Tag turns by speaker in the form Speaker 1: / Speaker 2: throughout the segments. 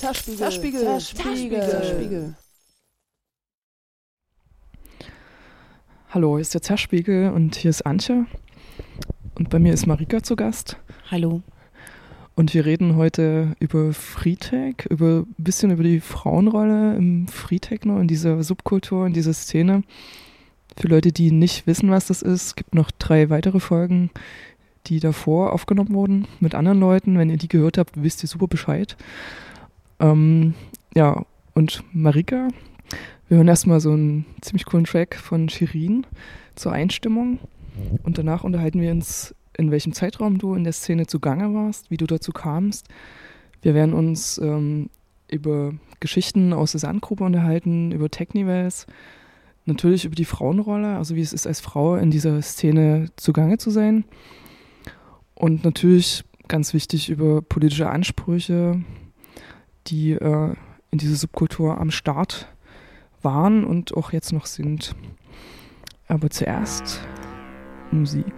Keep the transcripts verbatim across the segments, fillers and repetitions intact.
Speaker 1: Zerspiegel.
Speaker 2: Zerspiegel.
Speaker 1: Zerspiegel. Zerspiegel.
Speaker 3: Hallo, hier ist der Zerspiegel und hier ist Antje. Und bei mir ist Marika zu Gast.
Speaker 2: Hallo.
Speaker 3: Und wir reden heute über Freetech, über ein bisschen über die Frauenrolle im Freetechno, in dieser Subkultur, in dieser Szene. Für Leute, die nicht wissen, was das ist, es gibt noch drei weitere Folgen, die davor aufgenommen wurden mit anderen Leuten. Wenn ihr die gehört habt, wisst ihr super Bescheid. Ähm, ja, und Marika, wir hören erstmal so einen ziemlich coolen Track von Shirin zur Einstimmung. Und danach unterhalten wir uns, in welchem Zeitraum du in der Szene zugange warst, wie du dazu kamst. Wir werden uns ähm, über Geschichten aus der Sandgruppe unterhalten, über Technivals, natürlich über die Frauenrolle, also wie es ist, als Frau in dieser Szene zugange zu sein. Und natürlich, ganz wichtig, über politische Ansprüche, die äh, in dieser Subkultur am Start waren und auch jetzt noch sind. Aber zuerst Musik.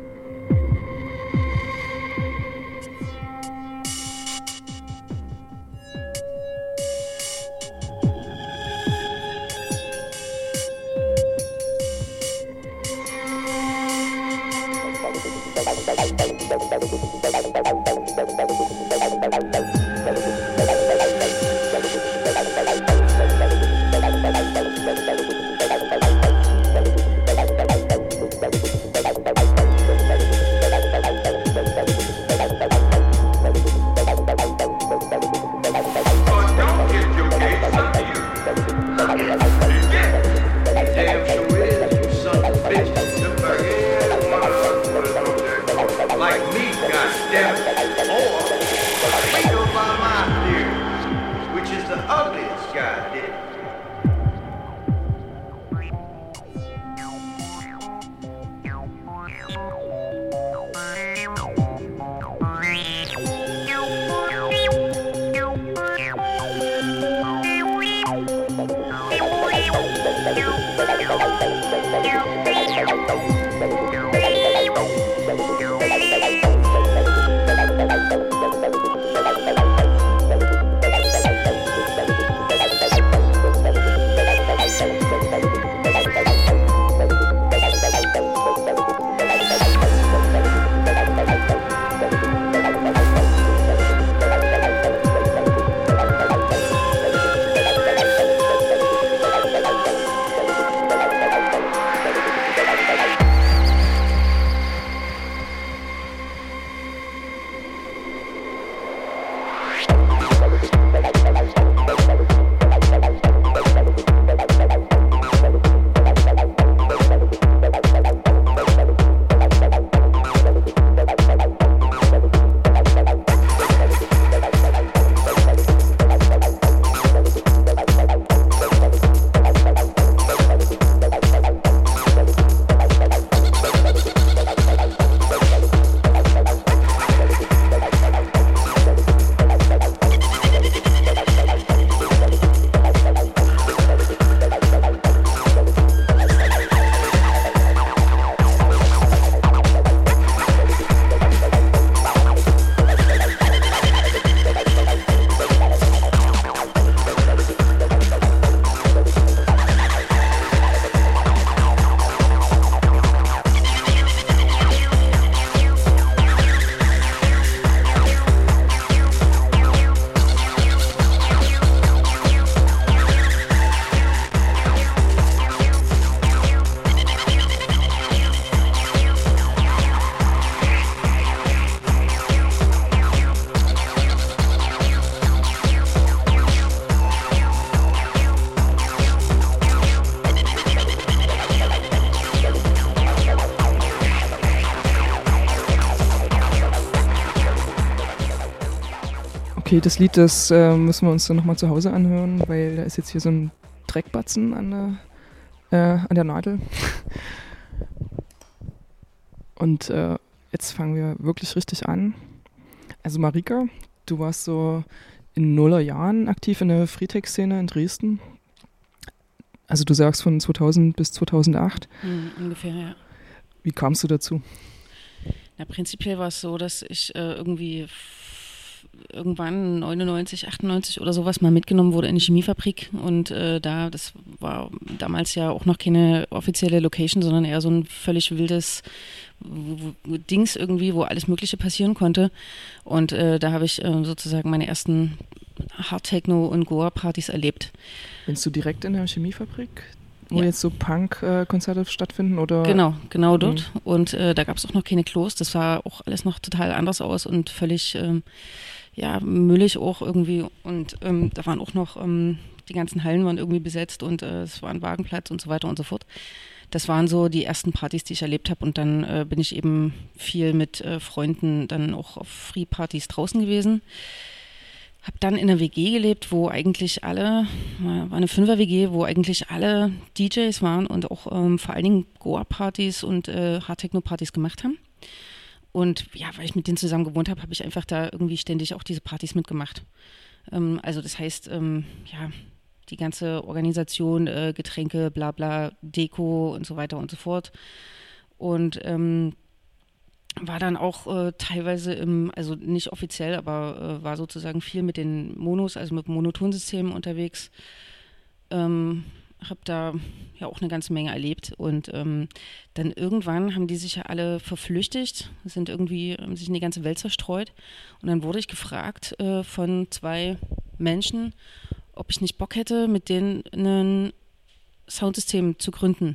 Speaker 3: Okay, das Lied, das äh, müssen wir uns dann nochmal zu Hause anhören, weil da ist jetzt hier so ein Dreckbatzen an der, äh, an der Nadel. Und äh, jetzt fangen wir wirklich richtig an. Also Marika, du warst so in Nullerjahren aktiv in der Freetech-Szene in Dresden. Also du sagst von zweitausend bis zweitausendacht.
Speaker 2: Mhm, ungefähr, ja.
Speaker 3: Wie kamst du dazu?
Speaker 2: Na, prinzipiell war es so, dass ich äh, irgendwie f- irgendwann neunundneunzig, achtundneunzig oder sowas mal mitgenommen wurde in die Chemiefabrik und äh, da, das war damals ja auch noch keine offizielle Location, sondern eher so ein völlig wildes w- w- Dings irgendwie, wo alles Mögliche passieren konnte und äh, da habe ich äh, sozusagen meine ersten Hard-Techno- und Goa-Partys erlebt.
Speaker 3: Bist du direkt in der Chemiefabrik, wo
Speaker 2: Ja.
Speaker 3: jetzt so Punk-Konzerte stattfinden? Oder?
Speaker 2: Genau, genau dort.
Speaker 3: Mhm.
Speaker 2: Und äh, da gab es auch noch keine Klos. Das sah auch alles noch total anders aus und völlig, ähm, ja, müllig auch irgendwie. Und ähm, da waren auch noch, ähm, die ganzen Hallen waren irgendwie besetzt und äh, es war ein Wagenplatz und so weiter und so fort. Das waren so die ersten Partys, die ich erlebt habe. Und dann äh, bin ich eben viel mit äh, Freunden dann auch auf Free-Partys draußen gewesen. Hab dann in einer W G gelebt, wo eigentlich alle, war eine Fünfer-W G, wo eigentlich alle D Js waren und auch ähm, vor allen Dingen Goa-Partys und äh, Hard-Techno-Partys gemacht haben. Und ja, weil ich mit denen zusammen gewohnt habe, habe ich einfach da irgendwie ständig auch diese Partys mitgemacht. Ähm, also das heißt, ähm, ja, die ganze Organisation, äh, Getränke, bla bla, Deko und so weiter und so fort. Und ähm, war dann auch äh, teilweise im, also nicht offiziell, aber äh, war sozusagen viel mit den Monos, also mit dem Monotonsystem unterwegs. Ähm, habe da ja auch eine ganze Menge erlebt und ähm, dann irgendwann haben die sich ja alle verflüchtigt, sind irgendwie, haben sich in die ganze Welt zerstreut und dann wurde ich gefragt äh, von zwei Menschen, ob ich nicht Bock hätte, mit denen ein Soundsystem zu gründen.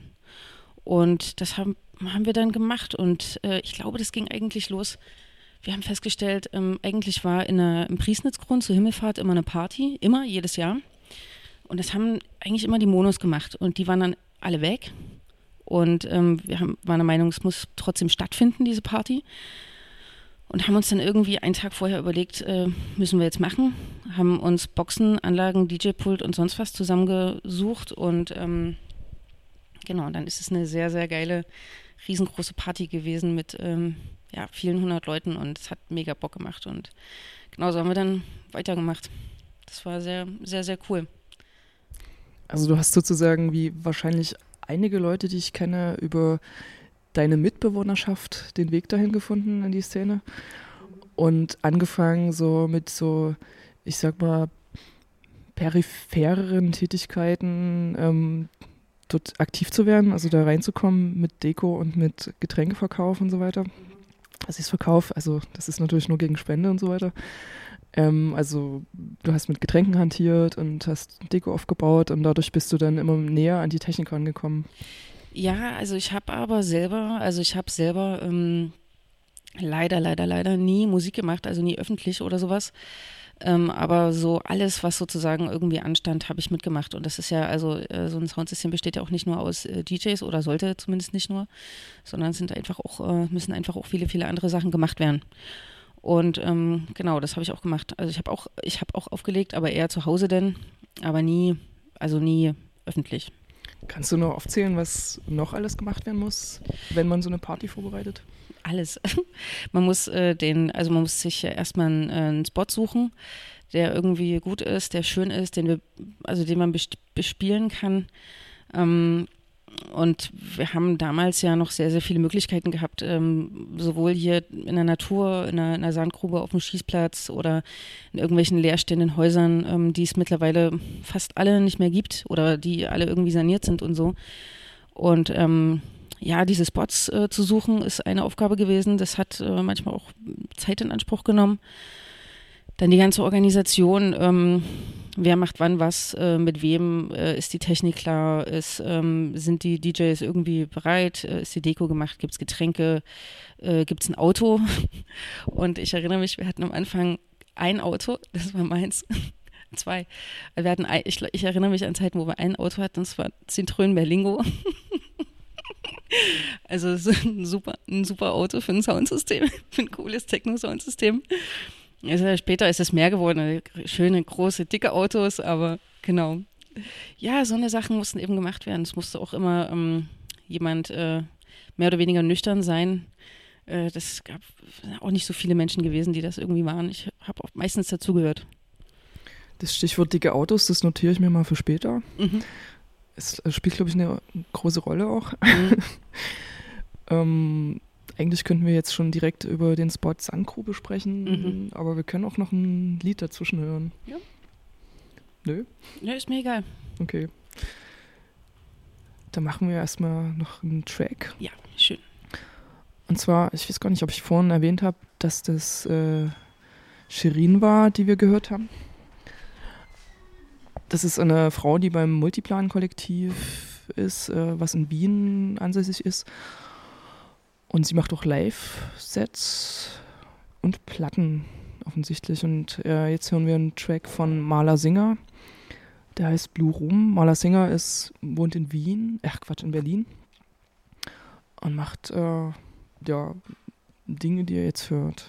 Speaker 2: Und das haben, haben wir dann gemacht und äh, ich glaube, das ging eigentlich los. Wir haben festgestellt, ähm, eigentlich war in der, im Priesnitzgrund zur Himmelfahrt immer eine Party, immer, jedes Jahr. Und das haben eigentlich immer die Monos gemacht und die waren dann alle weg. Und ähm, wir haben, waren der Meinung, es muss trotzdem stattfinden, diese Party. Und haben uns dann irgendwie einen Tag vorher überlegt, äh, müssen wir jetzt machen. Haben uns Boxen, Anlagen, D J-Pult und sonst was zusammengesucht und ähm, genau, und dann ist es eine sehr, sehr geile, riesengroße Party gewesen mit ähm, ja, vielen hundert Leuten und es hat mega Bock gemacht und genau so haben wir dann weitergemacht. Das war sehr, sehr, sehr cool.
Speaker 3: Also du hast sozusagen wie wahrscheinlich einige Leute, die ich kenne, über deine Mitbewohnerschaft den Weg dahin gefunden in die Szene und angefangen so mit so, ich sag mal, periphereren Tätigkeiten ähm, dort aktiv zu werden, also da reinzukommen mit Deko und mit Getränkeverkauf und so weiter. Also ich verkaufe, also das ist natürlich nur gegen Spende und so weiter. Ähm, also du hast mit Getränken hantiert und hast Deko aufgebaut und dadurch bist du dann immer näher an die Technik rangekommen.
Speaker 2: Ja, also ich habe aber selber, also ich habe selber ähm, leider, leider, leider nie Musik gemacht, also nie öffentlich oder sowas. Ähm, aber so alles, was sozusagen irgendwie anstand, habe ich mitgemacht. Und das ist ja, also äh, so ein Soundsystem besteht ja auch nicht nur aus äh, D Js oder sollte zumindest nicht nur, sondern es sind einfach auch, äh, müssen einfach auch viele, viele andere Sachen gemacht werden. Und ähm, genau, das habe ich auch gemacht. Also ich habe auch, ich habe auch aufgelegt, aber eher zu Hause denn, aber nie, also nie öffentlich.
Speaker 3: Kannst du noch aufzählen, was noch alles gemacht werden muss, wenn man so eine Party vorbereitet?
Speaker 2: Alles. Man muss äh, den, also man muss sich erstmal einen, äh, einen Spot suchen, der irgendwie gut ist, der schön ist, den wir, also den man bes- bespielen kann. Ähm, und wir haben damals ja noch sehr, sehr viele Möglichkeiten gehabt, ähm, sowohl hier in der Natur, in einer, in einer Sandgrube auf dem Schießplatz oder in irgendwelchen leerstehenden Häusern, ähm, die es mittlerweile fast alle nicht mehr gibt oder die alle irgendwie saniert sind und so. Und ähm, ja, diese Spots äh, zu suchen, ist eine Aufgabe gewesen. Das hat äh, manchmal auch Zeit in Anspruch genommen. Dann die ganze Organisation, ähm, wer macht wann was, äh, mit wem, äh, ist die Technik klar, ist, ähm, sind die D Js irgendwie bereit, äh, ist die Deko gemacht, gibt es Getränke, äh, gibt es ein Auto. Und ich erinnere mich, wir hatten am Anfang ein Auto, das war meins, zwei. Wir hatten ein, ich, ich erinnere mich an Zeiten, wo wir ein Auto hatten, das war Citroën Berlingo. Also es ist ein super, ein super Auto für ein Soundsystem, für ein cooles Techno-Soundsystem. Also später ist es mehr geworden, schöne, große, dicke Autos, aber genau. Ja, so eine Sachen mussten eben gemacht werden. Es musste auch immer ähm, jemand äh, mehr oder weniger nüchtern sein. Äh, das gab auch nicht so viele Menschen gewesen, die das irgendwie waren. Ich habe auch meistens dazugehört.
Speaker 3: Das Stichwort dicke Autos, das notiere ich mir mal für später.
Speaker 2: Mhm.
Speaker 3: Es spielt, glaube ich, eine große Rolle auch.
Speaker 2: Mhm.
Speaker 3: ähm, eigentlich könnten wir jetzt schon direkt über den Spot Sandgrube sprechen,
Speaker 2: Mhm.
Speaker 3: aber wir können auch noch ein Lied dazwischen hören.
Speaker 2: Ja.
Speaker 3: Nö?
Speaker 2: Ja, ist mir egal.
Speaker 3: Okay. Dann machen wir erstmal noch einen Track.
Speaker 2: Ja, schön.
Speaker 3: Und zwar, ich weiß gar nicht, ob ich vorhin erwähnt habe, dass das äh, Shirin war, die wir gehört haben. Das ist eine Frau, die beim Multiplan-Kollektiv ist, äh, was in Wien ansässig ist. Und sie macht auch Live-Sets und Platten offensichtlich. Und äh, jetzt hören wir einen Track von Marla Singer. Der heißt Blue Room. Marla Singer ist, wohnt in Wien, ach Quatsch, in Berlin. Und macht äh, ja, Dinge, die ihr jetzt hört.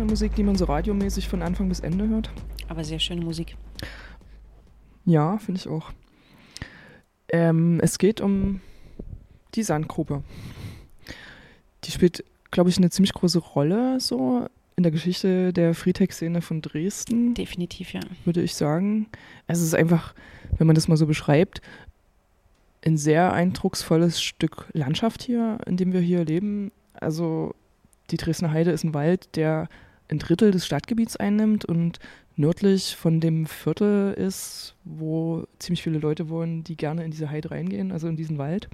Speaker 3: Musik, die man so radiomäßig von Anfang bis Ende hört.
Speaker 2: Aber sehr schöne Musik.
Speaker 3: Ja, finde ich auch. Ähm, es geht um die Sandgrube. Die spielt, glaube ich, eine ziemlich große Rolle so in der Geschichte der Freetech-Szene von Dresden.
Speaker 2: Definitiv, ja.
Speaker 3: Würde ich sagen. Es ist einfach, wenn man das mal so beschreibt, ein sehr eindrucksvolles Stück Landschaft hier, in dem wir hier leben. Also die Dresdner Heide ist ein Wald, der ein Drittel des Stadtgebiets einnimmt und nördlich von dem Viertel ist, wo ziemlich viele Leute wohnen, die gerne in diese Heide reingehen, also in diesen Wald.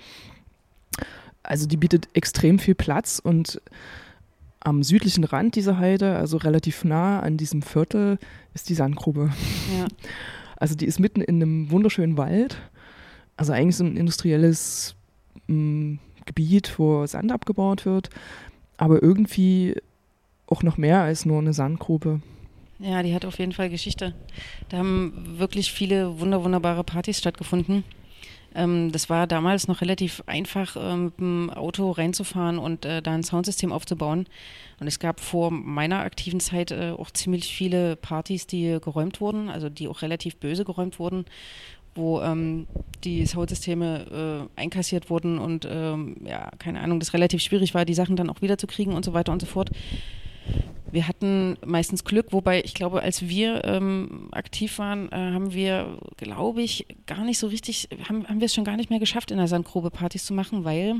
Speaker 3: Also die bietet extrem viel Platz und am südlichen Rand dieser Heide, also relativ nah an diesem Viertel, ist die Sandgrube.
Speaker 2: Ja.
Speaker 3: Also die ist mitten in einem wunderschönen Wald. Also eigentlich so ein industrielles mh, Gebiet, wo Sand abgebaut wird, aber irgendwie auch noch mehr als nur eine Sandgrube.
Speaker 2: Ja, die hat auf jeden Fall Geschichte. Da haben wirklich viele wunder, wunderbare Partys stattgefunden. Ähm, das war damals noch relativ einfach, ähm, mit dem Auto reinzufahren und äh, da ein Soundsystem aufzubauen. Und es gab vor meiner aktiven Zeit äh, auch ziemlich viele Partys, die geräumt wurden, also die auch relativ böse geräumt wurden, wo ähm, die Soundsysteme äh, einkassiert wurden und ähm, ja, keine Ahnung, das relativ schwierig war, die Sachen dann auch wiederzukriegen und so weiter und so fort. Wir hatten meistens Glück, wobei ich glaube, als wir ähm, aktiv waren, äh, haben wir, glaube ich, gar nicht so richtig, haben, haben wir es schon gar nicht mehr geschafft, in der Sandgrube Partys zu machen, weil,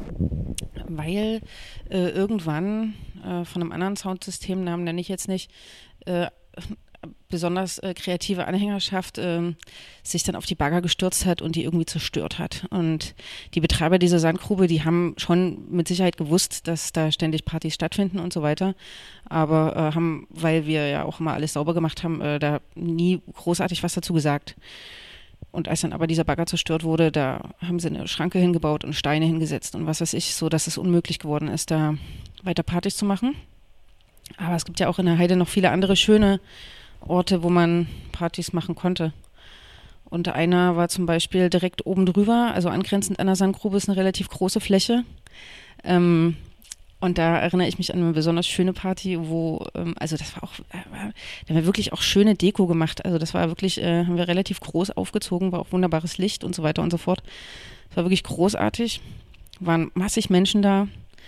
Speaker 2: weil äh, irgendwann äh, von einem anderen Soundsystem, Namen nenne ich jetzt nicht, äh, besonders äh, kreative Anhängerschaft äh, sich dann auf die Bagger gestürzt hat und die irgendwie zerstört hat. Und die Betreiber dieser Sandgrube, die haben schon mit Sicherheit gewusst, dass da ständig Partys stattfinden und so weiter, aber äh, haben, weil wir ja auch immer alles sauber gemacht haben, äh, da nie großartig was dazu gesagt. Und als dann aber dieser Bagger zerstört wurde, da haben sie eine Schranke hingebaut und Steine hingesetzt und was weiß ich, so dass es unmöglich geworden ist, da weiter Partys zu machen. Aber es gibt ja auch in der Heide noch viele andere schöne Orte, wo man Partys machen konnte. Und einer war zum Beispiel direkt oben drüber, also angrenzend an der Sandgrube ist eine relativ große Fläche. Ähm, und da erinnere ich mich an eine besonders schöne Party, wo, ähm, also das war auch, äh, da haben wir wirklich auch schöne Deko gemacht. Also das war wirklich, äh, haben wir relativ groß aufgezogen, war auch wunderbares Licht und so weiter und so fort. Es war wirklich großartig, waren massig Menschen da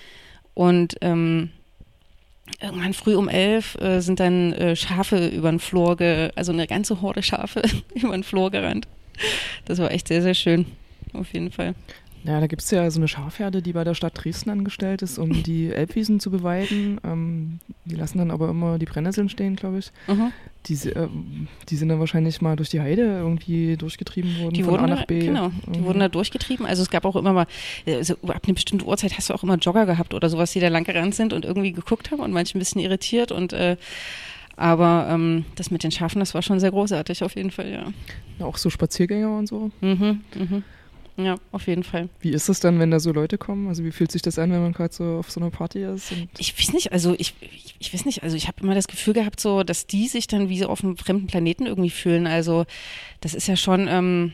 Speaker 2: und ähm, irgendwann früh um elf äh, sind dann äh, Schafe über den Flur, ge- also eine ganze Horde Schafe über den Flur gerannt. Das war echt sehr, sehr schön, auf jeden Fall.
Speaker 3: Ja, da gibt es ja so eine Schafherde, die bei der Stadt Dresden angestellt ist, um die Elbwiesen zu beweiden. Ähm, die lassen dann aber immer die Brennnesseln stehen, glaube ich.
Speaker 2: Mhm.
Speaker 3: Die, äh, die sind dann wahrscheinlich mal durch die Heide irgendwie durchgetrieben worden,
Speaker 2: Die
Speaker 3: von
Speaker 2: wurden
Speaker 3: A nach B.
Speaker 2: Da, genau, die
Speaker 3: mhm.
Speaker 2: wurden da durchgetrieben. Also es gab auch immer mal, also ab einer bestimmten Uhrzeit hast du auch immer Jogger gehabt oder sowas, die da lang gerannt sind und irgendwie geguckt haben und manche ein bisschen irritiert. Und äh, aber ähm, das mit den Schafen, das war schon sehr großartig auf jeden Fall, ja.
Speaker 3: Ja, auch so Spaziergänger und so.
Speaker 2: Mhm, mhm. Ja, auf jeden Fall.
Speaker 3: Wie ist es dann, wenn da so Leute kommen? Also wie fühlt sich das an, wenn man gerade so auf so einer Party ist? Und
Speaker 2: ich weiß nicht, also ich, ich, ich weiß nicht, also ich habe immer das Gefühl gehabt, so, dass die sich dann wie so auf einem fremden Planeten irgendwie fühlen. Also das ist ja schon, ähm,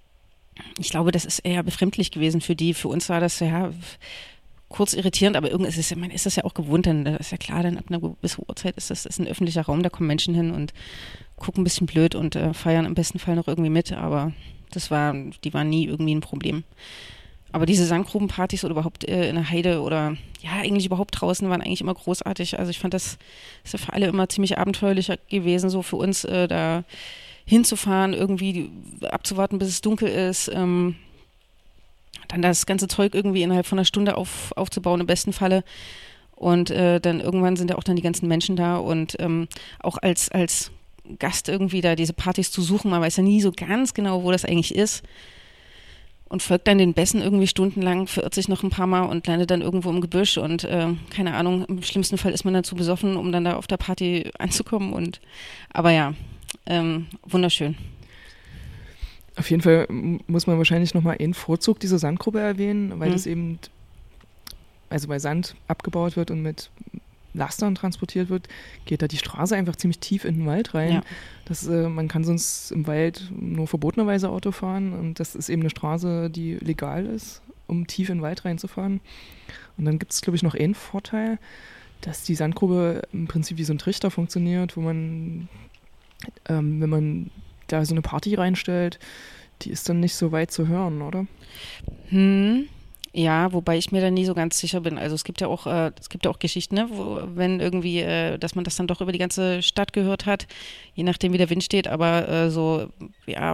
Speaker 2: ich glaube, das ist eher befremdlich gewesen für die. Für uns war das ja kurz irritierend, aber irgendwie ist es, man ist das ja auch gewohnt, dann das ist ja klar, dann ab einer gewissen Uhrzeit ist das ist ein öffentlicher Raum, da kommen Menschen hin und gucken ein bisschen blöd und äh, feiern im besten Fall noch irgendwie mit, aber das war, die waren nie irgendwie ein Problem. Aber diese Sandgrubenpartys oder überhaupt äh, in der Heide oder ja, eigentlich überhaupt draußen waren eigentlich immer großartig. Also ich fand, das ist ja für alle immer ziemlich abenteuerlich gewesen, so für uns äh, da hinzufahren, irgendwie die, abzuwarten, bis es dunkel ist, ähm, dann das ganze Zeug irgendwie innerhalb von einer Stunde auf, aufzubauen, im besten Falle. Und äh, dann irgendwann sind ja auch dann die ganzen Menschen da und ähm, auch als, als Gast irgendwie da diese Partys zu suchen, man weiß ja nie so ganz genau, wo das eigentlich ist und folgt dann den Bässen irgendwie stundenlang, verirrt sich noch ein paar Mal und landet dann irgendwo im Gebüsch und äh, keine Ahnung, im schlimmsten Fall ist man dann zu besoffen, um dann da auf der Party anzukommen und aber ja, ähm, wunderschön.
Speaker 3: auf jeden Fall muss man wahrscheinlich nochmal einen Vorzug dieser Sandgrube erwähnen, weil
Speaker 2: Mhm.
Speaker 3: das eben, also weil Sand abgebaut wird und mit Lastern transportiert wird, geht da die Straße einfach ziemlich tief in den Wald rein.
Speaker 2: Ja.
Speaker 3: Das, äh, man kann sonst im Wald nur verbotenerweise Auto fahren und das ist eben eine Straße, die legal ist, um tief in den Wald reinzufahren. Und dann gibt es, glaube ich, noch einen Vorteil, dass die Sandgrube im Prinzip wie so ein Trichter funktioniert, wo man, ähm, wenn man da so eine Party reinstellt, die ist dann nicht so weit zu hören, oder?
Speaker 2: Hm. Ja, wobei ich mir da nie so ganz sicher bin. Also es gibt ja auch, äh, es gibt ja auch Geschichten, ne, wo, wenn irgendwie, äh, dass man das dann doch über die ganze Stadt gehört hat, je nachdem wie der Wind steht, aber äh, so, ja,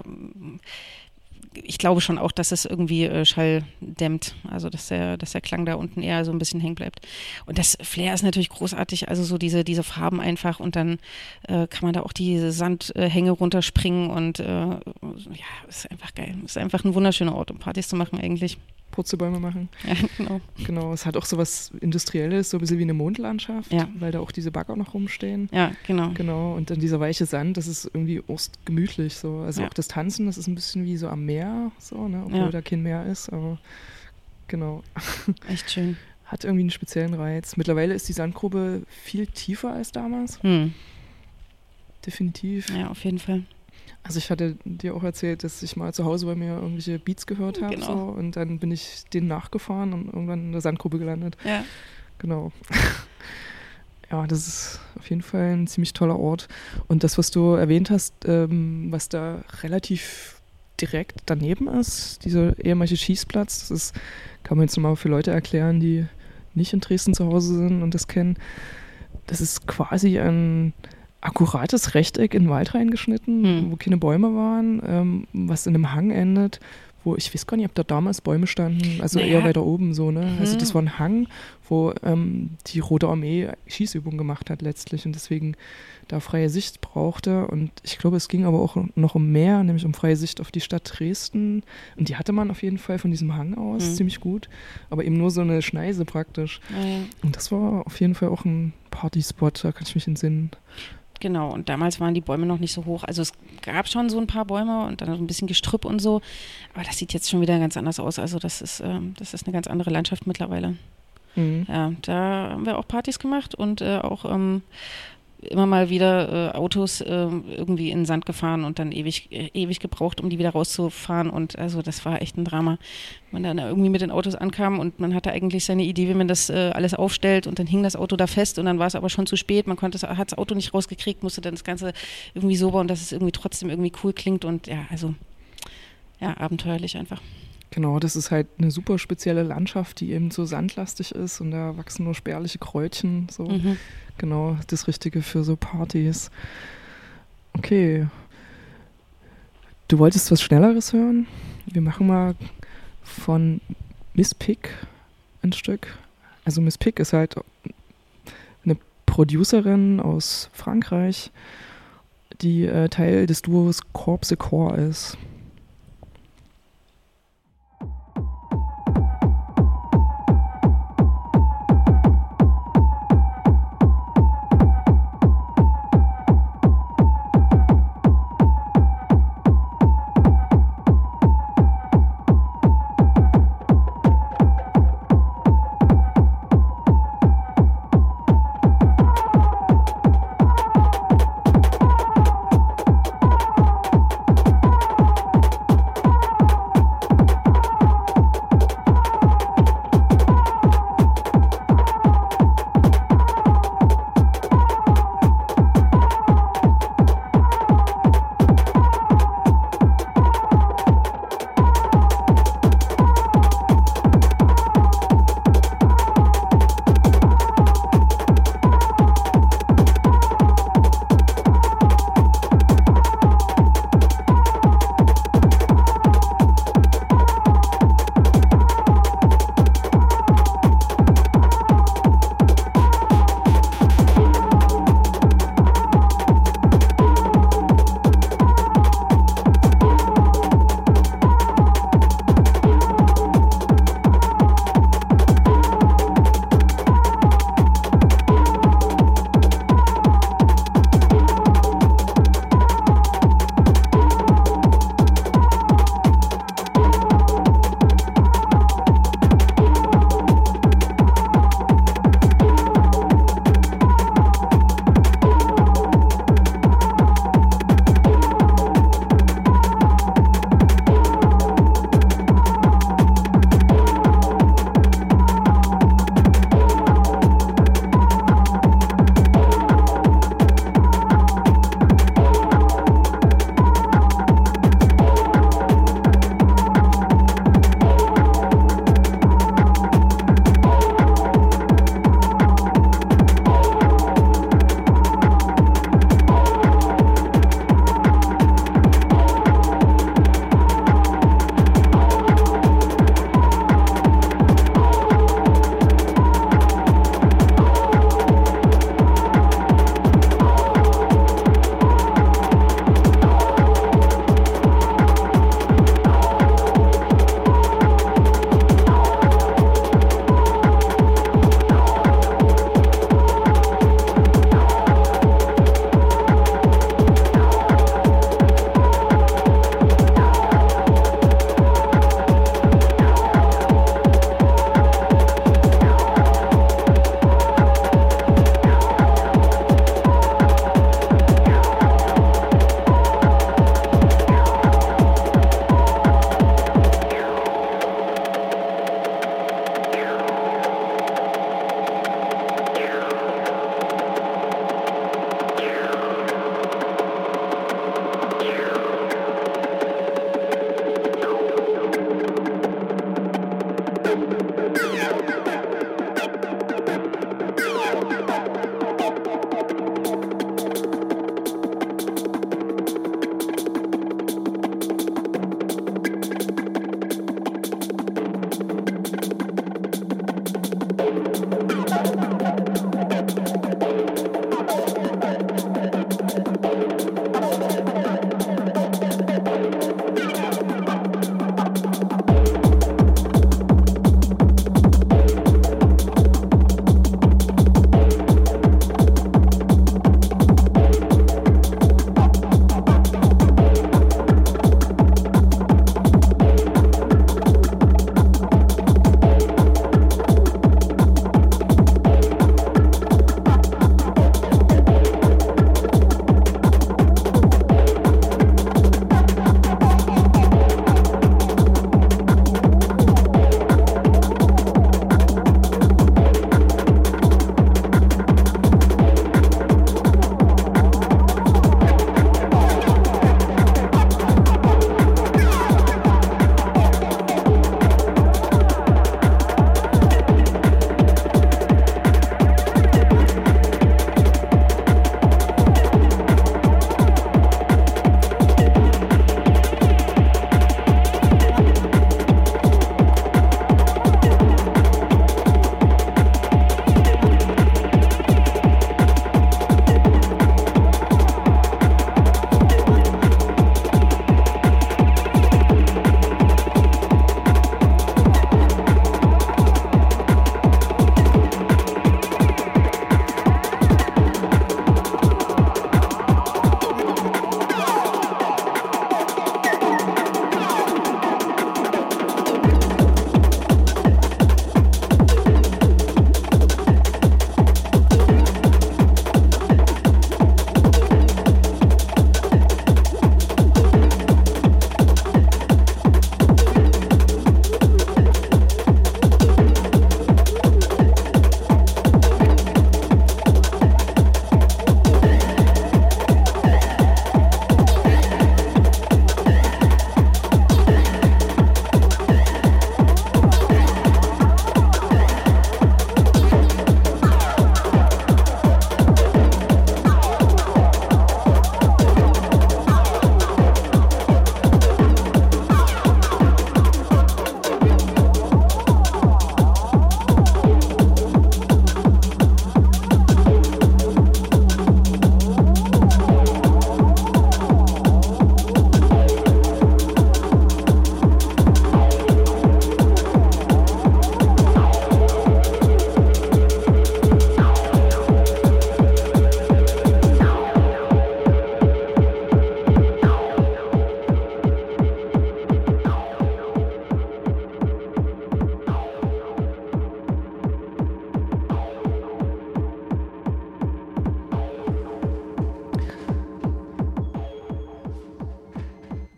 Speaker 2: ich glaube schon auch, dass es irgendwie äh, Schall dämmt, also dass der, dass der Klang da unten eher so ein bisschen hängen bleibt. Und das Flair ist natürlich großartig, also so diese, diese Farben einfach und dann äh, kann man da auch diese Sandhänge runterspringen und äh, ja, ist einfach geil. Ist einfach ein wunderschöner Ort, um Partys zu machen eigentlich.
Speaker 3: Purzelbäume machen.
Speaker 2: Ja, genau.
Speaker 3: Genau, es hat auch so was Industrielles, so ein bisschen wie eine Mondlandschaft,
Speaker 2: ja.
Speaker 3: weil da auch diese Bagger noch rumstehen.
Speaker 2: Ja, genau.
Speaker 3: Genau, und dann dieser weiche Sand, das ist irgendwie ost gemütlich so. Also
Speaker 2: ja.
Speaker 3: auch das Tanzen, das ist ein bisschen wie so am Meer, so, ne? Obwohl
Speaker 2: ja.
Speaker 3: da kein Meer ist, aber genau.
Speaker 2: Echt schön.
Speaker 3: Hat irgendwie einen speziellen Reiz. Mittlerweile ist die Sandgrube viel tiefer als damals.
Speaker 2: Hm.
Speaker 3: Definitiv.
Speaker 2: Ja, auf jeden Fall.
Speaker 3: Also ich hatte dir auch erzählt, dass ich mal zu Hause bei mir irgendwelche Beats gehört habe.
Speaker 2: Genau.
Speaker 3: So, und dann bin ich denen nachgefahren und irgendwann in der Sandgrube gelandet.
Speaker 2: Ja.
Speaker 3: Genau. Ja, das ist auf jeden Fall ein ziemlich toller Ort. Und das, was du erwähnt hast, ähm, was da relativ direkt daneben ist, dieser ehemalige Schießplatz, das ist, kann man jetzt nochmal für Leute erklären, die nicht in Dresden zu Hause sind und das kennen. Das ist quasi ein akkurates Rechteck in den Wald reingeschnitten, hm. wo keine Bäume waren, ähm, was in einem Hang endet, wo ich weiß gar nicht, ob da damals Bäume standen, also naja. eher weiter oben so, ne? Mhm. Also das war ein Hang, wo ähm, die Rote Armee Schießübungen gemacht hat letztlich und deswegen da freie Sicht brauchte und ich glaube, es ging aber auch noch um mehr, nämlich um freie Sicht auf die Stadt Dresden und die hatte man auf jeden Fall von diesem Hang aus, mhm. ziemlich gut, aber eben nur so eine Schneise praktisch. Ja. Und das war auf jeden Fall auch ein Partyspot, da kann ich mich entsinnen.
Speaker 2: Genau, und damals waren die Bäume noch nicht so hoch. Also es gab schon so ein paar Bäume und dann ein bisschen Gestrüpp und so. Aber das sieht jetzt schon wieder ganz anders aus. Also das ist, ähm, das ist eine ganz andere Landschaft mittlerweile. Mhm. Ja, da haben wir auch Partys gemacht und äh, auch ähm, immer mal wieder äh, Autos äh, irgendwie in den Sand gefahren und dann ewig, äh, ewig gebraucht, um die wieder rauszufahren. Und also das war echt ein Drama. Man dann irgendwie mit den Autos ankam und man hatte eigentlich seine Idee, wie man das äh, alles aufstellt und dann hing das Auto da fest und dann war es aber schon zu spät. Man konnte hat das Auto nicht rausgekriegt, musste dann das Ganze irgendwie so bauen, dass es irgendwie trotzdem irgendwie cool klingt und ja, also ja, abenteuerlich einfach.
Speaker 3: Genau, das ist halt eine super spezielle Landschaft, die eben so sandlastig ist und da wachsen nur spärliche Kräutchen, so. Mhm. Genau, das Richtige für so Partys. Okay. Du wolltest was Schnelleres hören? Wir machen mal von Miss Pig ein Stück. Also Miss Pig ist halt eine Producerin aus Frankreich, die äh, Teil des Duos Corpse Core ist.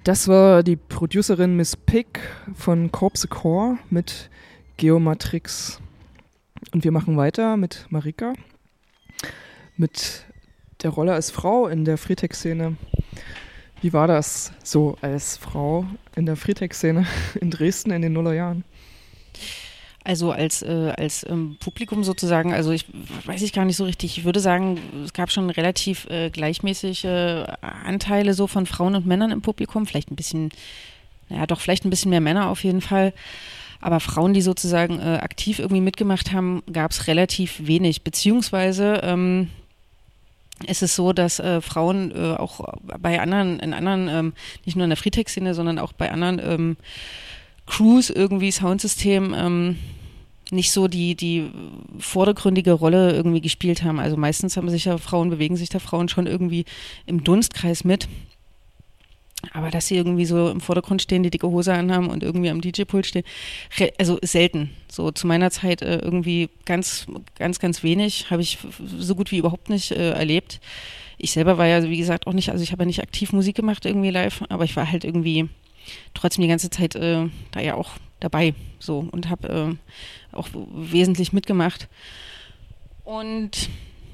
Speaker 3: Das war die Producerin Miss Pick von Corpse Core mit Geomatrix. Und wir machen weiter mit Marika, mit der Rolle als Frau in der Freetech-Szene. Wie war das so als Frau in der Freetech-Szene in Dresden in den Nullerjahren?
Speaker 2: Also als, äh, als ähm, Publikum sozusagen, also ich weiß ich gar nicht so richtig. Ich würde sagen, es gab schon relativ äh, gleichmäßige äh, Anteile so von Frauen und Männern im Publikum. Vielleicht ein bisschen, naja doch, vielleicht ein bisschen mehr Männer auf jeden Fall. Aber Frauen, die sozusagen äh, aktiv irgendwie mitgemacht haben, gab es relativ wenig. Beziehungsweise ähm, ist es so, dass äh, Frauen äh, auch bei anderen, in anderen, ähm, nicht nur in der Freetech-Szene, sondern auch bei anderen ähm, Crews irgendwie, Soundsystem, ähm, nicht so die, die vordergründige Rolle irgendwie gespielt haben. Also meistens haben sich ja Frauen, bewegen sich da Frauen schon irgendwie im Dunstkreis mit. Aber dass sie irgendwie so im Vordergrund stehen, die dicke Hose anhaben und irgendwie am D J-Pult stehen, re- also selten. So zu meiner Zeit äh, irgendwie ganz, ganz, ganz wenig, habe ich f- so gut wie überhaupt nicht äh, erlebt. Ich selber war ja, wie gesagt, auch nicht, also ich habe ja nicht aktiv Musik gemacht irgendwie live, aber ich war halt irgendwie trotzdem die ganze Zeit äh, da ja auch dabei so und habe äh, auch wesentlich mitgemacht. Und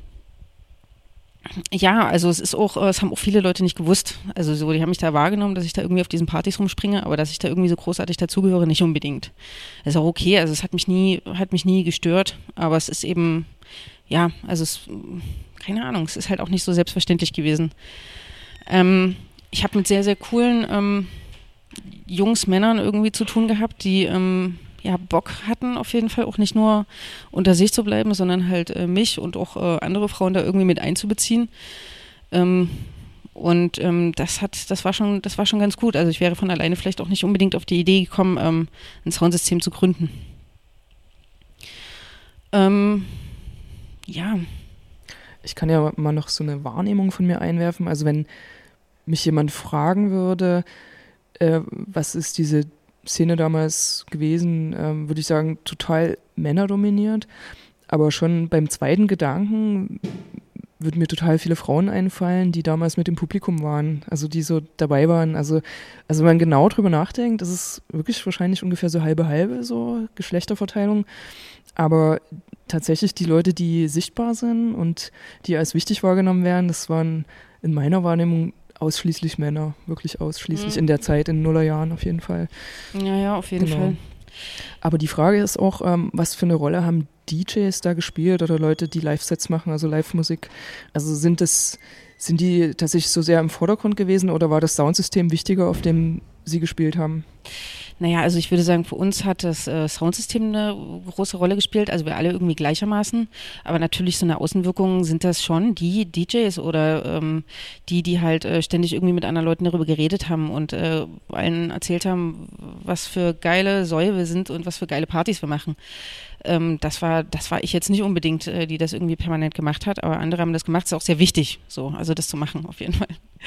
Speaker 2: ja, also es ist auch, es haben auch viele Leute nicht gewusst. Also so, die haben mich da wahrgenommen, dass ich da irgendwie auf diesen Partys rumspringe, aber dass ich da irgendwie so großartig dazugehöre, nicht unbedingt. Das ist auch okay, also es hat mich nie, hat mich nie gestört, aber es ist eben, ja, also es, keine Ahnung, es ist halt auch nicht so selbstverständlich gewesen. Ähm, ich habe mit sehr, sehr coolen ähm, Jungs, Männern irgendwie zu tun gehabt, die ähm, ja Bock hatten auf jeden Fall, auch nicht nur unter sich zu bleiben, sondern halt äh, mich und auch äh, andere Frauen da irgendwie mit einzubeziehen. Ähm, und ähm, das hat, das war schon, das war schon ganz gut. Also ich wäre von alleine vielleicht auch nicht unbedingt auf die Idee gekommen, ähm, ein Soundsystem zu gründen. Ähm, ja.
Speaker 3: Ich kann ja mal noch so eine Wahrnehmung von mir einwerfen. Also wenn mich jemand fragen würde, äh, was ist diese Szene damals gewesen, ähm, würde ich sagen, total männerdominiert. Aber schon beim zweiten Gedanken würden mir total viele Frauen einfallen, die damals mit dem Publikum waren, also die so dabei waren. Also, also wenn man genau drüber nachdenkt, das ist wirklich wahrscheinlich ungefähr so halbe halbe so Geschlechterverteilung. Aber tatsächlich die Leute, die sichtbar sind und die als wichtig wahrgenommen werden, das waren in meiner Wahrnehmung ausschließlich Männer, wirklich ausschließlich mhm. in der Zeit, in den Nullerjahren auf jeden Fall.
Speaker 2: Ja, ja, auf jeden
Speaker 3: genau.
Speaker 2: Fall.
Speaker 3: Aber die Frage ist auch, ähm, was für eine Rolle haben D Js da gespielt oder Leute, die Live-Sets machen, also Live-Musik? Also sind das, sind die tatsächlich so sehr im Vordergrund gewesen oder war das Soundsystem wichtiger, auf dem sie gespielt haben?
Speaker 2: Naja, also ich würde sagen, für uns hat das äh, Soundsystem eine große Rolle gespielt, also wir alle irgendwie gleichermaßen, aber natürlich so eine Außenwirkung sind das schon die D Js oder ähm, die, die halt äh, ständig irgendwie mit anderen Leuten darüber geredet haben und äh, allen erzählt haben, was für geile Säue wir sind und was für geile Partys wir machen. Ähm, das war, das war ich jetzt nicht unbedingt, äh, die das irgendwie permanent gemacht hat, aber andere haben das gemacht, ist auch sehr wichtig, so, also das zu machen auf jeden Fall.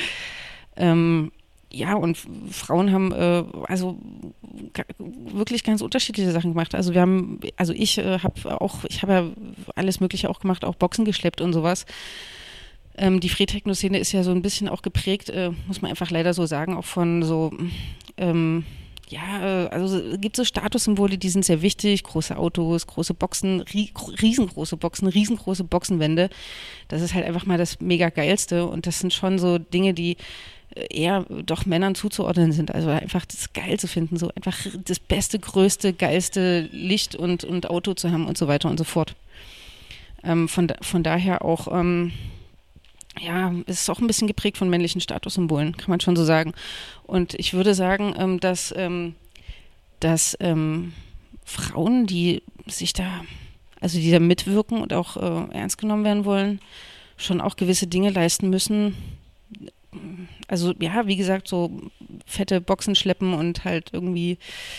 Speaker 2: Ähm, Ja, und Frauen haben äh, also g- wirklich ganz unterschiedliche Sachen gemacht. Also wir haben, also ich äh, habe auch, ich habe ja alles Mögliche auch gemacht, auch Boxen geschleppt und sowas. Ähm, die Freetechno-Szene ist ja so ein bisschen auch geprägt, äh, muss man einfach leider so sagen, auch von so, ähm, ja, äh, also es gibt so Statussymbole, die sind sehr wichtig, große Autos, große Boxen, rie- riesengroße Boxen, riesengroße Boxenwände. Das ist halt einfach mal das mega geilste und das sind schon so Dinge, die eher doch Männern zuzuordnen sind, also einfach das geil zu finden, so einfach das beste, größte, geilste Licht und, und Auto zu haben und so weiter und so fort. Ähm, von, da, von daher auch, ähm, ja, es ist auch ein bisschen geprägt von männlichen Statussymbolen, kann man schon so sagen. Und ich würde sagen, ähm, dass, ähm, dass ähm, Frauen, die sich da, also die da mitwirken und auch äh, ernst genommen werden wollen, schon auch gewisse Dinge leisten müssen. Also ja, wie gesagt, so fette Boxen schleppen und halt irgendwie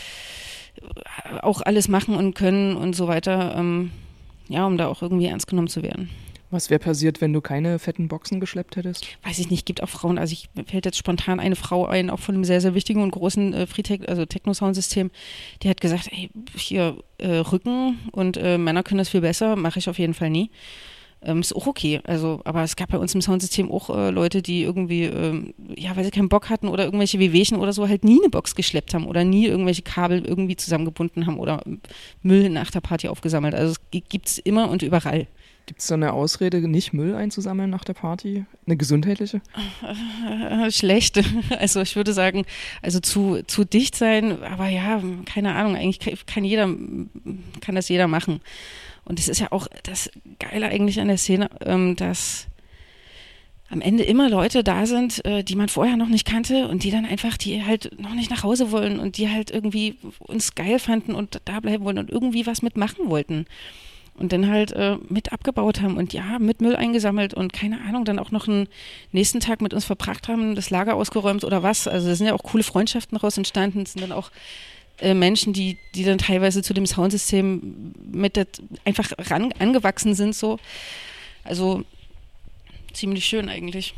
Speaker 2: auch alles machen und können und so weiter, ähm, ja, um da auch irgendwie ernst genommen zu werden.
Speaker 3: Was wäre passiert, wenn du keine fetten Boxen geschleppt hättest?
Speaker 2: Weiß ich nicht, gibt auch Frauen, also ich, mir fällt jetzt spontan eine Frau ein, auch von einem sehr, sehr wichtigen und großen äh, Freetech, also Techno-Sound-System, die hat gesagt, ey, hier äh, Rücken und äh, Männer können das viel besser, mache ich auf jeden Fall nie. Ähm, ist auch okay. Also, aber es gab bei uns im Soundsystem auch äh, Leute, die irgendwie, ähm, ja, weil sie keinen Bock hatten oder irgendwelche Wehwehchen oder so, halt nie eine Box geschleppt haben oder nie irgendwelche Kabel irgendwie zusammengebunden haben oder Müll nach der Party aufgesammelt. Also es gibt es immer und überall.
Speaker 3: Gibt es da eine Ausrede, nicht Müll einzusammeln nach der Party? Eine gesundheitliche?
Speaker 2: Äh, schlecht. Also ich würde sagen, also zu, zu dicht sein, aber ja, keine Ahnung, eigentlich kann jeder, kann das jeder machen. Und es ist ja auch das Geile eigentlich an der Szene, ähm, dass am Ende immer Leute da sind, äh, die man vorher noch nicht kannte und die dann einfach, die halt noch nicht nach Hause wollen und die halt irgendwie uns geil fanden und da bleiben wollen und irgendwie was mitmachen wollten. Und dann halt äh, mit abgebaut haben und ja, mit Müll eingesammelt und keine Ahnung, dann auch noch einen nächsten Tag mit uns verbracht haben, das Lager ausgeräumt oder was. Also da sind ja auch coole Freundschaften daraus entstanden. Es sind dann auch äh, Menschen, die, die dann teilweise zu dem Soundsystem mit der, einfach ran, angewachsen sind so. Also ziemlich schön eigentlich.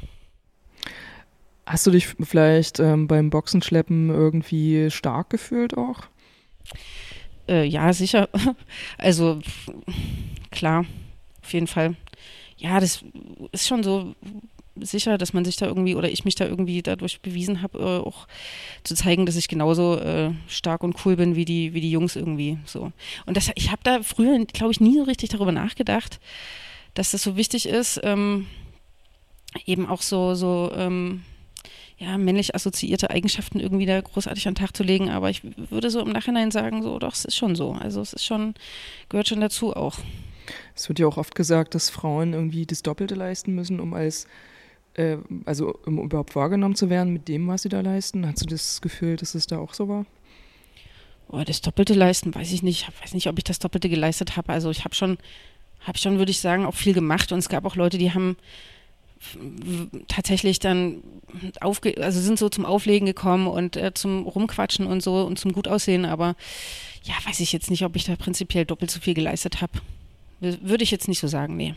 Speaker 3: Hast du dich vielleicht ähm, beim Boxenschleppen irgendwie stark gefühlt auch?
Speaker 2: Äh, ja, sicher. Also klar, auf jeden Fall. Ja, das ist schon so sicher, dass man sich da irgendwie oder ich mich da irgendwie dadurch bewiesen habe, äh, auch zu zeigen, dass ich genauso äh, stark und cool bin wie die wie die Jungs irgendwie so. Und das, ich habe da früher, glaube ich, nie so richtig darüber nachgedacht, dass das so wichtig ist, ähm, eben auch so so ähm, ja, männlich assoziierte Eigenschaften irgendwie da großartig an den Tag zu legen, aber ich würde so im Nachhinein sagen, so doch, es ist schon so. Also es ist schon, gehört schon dazu auch.
Speaker 3: Es wird ja auch oft gesagt, dass Frauen irgendwie das Doppelte leisten müssen, um als, äh, also um überhaupt wahrgenommen zu werden mit dem, was sie da leisten. Hast du das Gefühl, dass es da auch so war?
Speaker 2: Oh, das Doppelte leisten, weiß ich nicht. Ich weiß nicht, ob ich das Doppelte geleistet habe. Also ich habe schon, habe schon, würde ich sagen, auch viel gemacht und es gab auch Leute, die haben tatsächlich dann aufge also sind so zum Auflegen gekommen und äh, zum Rumquatschen und so und zum Gutaussehen, aber ja, weiß ich jetzt nicht, ob ich da prinzipiell doppelt so viel geleistet habe. Würde ich jetzt nicht so sagen, nee.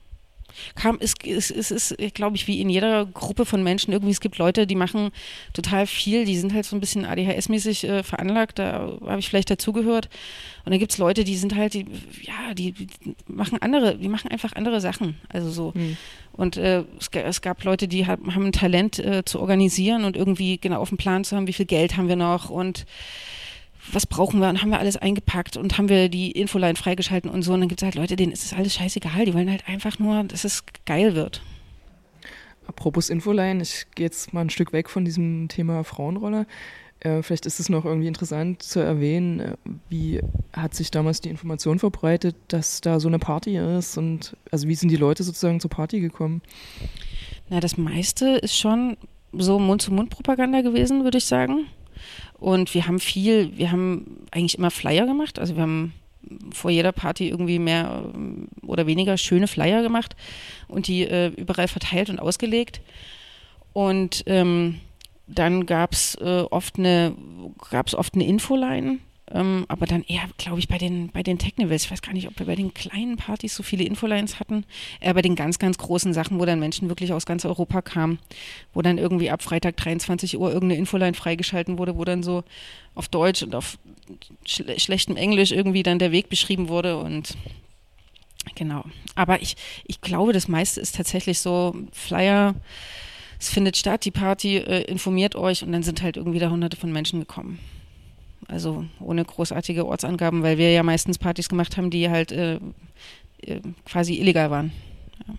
Speaker 2: Kam, es, es, es ist, glaube ich, wie in jeder Gruppe von Menschen irgendwie, es gibt Leute, die machen total viel, die sind halt so ein bisschen A D H S-mäßig äh, veranlagt, da habe ich vielleicht dazugehört. Und dann gibt es Leute, die sind halt, die, ja, die, die machen andere, die machen einfach andere Sachen, also so. Hm. Und äh, es, es gab Leute, die haben, haben ein Talent äh, zu organisieren und irgendwie genau auf dem Plan zu haben, wie viel Geld haben wir noch und was brauchen wir und haben wir alles eingepackt und haben wir die Infoline freigeschalten und so. Und dann gibt es halt Leute, denen ist es alles scheißegal. Die wollen halt einfach nur, dass es geil wird.
Speaker 3: Apropos Infoline, ich gehe jetzt mal ein Stück weg von diesem Thema Frauenrolle. Äh, vielleicht ist es noch irgendwie interessant zu erwähnen, äh, wie hat sich damals die Information verbreitet, dass da so eine Party ist und also wie sind die Leute sozusagen zur Party gekommen?
Speaker 2: Na, das meiste ist schon so Mund-zu-Mund-Propaganda gewesen, würde ich sagen. Und wir haben viel, wir haben eigentlich immer Flyer gemacht. Also wir haben vor jeder Party irgendwie mehr oder weniger schöne Flyer gemacht und die äh, überall verteilt und ausgelegt. Und ähm, dann gab es äh, oft eine, gab's oft eine Infoline, ähm, aber dann eher, glaube ich, bei den, bei den Technivals. Ich weiß gar nicht, ob wir bei den kleinen Partys so viele Infolines hatten, eher bei den ganz, ganz großen Sachen, wo dann Menschen wirklich aus ganz Europa kamen, wo dann irgendwie ab Freitag dreiundzwanzig Uhr irgendeine Infoline freigeschalten wurde, wo dann so auf Deutsch und auf schle- schlechtem Englisch irgendwie dann der Weg beschrieben wurde und genau. Aber ich, ich glaube, das meiste ist tatsächlich so Flyer, es findet statt, die Party, äh, informiert euch und dann sind halt irgendwie da hunderte von Menschen gekommen. Also ohne großartige Ortsangaben, weil wir ja meistens Partys gemacht haben, die halt äh, äh, quasi illegal waren. Ja.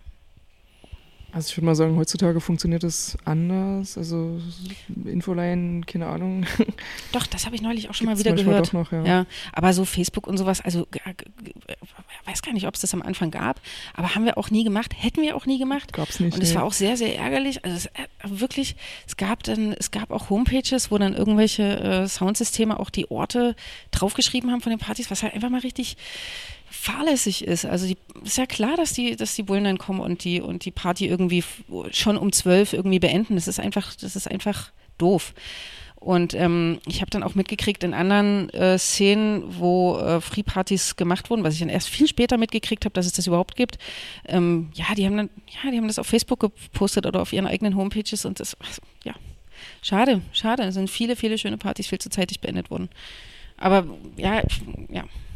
Speaker 3: Also ich würde mal sagen, heutzutage funktioniert das anders. Also Infoline, keine Ahnung.
Speaker 2: Doch, das habe ich neulich auch schon
Speaker 3: Gibt's
Speaker 2: mal wieder gehört.
Speaker 3: Doch noch, ja.
Speaker 2: Ja, aber so Facebook und sowas, also ich weiß gar nicht, ob es das am Anfang gab, aber haben wir auch nie gemacht, hätten wir auch nie gemacht.
Speaker 3: Gab's nicht.
Speaker 2: Und es
Speaker 3: nee.
Speaker 2: war auch sehr, sehr ärgerlich. Also es, äh, wirklich, es gab dann, es gab auch Homepages, wo dann irgendwelche äh, Soundsysteme auch die Orte draufgeschrieben haben von den Partys, was halt einfach mal richtig fahrlässig ist. Also die, ist ja klar, dass die, dass die Bullen dann kommen und die und die Party irgendwie schon um zwölf irgendwie beenden. Das ist einfach, das ist einfach doof. Und ähm, ich habe dann auch mitgekriegt in anderen äh, Szenen, wo äh, Free-Partys gemacht wurden, was ich dann erst viel später mitgekriegt habe, dass es das überhaupt gibt. Ähm, ja, die haben dann, ja, die haben das auf Facebook gepostet oder auf ihren eigenen Homepages und das, also, ja, schade, schade. Es sind viele, viele schöne Partys viel zu zeitig beendet worden. Aber ja, ja.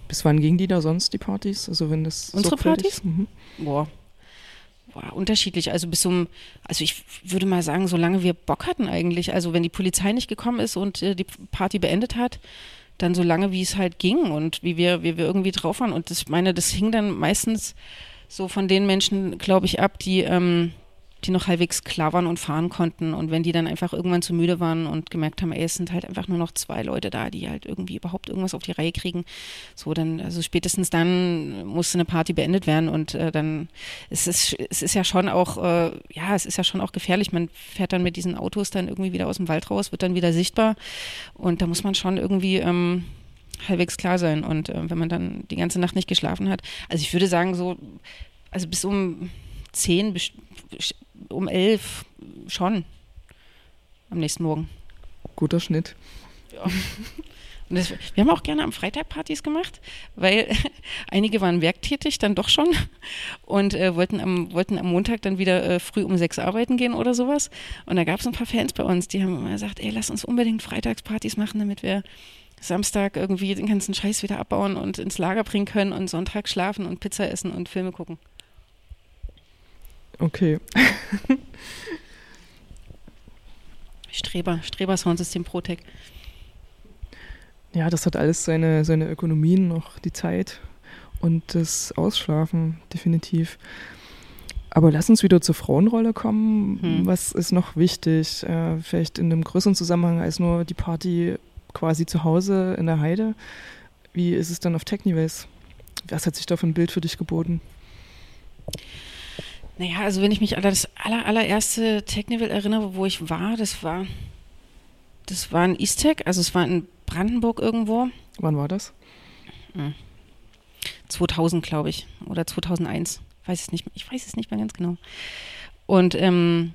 Speaker 3: Bis wann gingen die da sonst, die Partys? Also wenn das
Speaker 2: Unsere Partys?
Speaker 3: Mhm.
Speaker 2: Boah. Boah, unterschiedlich. Also bis zum, also ich würde mal sagen, solange wir Bock hatten eigentlich. Also wenn die Polizei nicht gekommen ist und äh, die Party beendet hat, dann so lange, wie es halt ging und wie wir, wie wir irgendwie drauf waren. Und das, ich meine, das hing dann meistens so von den Menschen, glaube ich, ab, die, ähm, die noch halbwegs klar waren und fahren konnten. Und wenn die dann einfach irgendwann zu müde waren und gemerkt haben, ey, es sind halt einfach nur noch zwei Leute da, die halt irgendwie überhaupt irgendwas auf die Reihe kriegen, so dann, also spätestens dann musste eine Party beendet werden und äh, dann, es ist, es ist ja schon auch, äh, ja, es ist ja schon auch gefährlich. Man fährt dann mit diesen Autos dann irgendwie wieder aus dem Wald raus, wird dann wieder sichtbar und da muss man schon irgendwie ähm, halbwegs klar sein. Und äh, wenn man dann die ganze Nacht nicht geschlafen hat, also ich würde sagen so, also bis um zehn, bis, um elf schon am nächsten Morgen.
Speaker 3: Guter Schnitt.
Speaker 2: Ja. Und das, wir haben auch gerne am Freitag Partys gemacht, weil einige waren werktätig dann doch schon und äh, wollten, am, wollten am Montag dann wieder äh, früh um sechs arbeiten gehen oder sowas. Und da gab es ein paar Fans bei uns, die haben immer gesagt, ey, lass uns unbedingt Freitagspartys machen, damit wir Samstag irgendwie den ganzen Scheiß wieder abbauen und ins Lager bringen können und Sonntag schlafen und Pizza essen und Filme gucken.
Speaker 3: Okay.
Speaker 2: Streber, Streber-Soundsystem Protec.
Speaker 3: Ja, das hat alles seine, seine Ökonomien, noch die Zeit und das Ausschlafen, definitiv. Aber lass uns wieder zur Frauenrolle kommen. Hm. Was ist noch wichtig? Äh, vielleicht in einem größeren Zusammenhang als nur die Party quasi zu Hause in der Heide. Wie ist es dann auf Techniways? Was hat sich da für ein Bild für dich geboten?
Speaker 2: Naja, also wenn ich mich an das aller, allererste Technival erinnere, wo ich war, das war, das war in Easttech, also es war in Brandenburg irgendwo.
Speaker 3: Wann war das?
Speaker 2: zweitausend, glaube ich, oder zweitausendeins. Weiß es nicht, ich weiß es nicht mehr ganz genau. Und, ähm,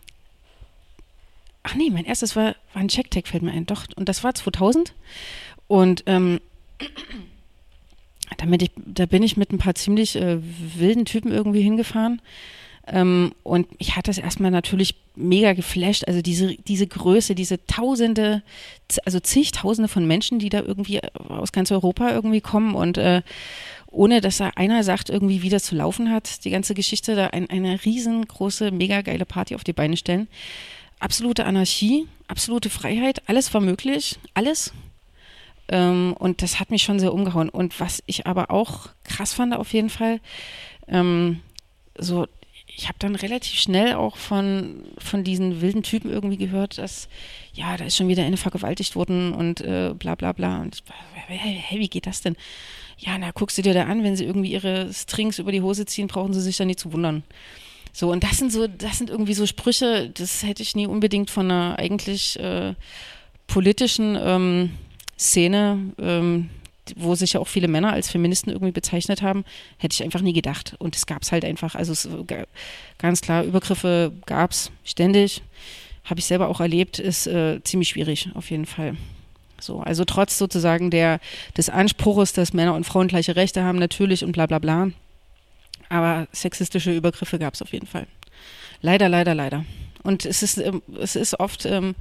Speaker 2: ach nee, mein erstes war, war ein Checktech, fällt mir ein, doch, und das war zweitausend. Und, ähm, damit ich, da bin ich mit ein paar ziemlich äh, wilden Typen irgendwie hingefahren. Ähm, und ich hatte es erstmal natürlich mega geflasht, also diese, diese Größe, diese Tausende, also zigtausende von Menschen, die da irgendwie aus ganz Europa irgendwie kommen und äh, ohne, dass da einer sagt irgendwie, wie das zu laufen hat, die ganze Geschichte, da ein, eine riesengroße, mega geile Party auf die Beine stellen. Absolute Anarchie, absolute Freiheit, alles war möglich, alles. Ähm, und das hat mich schon sehr umgehauen. Und was ich aber auch krass fand auf jeden Fall, ähm, so ich habe dann relativ schnell auch von, von diesen wilden Typen irgendwie gehört, dass, ja, da ist schon wieder eine vergewaltigt worden und äh, bla bla bla. Und ich, hey, wie geht das denn? Ja, na, guckst du dir da an, wenn sie irgendwie ihre Strings über die Hose ziehen, brauchen sie sich da nicht zu wundern. So, und das sind so, das sind irgendwie so Sprüche, das hätte ich nie unbedingt von einer eigentlich äh, politischen ähm, Szene, ähm, wo sich ja auch viele Männer als Feministen irgendwie bezeichnet haben, hätte ich einfach nie gedacht. Und es gab es halt einfach, also es, ganz klar, Übergriffe gab es ständig, habe ich selber auch erlebt, ist äh, ziemlich schwierig auf jeden Fall. So, also trotz sozusagen der, des Anspruches, dass Männer und Frauen gleiche Rechte haben, natürlich und bla bla bla, aber sexistische Übergriffe gab es auf jeden Fall. Leider, leider, leider. Und es ist, ähm, es ist oft, ähm,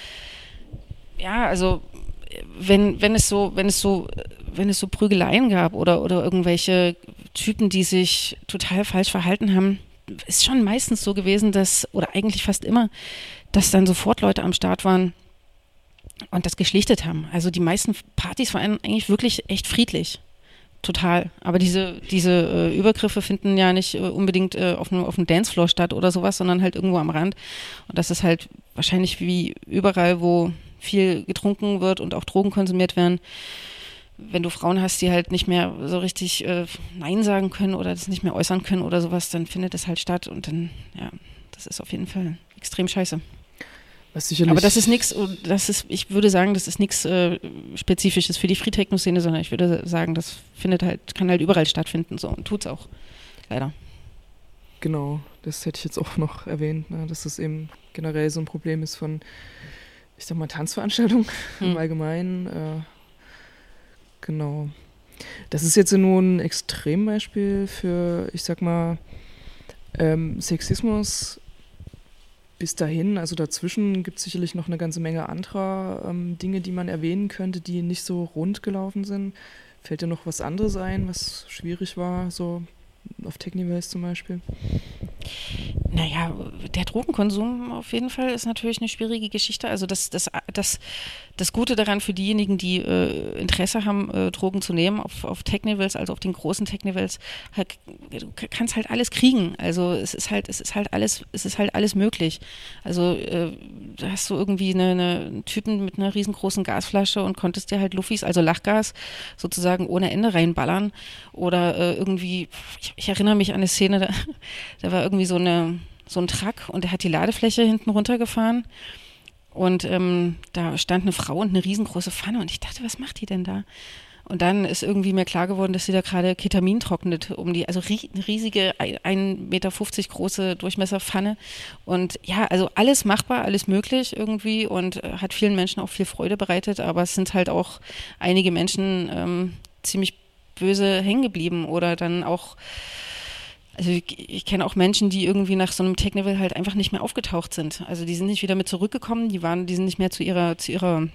Speaker 2: ja, also wenn, wenn es so, wenn es so, wenn es so Prügeleien gab oder, oder irgendwelche Typen, die sich total falsch verhalten haben, ist schon meistens so gewesen, dass, oder eigentlich fast immer, dass dann sofort Leute am Start waren und das geschlichtet haben. Also die meisten Partys waren eigentlich wirklich echt friedlich. Total. Aber diese, diese äh, Übergriffe finden ja nicht äh, unbedingt äh, auf einem auf einem Dancefloor statt oder sowas, sondern halt irgendwo am Rand. Und das ist halt wahrscheinlich wie überall, wo viel getrunken wird und auch Drogen konsumiert werden. Wenn du Frauen hast, die halt nicht mehr so richtig äh, Nein sagen können oder das nicht mehr äußern können oder sowas, dann findet das halt statt und dann, ja, das ist auf jeden Fall extrem scheiße.
Speaker 3: Was sicherlich
Speaker 2: Aber das ist nichts, das ist, ich würde sagen, das ist nichts äh, Spezifisches für die Free-Techno-Szene, sondern ich würde sagen, das findet halt, kann halt überall stattfinden, so, und tut's auch. Leider.
Speaker 3: Genau, das hätte ich jetzt auch noch erwähnt, ne, dass das eben generell so ein Problem ist von, ich sag mal, Tanzveranstaltungen hm. im Allgemeinen. Äh, genau. Das ist jetzt nur ein Extrembeispiel für, ich sag mal, ähm, Sexismus bis dahin. Also dazwischen gibt es sicherlich noch eine ganze Menge anderer ähm, Dinge, die man erwähnen könnte, die nicht so rund gelaufen sind. Fällt dir noch was anderes ein, was schwierig war, so auf Technivals zum Beispiel?
Speaker 2: Naja, der Drogenkonsum auf jeden Fall ist natürlich eine schwierige Geschichte. Also das, das, das, das Gute daran für diejenigen, die äh, Interesse haben, äh, Drogen zu nehmen, auf, auf Technivals, also auf den großen Technivals, halt, du kannst halt alles kriegen. Also es ist halt, es ist halt alles, es ist halt alles möglich. Also äh, da hast du irgendwie eine, eine, einen Typen mit einer riesengroßen Gasflasche und konntest dir halt Luffis, also Lachgas, sozusagen ohne Ende reinballern. Oder äh, irgendwie, ich, ich erinnere mich an eine Szene, da, da war irgendwie so eine so ein Truck und der hat die Ladefläche hinten runtergefahren und ähm, da stand eine Frau und eine riesengroße Pfanne und ich dachte, was macht die denn da? Und dann ist irgendwie mir klar geworden, dass sie da gerade Ketamin trocknet, um die, also rie, eine riesige ein Meter fünfzig große Durchmesserpfanne und ja, also alles machbar, alles möglich irgendwie und äh, hat vielen Menschen auch viel Freude bereitet, aber es sind halt auch einige Menschen ähm, ziemlich böse hängen geblieben oder dann auch. Also ich, ich kenne auch Menschen, die irgendwie nach so einem Technival halt einfach nicht mehr aufgetaucht sind. Also die sind nicht wieder mit zurückgekommen, die waren, die sind nicht mehr zu ihrer, zu ihrer,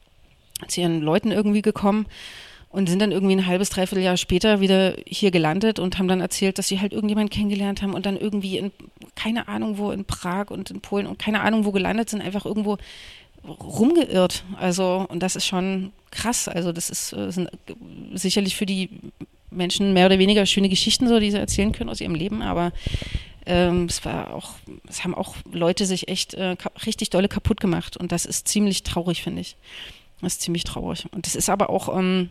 Speaker 2: zu ihren Leuten irgendwie gekommen und sind dann irgendwie ein halbes, dreiviertel Jahr später wieder hier gelandet und haben dann erzählt, dass sie halt irgendjemanden kennengelernt haben und dann irgendwie in, keine Ahnung wo, in Prag und in Polen und keine Ahnung wo gelandet sind, einfach irgendwo rumgeirrt. Also, und das ist schon krass. Also das ist, das sind sicherlich für die Menschen mehr oder weniger schöne Geschichten, so, die sie erzählen können aus ihrem Leben, aber ähm, es war auch, es haben auch Leute sich echt äh, richtig dolle kaputt gemacht und das ist ziemlich traurig, finde ich. Das ist ziemlich traurig. Und das ist aber auch, ähm,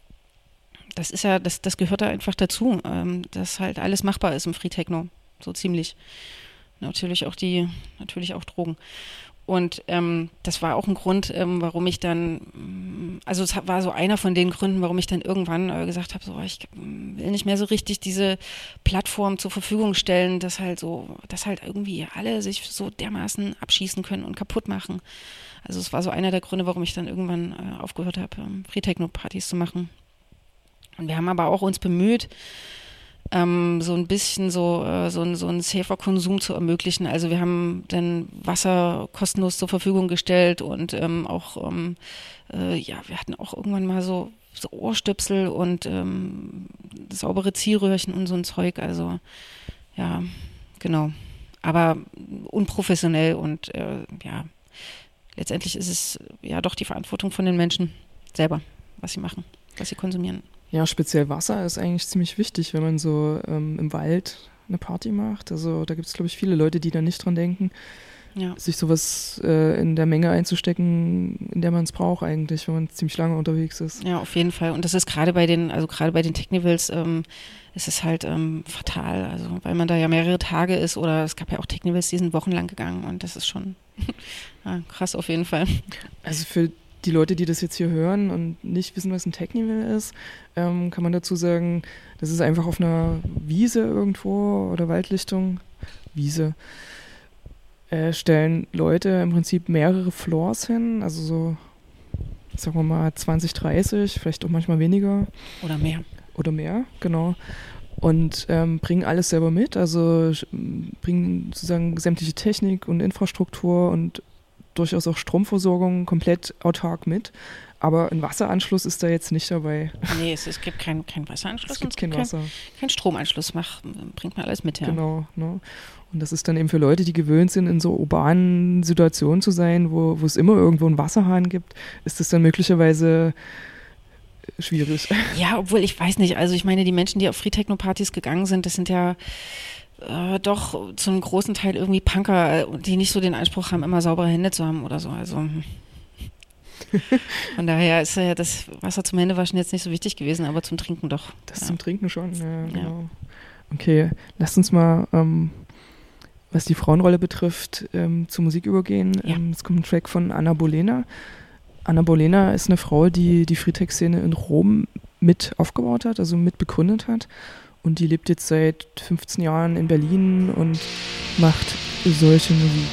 Speaker 2: das ist ja, das, das gehört da einfach dazu, ähm, dass halt alles machbar ist im Free Techno, so ziemlich. Natürlich auch die, natürlich auch Drogen. Und ähm, das war auch ein Grund, ähm, warum ich dann, also es war so einer von den Gründen, warum ich dann irgendwann äh, gesagt habe, so ich will nicht mehr so richtig diese Plattform zur Verfügung stellen, dass halt so, dass halt irgendwie alle sich so dermaßen abschießen können und kaputt machen. Also es war so einer der Gründe, warum ich dann irgendwann äh, aufgehört habe, ähm, Free-Techno-Partys zu machen. Und wir haben aber auch uns bemüht, Ähm, so ein bisschen so, äh, so, ein, so einen safer Konsum zu ermöglichen. Also wir haben dann Wasser kostenlos zur Verfügung gestellt und ähm, auch, ähm, äh, ja, wir hatten auch irgendwann mal so, so Ohrstöpsel und ähm, saubere Zierröhrchen und so ein Zeug. Also ja, genau. Aber unprofessionell und äh, ja, letztendlich ist es ja doch die Verantwortung von den Menschen selber, was sie machen, was sie konsumieren.
Speaker 3: Ja, speziell Wasser ist eigentlich ziemlich wichtig, wenn man so ähm, im Wald eine Party macht. Also da gibt es, glaube ich, viele Leute, die da nicht dran denken, ja. sich sowas äh, in der Menge einzustecken, in der man es braucht eigentlich, wenn man ziemlich lange unterwegs ist.
Speaker 2: Ja, auf jeden Fall. Und das ist gerade bei den, also gerade bei den Technivals, ähm, ist es halt ähm, fatal. Also weil man da ja mehrere Tage ist oder es gab ja auch Technivals, die sind wochenlang gegangen und das ist schon ja, krass auf jeden Fall.
Speaker 3: Also für die Leute, die das jetzt hier hören und nicht wissen, was ein Technival ist, ähm, kann man dazu sagen, das ist einfach auf einer Wiese irgendwo oder Waldlichtung, Wiese, äh, stellen Leute im Prinzip mehrere Floors hin, also so, sagen wir mal zwanzig, dreißig, vielleicht auch manchmal weniger.
Speaker 2: Oder mehr.
Speaker 3: Oder mehr, genau. Und ähm, bringen alles selber mit, also bringen sozusagen sämtliche Technik und Infrastruktur und durchaus auch Stromversorgung komplett autark mit, aber ein Wasseranschluss ist da jetzt nicht dabei.
Speaker 2: Nee, es, es gibt keinen kein Wasseranschluss.
Speaker 3: Es gibt
Speaker 2: und es
Speaker 3: kein
Speaker 2: gibt
Speaker 3: Wasser.
Speaker 2: Kein, kein Stromanschluss, mach, bringt man alles mit, ja.
Speaker 3: Genau, ne? Und das ist dann eben für Leute, die gewöhnt sind, in so urbanen Situationen zu sein, wo, wo es immer irgendwo einen Wasserhahn gibt, ist das dann möglicherweise schwierig.
Speaker 2: Ja, obwohl ich weiß nicht, also ich meine, die Menschen, die auf Free-Techno-Partys gegangen sind, das sind ja Äh, doch zu einem großen Teil irgendwie Punker, die nicht so den Anspruch haben, immer saubere Hände zu haben oder so. Also von daher ist ja das Wasser zum Händewaschen jetzt nicht so wichtig gewesen, aber zum Trinken doch.
Speaker 3: Das
Speaker 2: ja.
Speaker 3: zum Trinken schon, ja, genau.
Speaker 2: Ja.
Speaker 3: Okay, lasst uns mal, ähm, was die Frauenrolle betrifft, ähm, zur Musik übergehen.
Speaker 2: Ja.
Speaker 3: Ähm, es kommt ein Track von Anna Bolena. Anna Bolena ist eine Frau, die die Freetech-Szene in Rom mit aufgebaut hat, also mit begründet hat. Und die lebt jetzt seit fünfzehn Jahren in Berlin und macht solche Musik.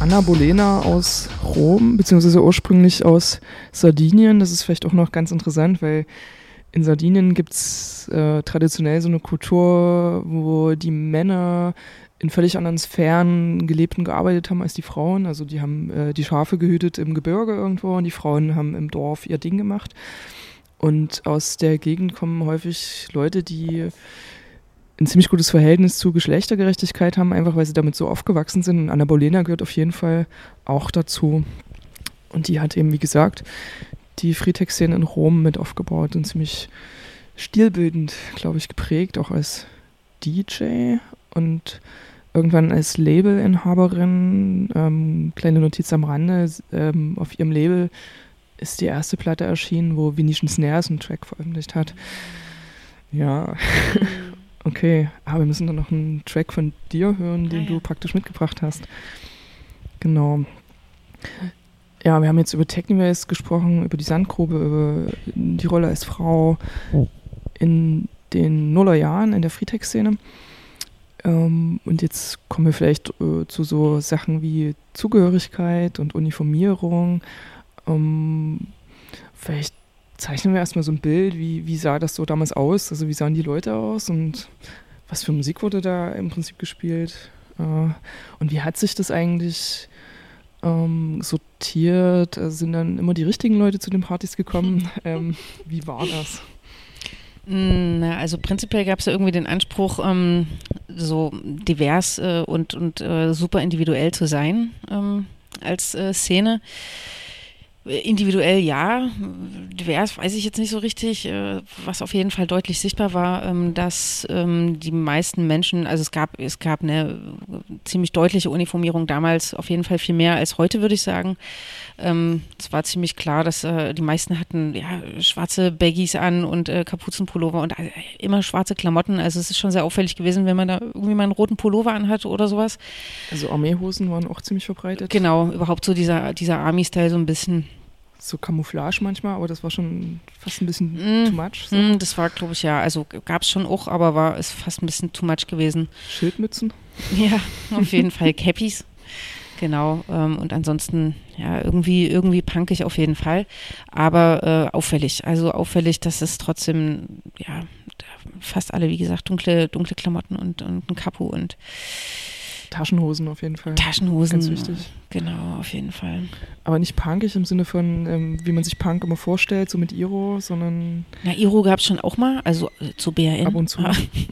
Speaker 3: Anna Bolena aus Rom, beziehungsweise ursprünglich aus Sardinien. Das ist vielleicht auch noch ganz interessant, weil in Sardinien gibt es äh, traditionell so eine Kultur, wo die Männer in völlig anderen Sphären gelebt und gearbeitet haben als die Frauen. Also die haben äh, die Schafe gehütet im Gebirge irgendwo und die Frauen haben im Dorf ihr Ding gemacht. Und aus der Gegend kommen häufig Leute, die ein ziemlich gutes Verhältnis zu Geschlechtergerechtigkeit haben, einfach weil sie damit so aufgewachsen sind. Und Anna Bolena gehört auf jeden Fall auch dazu. Und die hat eben, wie gesagt, die Freetech-Szene in Rom mit aufgebaut und ziemlich stilbildend, glaube ich, geprägt, auch als D J und irgendwann als Labelinhaberin. Ähm, kleine Notiz am Rande, ähm, auf ihrem Label ist die erste Platte erschienen, wo Venetian Snares einen Track veröffentlicht hat. Ja, okay, aber wir müssen dann noch einen Track von dir hören, den ah, ja. du praktisch mitgebracht hast. Genau. Ja, wir haben jetzt über Techniverse gesprochen, über die Sandgrube, über die Rolle als Frau in den Nullerjahren in der Freetech-Szene. Ähm, und jetzt kommen wir vielleicht äh, zu so Sachen wie Zugehörigkeit und Uniformierung. Ähm, vielleicht zeichnen wir erstmal so ein Bild, wie, wie sah das so damals aus? Also wie sahen die Leute aus und was für Musik wurde da im Prinzip gespielt? Äh, und wie hat sich das eigentlich ähm, sortiert? Also sind dann immer die richtigen Leute zu den Partys gekommen? ähm, wie war das?
Speaker 2: Na, also prinzipiell gab es ja irgendwie den Anspruch, ähm, so divers äh, und, und äh, super individuell zu sein ähm, als äh, Szene. Individuell ja, divers weiß ich jetzt nicht so richtig, äh, was auf jeden Fall deutlich sichtbar war, ähm, dass ähm, die meisten Menschen, also es gab, es gab eine ziemlich deutliche Uniformierung damals, auf jeden Fall viel mehr als heute, würde ich sagen. Ähm, es war ziemlich klar, dass äh, die meisten hatten ja, schwarze Baggies an und äh, Kapuzenpullover und äh, immer schwarze Klamotten, also es ist schon sehr auffällig gewesen, wenn man da irgendwie mal einen roten Pullover anhat oder sowas.
Speaker 3: Also Armeehosen waren auch ziemlich verbreitet?
Speaker 2: Genau, überhaupt so dieser, dieser Army-Style so ein bisschen.
Speaker 3: So Camouflage manchmal, aber das war schon fast ein bisschen
Speaker 2: mm,
Speaker 3: too much. So.
Speaker 2: Mm, das war, glaube ich, ja, also gab es schon auch, aber war es fast ein bisschen too much gewesen.
Speaker 3: Schildmützen?
Speaker 2: Ja, auf jeden Fall Cappies. Genau, ähm, und ansonsten, ja, irgendwie, irgendwie punkig auf jeden Fall, aber äh, auffällig, also auffällig, dass es trotzdem, ja, fast alle, wie gesagt, dunkle, dunkle Klamotten und, und ein Kapu und
Speaker 3: Taschenhosen auf jeden Fall.
Speaker 2: Taschenhosen,
Speaker 3: ganz wichtig.
Speaker 2: Genau, auf jeden Fall.
Speaker 3: Aber nicht punkig im Sinne von, ähm, wie man sich Punk immer vorstellt, so mit Iro, sondern...
Speaker 2: Na, Iro gab es schon auch mal, also äh, zu B R N.
Speaker 3: Ab und zu.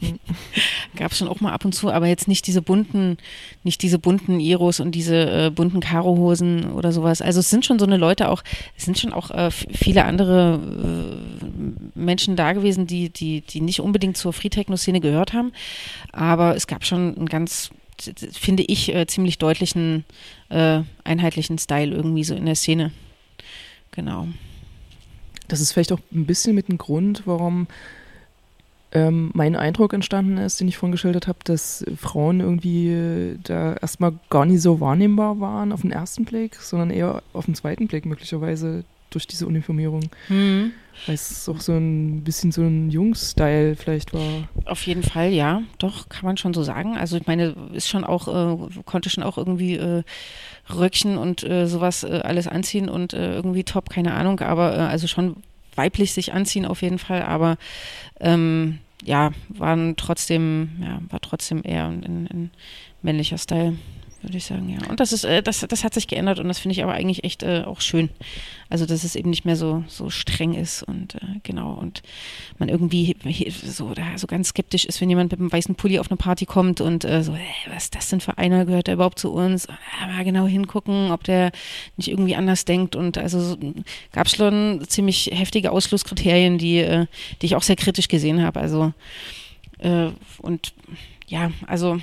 Speaker 2: Gab es schon auch mal ab und zu, aber jetzt nicht diese bunten, nicht diese bunten Iros und diese äh, bunten Karohosen oder sowas. Also es sind schon so eine Leute auch, es sind schon auch äh, viele andere äh, Menschen da gewesen, die, die, die nicht unbedingt zur Free-Techno-Szene gehört haben, aber es gab schon einen ganz, finde ich, äh, ziemlich deutlichen, äh, einheitlichen Style irgendwie so in der Szene. Genau.
Speaker 3: Das ist vielleicht auch ein bisschen mit dem Grund, warum ähm, mein Eindruck entstanden ist, den ich vorhin geschildert habe, dass Frauen irgendwie äh, da erstmal gar nicht so wahrnehmbar waren auf den ersten Blick, sondern eher auf den zweiten Blick möglicherweise durch diese Uniformierung. Mhm. Weil es auch so ein bisschen so ein Jungs-Style vielleicht war.
Speaker 2: Auf jeden Fall, ja, doch, kann man schon so sagen. Also ich meine, ist schon auch, äh, konnte schon auch irgendwie äh, Röckchen und äh, sowas äh, alles anziehen und äh, irgendwie top, keine Ahnung, aber äh, also schon weiblich sich anziehen auf jeden Fall, aber ähm, ja, waren trotzdem, ja, war trotzdem eher ein, ein männlicher Style, würde ich sagen, ja. Und das ist, äh, das, das hat sich geändert und das finde ich aber eigentlich echt äh, auch schön. Also, dass es eben nicht mehr so, so streng ist und äh, genau, und man irgendwie so, da, so ganz skeptisch ist, wenn jemand mit einem weißen Pulli auf eine Party kommt und äh, so, hey, was ist das denn für einer, gehört der überhaupt zu uns? Ja, mal genau hingucken, ob der nicht irgendwie anders denkt und also so, gab es schon ziemlich heftige Ausschlusskriterien, die, äh, die ich auch sehr kritisch gesehen habe, also äh, und ja, also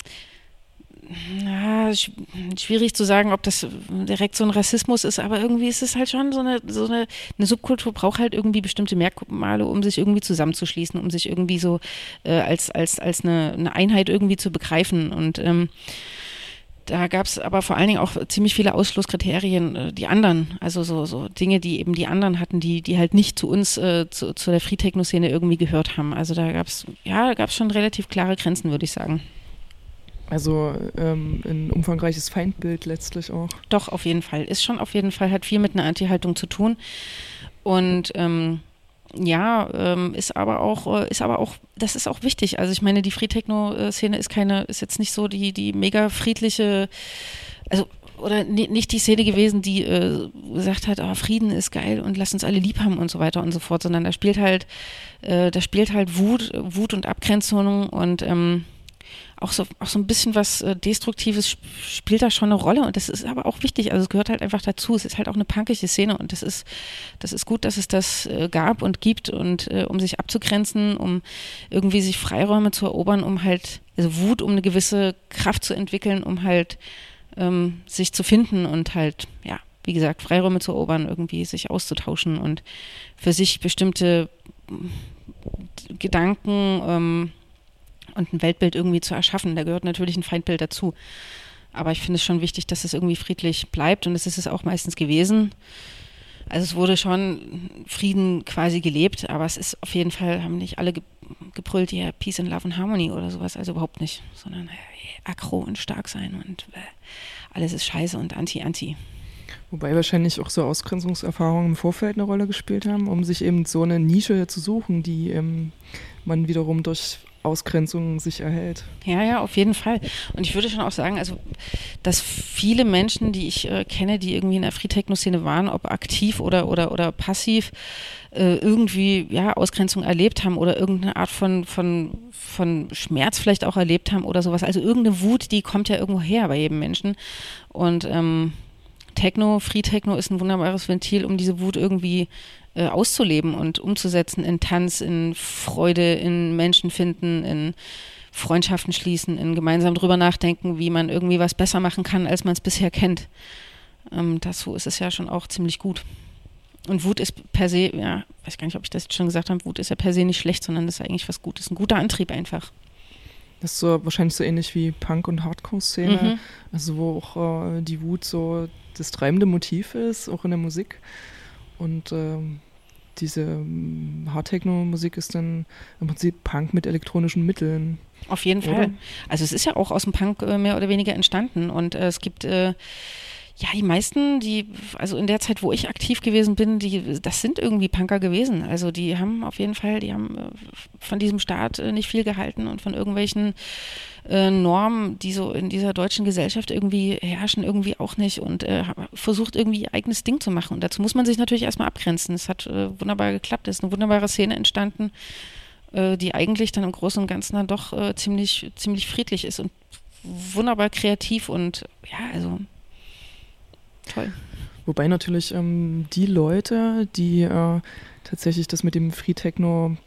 Speaker 2: Ja, schwierig zu sagen, ob das direkt so ein Rassismus ist, aber irgendwie ist es halt schon so eine, so eine, eine Subkultur braucht halt irgendwie bestimmte Merkmale, um sich irgendwie zusammenzuschließen, um sich irgendwie so äh, als, als, als eine, eine Einheit irgendwie zu begreifen und ähm, da gab es aber vor allen Dingen auch ziemlich viele Ausschlusskriterien, äh, die anderen, also so, so Dinge, die eben die anderen hatten, die, die halt nicht zu uns, äh, zu, zu der Free-Techno-Szene irgendwie gehört haben. Also da gab es, ja, da gab es schon relativ klare Grenzen, würde ich sagen.
Speaker 3: Also ähm, ein umfangreiches Feindbild letztlich auch.
Speaker 2: Doch, auf jeden Fall. Ist schon auf jeden Fall, hat viel mit einer Anti-Haltung zu tun. Und ähm, ja, ähm, ist aber auch, äh, ist aber auch, das ist auch wichtig. Also ich meine, die Free-Techno-Szene ist keine, ist jetzt nicht so die, die mega friedliche, also oder n- nicht die Szene gewesen, die äh, gesagt hat, oh, Frieden ist geil und lasst uns alle lieb haben und so weiter und so fort, sondern da spielt halt, äh, da spielt halt Wut, Wut und Abgrenzung und ähm, auch so, auch so ein bisschen was äh, Destruktives sp- spielt da schon eine Rolle und das ist aber auch wichtig, also es gehört halt einfach dazu, es ist halt auch eine punkige Szene und das ist, das ist gut, dass es das äh, gab und gibt und äh, um sich abzugrenzen, um irgendwie sich Freiräume zu erobern, um halt, also Wut, um eine gewisse Kraft zu entwickeln, um halt ähm, sich zu finden und halt, ja, wie gesagt, Freiräume zu erobern, irgendwie sich auszutauschen und für sich bestimmte mm, Gedanken ähm, und ein Weltbild irgendwie zu erschaffen. Da gehört natürlich ein Feindbild dazu. Aber ich finde es schon wichtig, dass es irgendwie friedlich bleibt und das ist es auch meistens gewesen. Also es wurde schon Frieden quasi gelebt, aber es ist auf jeden Fall, haben nicht alle ge- gebrüllt, ja, Peace and Love and Harmony oder sowas, also überhaupt nicht, sondern äh, aggro und stark sein und äh, alles ist scheiße und anti-anti.
Speaker 3: Wobei wahrscheinlich auch so Ausgrenzungserfahrungen im Vorfeld eine Rolle gespielt haben, um sich eben so eine Nische zu suchen, die ähm, man wiederum durch Ausgrenzung sich erhält.
Speaker 2: Ja, ja, auf jeden Fall. Und ich würde schon auch sagen, also, dass viele Menschen, die ich äh, kenne, die irgendwie in der Free-Techno-Szene waren, ob aktiv oder, oder, oder passiv, äh, irgendwie, ja, Ausgrenzung erlebt haben oder irgendeine Art von, von, von Schmerz vielleicht auch erlebt haben oder sowas. Also irgendeine Wut, die kommt ja irgendwo her bei jedem Menschen. Und, ähm, Techno, Free-Techno ist ein wunderbares Ventil, um diese Wut irgendwie äh, auszuleben und umzusetzen in Tanz, in Freude, in Menschen finden, in Freundschaften schließen, in gemeinsam drüber nachdenken, wie man irgendwie was besser machen kann, als man es bisher kennt. Ähm, dazu ist es ja schon auch ziemlich gut. Und Wut ist per se, ja, weiß gar nicht, ob ich das jetzt schon gesagt habe, Wut ist ja per se nicht schlecht, sondern das ist eigentlich was Gutes, ein guter Antrieb einfach.
Speaker 3: Das ist so wahrscheinlich so ähnlich wie Punk- und Hardcore-Szene,
Speaker 2: Mhm.
Speaker 3: also wo auch äh, die Wut so das treibende Motiv ist, auch in der Musik. Und ähm, diese ähm, Hardtechno-Musik ist dann im Prinzip Punk mit elektronischen Mitteln.
Speaker 2: Auf jeden
Speaker 3: Oder?
Speaker 2: Fall. Also es ist ja auch aus dem Punk äh, mehr oder weniger entstanden und äh, es gibt äh, ja die meisten, die, also in der Zeit, wo ich aktiv gewesen bin, die, das sind irgendwie Punker gewesen. Also die haben auf jeden Fall, die haben äh, von diesem Staat äh, nicht viel gehalten und von irgendwelchen äh, Normen, die so in dieser deutschen Gesellschaft irgendwie herrschen, irgendwie auch nicht und äh, versucht irgendwie ihr eigenes Ding zu machen. Und dazu muss man sich natürlich erstmal abgrenzen. Es hat äh, wunderbar geklappt, es ist eine wunderbare Szene entstanden, äh, die eigentlich dann im Großen und Ganzen dann doch äh, ziemlich, ziemlich friedlich ist und wunderbar kreativ und ja, also toll.
Speaker 3: Wobei natürlich ähm, die Leute, die äh, tatsächlich das mit dem Free Techno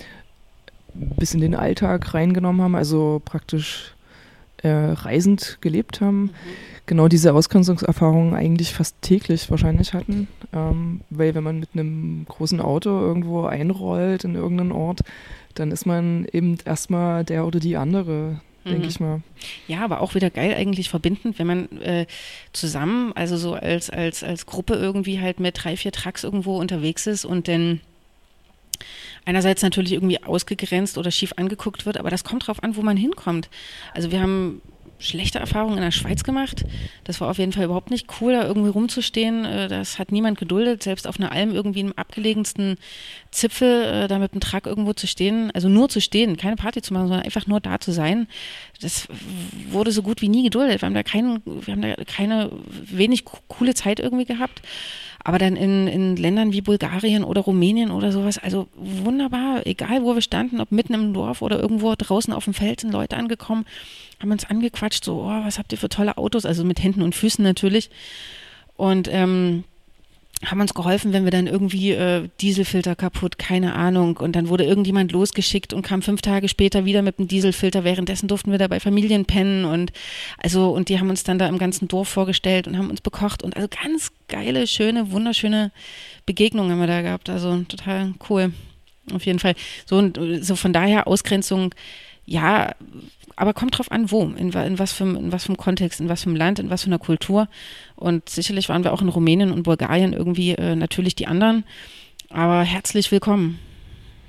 Speaker 3: bis in den Alltag reingenommen haben, also praktisch äh, reisend gelebt haben, mhm. genau diese Ausgrenzungserfahrungen eigentlich fast täglich wahrscheinlich hatten. Ähm, weil wenn man mit einem großen Auto irgendwo einrollt in irgendeinen Ort, dann ist man eben erstmal der oder die andere, denke ich mal.
Speaker 2: Ja, aber auch wieder geil eigentlich verbindend, wenn man äh, zusammen, also so als, als, als Gruppe irgendwie halt mit drei, vier Trucks irgendwo unterwegs ist und dann einerseits natürlich irgendwie ausgegrenzt oder schief angeguckt wird, aber das kommt drauf an, wo man hinkommt. Also wir haben schlechte Erfahrungen in der Schweiz gemacht. Das war auf jeden Fall überhaupt nicht cool, da irgendwie rumzustehen. Das hat niemand geduldet, selbst auf einer Alm irgendwie im abgelegensten Zipfel, da mit einem Truck irgendwo zu stehen, also nur zu stehen, keine Party zu machen, sondern einfach nur da zu sein. Das wurde so gut wie nie geduldet. Wir haben da, kein, wir haben da keine, wenig coole Zeit irgendwie gehabt. Aber dann in, in Ländern wie Bulgarien oder Rumänien oder sowas, also wunderbar, egal wo wir standen, ob mitten im Dorf oder irgendwo draußen auf dem Feld, sind Leute angekommen, haben uns angequatscht, so, oh, was habt ihr für tolle Autos, also mit Händen und Füßen natürlich. Und ähm, haben uns geholfen, wenn wir dann irgendwie äh, Dieselfilter kaputt, keine Ahnung. Und dann wurde irgendjemand losgeschickt und kam fünf Tage später wieder mit dem Dieselfilter. Währenddessen durften wir da bei Familien pennen und also und die haben uns dann da im ganzen Dorf vorgestellt und haben uns bekocht und also ganz geile, schöne, wunderschöne Begegnungen haben wir da gehabt. Also total cool. Auf jeden Fall. So und so von daher Ausgrenzung, ja, aber kommt drauf an, wo, in, in, was für, in was für einem Kontext, in was für einem Land, in was für einer Kultur. Und sicherlich waren wir auch in Rumänien und Bulgarien irgendwie äh, natürlich die anderen, aber herzlich willkommen.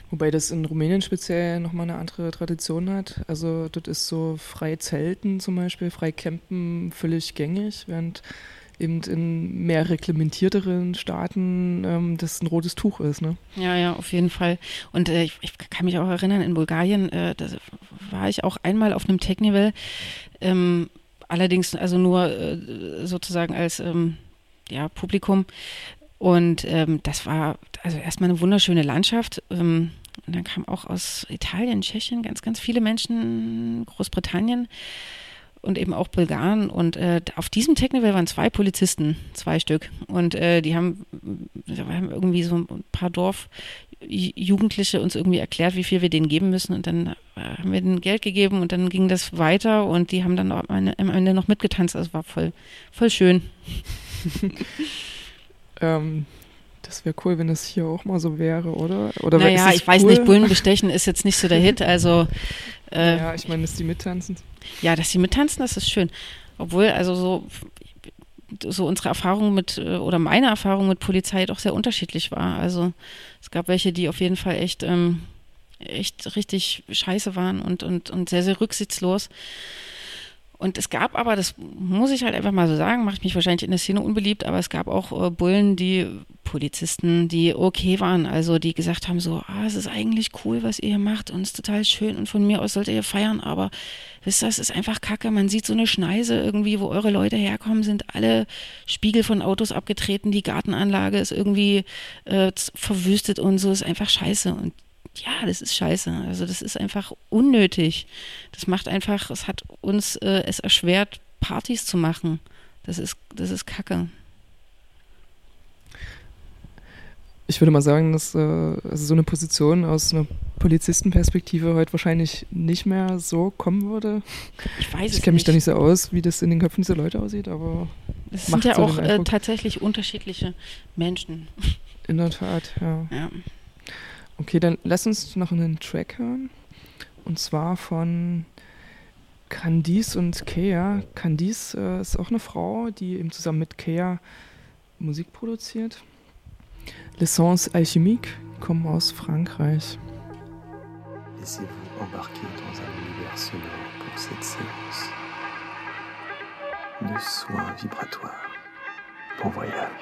Speaker 3: Wobei das in Rumänien speziell nochmal eine andere Tradition hat. Also dort ist so frei Zelten zum Beispiel, frei Campen völlig gängig, während eben in mehr reglementierteren Staaten ähm, das ein rotes Tuch ist. Ne?
Speaker 2: Ja, ja, auf jeden Fall. Und äh, ich, ich kann mich auch erinnern, in Bulgarien, äh, da war ich auch einmal auf einem Technival, ähm, allerdings also nur äh, sozusagen als ähm, ja, Publikum. Und ähm, das war also erstmal eine wunderschöne Landschaft. Ähm, und dann kamen auch aus Italien, Tschechien ganz, ganz viele Menschen, Großbritannien und eben auch Bulgaren. Und äh, auf diesem Technival waren zwei Polizisten, zwei Stück. Und äh, die haben, wir haben irgendwie so ein paar Dorfjugendliche uns irgendwie erklärt, wie viel wir denen geben müssen. Und dann äh, haben wir denen Geld gegeben und dann ging das weiter und die haben dann auch am Ende noch mitgetanzt. Also war voll, voll schön.
Speaker 3: ähm, das wäre cool, wenn das hier auch mal so wäre, oder? Oder
Speaker 2: naja, ich cool? weiß nicht, Bullen bestechen ist jetzt nicht so der Hit, also
Speaker 3: äh, ja, ich meine, dass die mittanzen.
Speaker 2: Ja, dass die mittanzen, das ist schön. Obwohl, also so, so unsere Erfahrung mit, oder meine Erfahrung mit Polizei doch sehr unterschiedlich war. Also es gab welche, die auf jeden Fall echt, ähm, echt richtig scheiße waren und, und, und sehr, sehr rücksichtslos. Und es gab aber, das muss ich halt einfach mal so sagen, macht mich wahrscheinlich in der Szene unbeliebt, aber es gab auch äh, Bullen, die Polizisten, die okay waren, also die gesagt haben so, ah, es ist eigentlich cool, was ihr hier macht und es ist total schön und von mir aus sollt ihr feiern, aber wisst ihr, es ist einfach kacke, man sieht so eine Schneise irgendwie, wo eure Leute herkommen, sind alle Spiegel von Autos abgetreten, die Gartenanlage ist irgendwie äh, verwüstet und so, ist einfach scheiße und ja, das ist scheiße. Also das ist einfach unnötig. Das macht einfach, es hat uns äh, es erschwert, Partys zu machen. Das ist, das ist Kacke.
Speaker 3: Ich würde mal sagen, dass äh, also so eine Position aus einer Polizistenperspektive heute wahrscheinlich nicht mehr so kommen würde.
Speaker 2: Ich weiß es
Speaker 3: Ich kenne mich
Speaker 2: nicht.
Speaker 3: da nicht so aus, wie das in den Köpfen dieser Leute aussieht, aber
Speaker 2: es sind ja so auch äh, tatsächlich unterschiedliche Menschen.
Speaker 3: In der Tat, ja.
Speaker 2: Ja.
Speaker 3: Okay, dann lass uns noch einen Track hören. Und zwar von Candice und Kea. Candice äh, ist auch eine Frau, die eben zusammen mit Kea Musik produziert. L'Essence Alchimique kommen aus Frankreich.
Speaker 4: Laissez-vous embarquer dans un univers sonore pour cette séance de soins vibratoires. Bon voyage.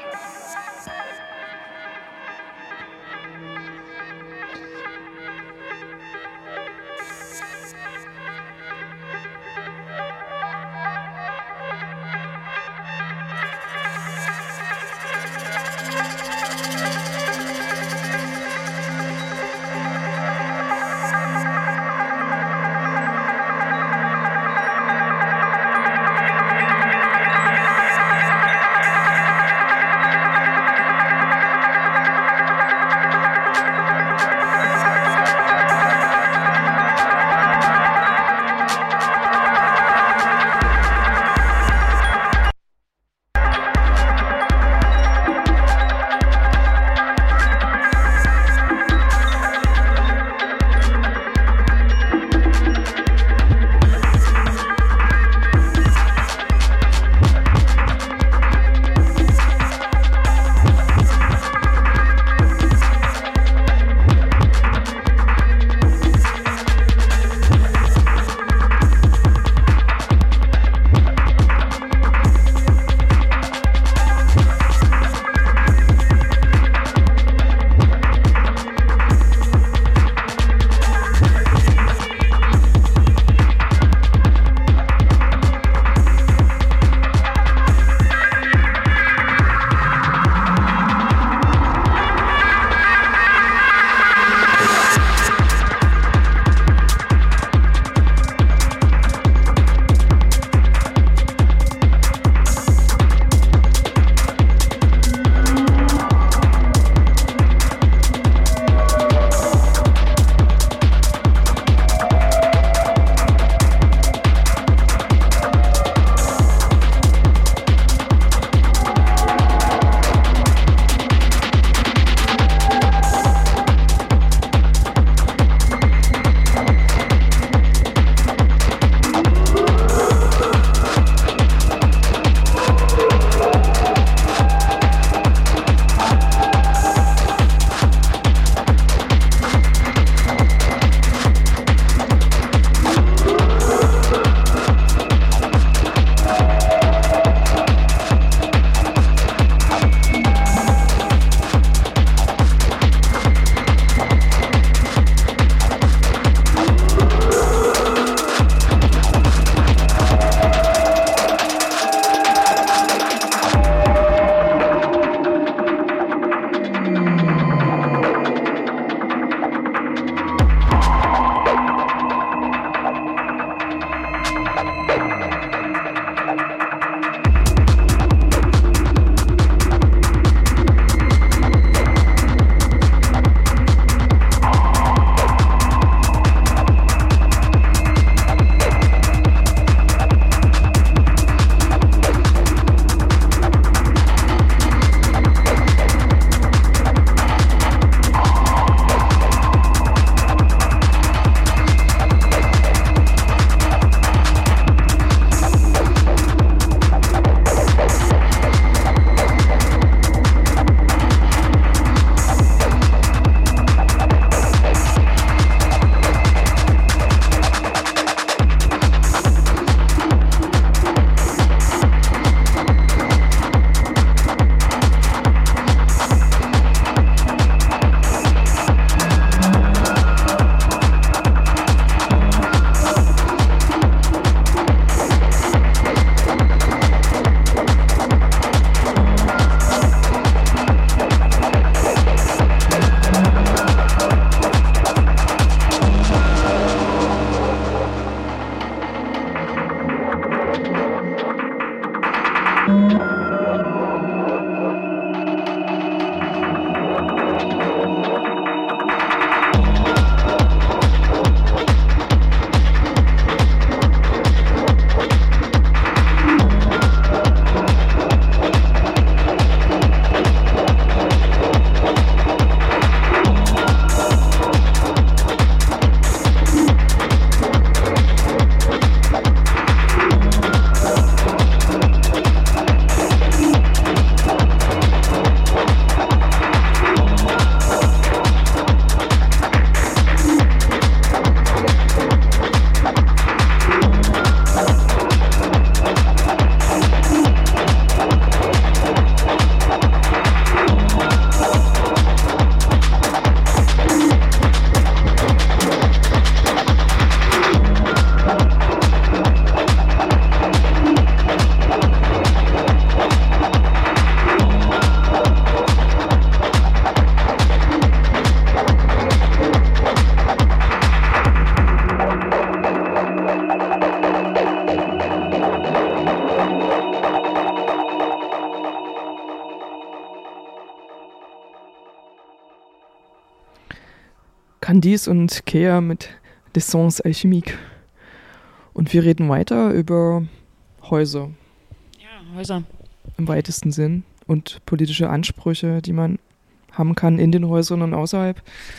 Speaker 3: Candice und Kea mit L'Essence Alchimique. Und wir reden weiter über Häuser.
Speaker 2: Ja, Häuser.
Speaker 3: Im weitesten Sinn. Und politische Ansprüche, die man haben kann in den Häusern und außerhalb.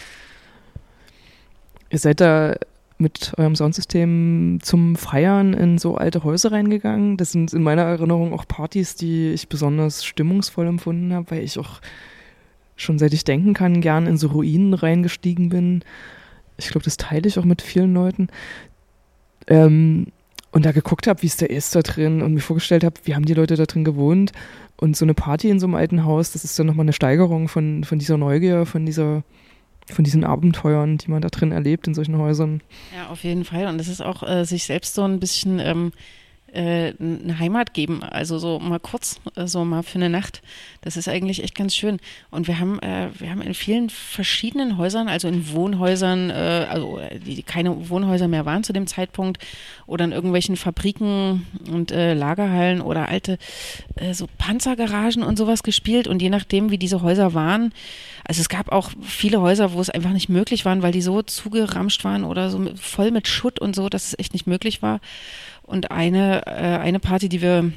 Speaker 3: Ihr seid da mit eurem Soundsystem zum Feiern in so alte Häuser reingegangen. Das sind in meiner Erinnerung auch Partys, die ich besonders stimmungsvoll empfunden habe, weil ich auch schon seit ich denken kann, gern in so Ruinen reingestiegen bin. Ich glaube, das teile ich auch mit vielen Leuten. Ähm, und da geguckt habe, wie es da ist da drin und mir vorgestellt habe, wie haben die Leute da drin gewohnt. Und so eine Party in so einem alten Haus, das ist dann nochmal eine Steigerung von, von dieser Neugier, von dieser von diesen Abenteuern, die man da drin erlebt in solchen Häusern.
Speaker 2: Ja, auf jeden Fall. Und es ist auch äh, sich selbst so ein bisschen ähm, äh, eine Heimat geben. Also so mal kurz, äh, so mal für eine Nacht. Das ist eigentlich echt ganz schön. Und wir haben, äh, wir haben in vielen verschiedenen Häusern, also in Wohnhäusern, äh, also die keine Wohnhäuser mehr waren zu dem Zeitpunkt, oder in irgendwelchen Fabriken und äh, Lagerhallen oder alte äh, so Panzergaragen und sowas gespielt. Und je nachdem, wie diese Häuser waren, also es gab auch viele Häuser, wo es einfach nicht möglich waren, weil die so zugeramscht waren oder so mit, voll mit Schutt und so, dass es echt nicht möglich war. Und eine, äh, eine Party, die wir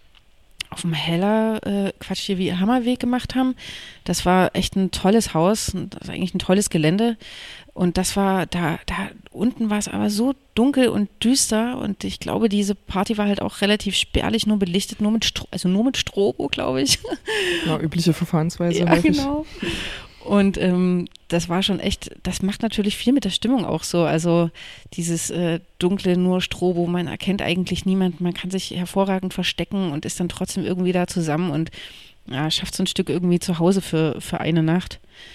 Speaker 2: auf dem Heller, äh, Quatsch, hier wie Hammerweg gemacht haben, das war echt ein tolles Haus, das ist eigentlich ein tolles Gelände. Und das war, da, da unten war es aber so dunkel und düster und ich glaube, diese Party war halt auch relativ spärlich nur belichtet, nur mit Stro- also nur mit Strobo, glaube ich.
Speaker 3: Ja, übliche Verfahrensweise.
Speaker 2: Ja,
Speaker 3: häufig.
Speaker 2: genau. Und ähm, das war schon echt, das macht natürlich viel mit der Stimmung auch so. Also dieses äh, dunkle, nur Strobo, man erkennt eigentlich niemanden, man kann sich hervorragend verstecken und ist dann trotzdem irgendwie da zusammen und ja, schafft so ein Stück irgendwie zu Hause für, für eine Nacht.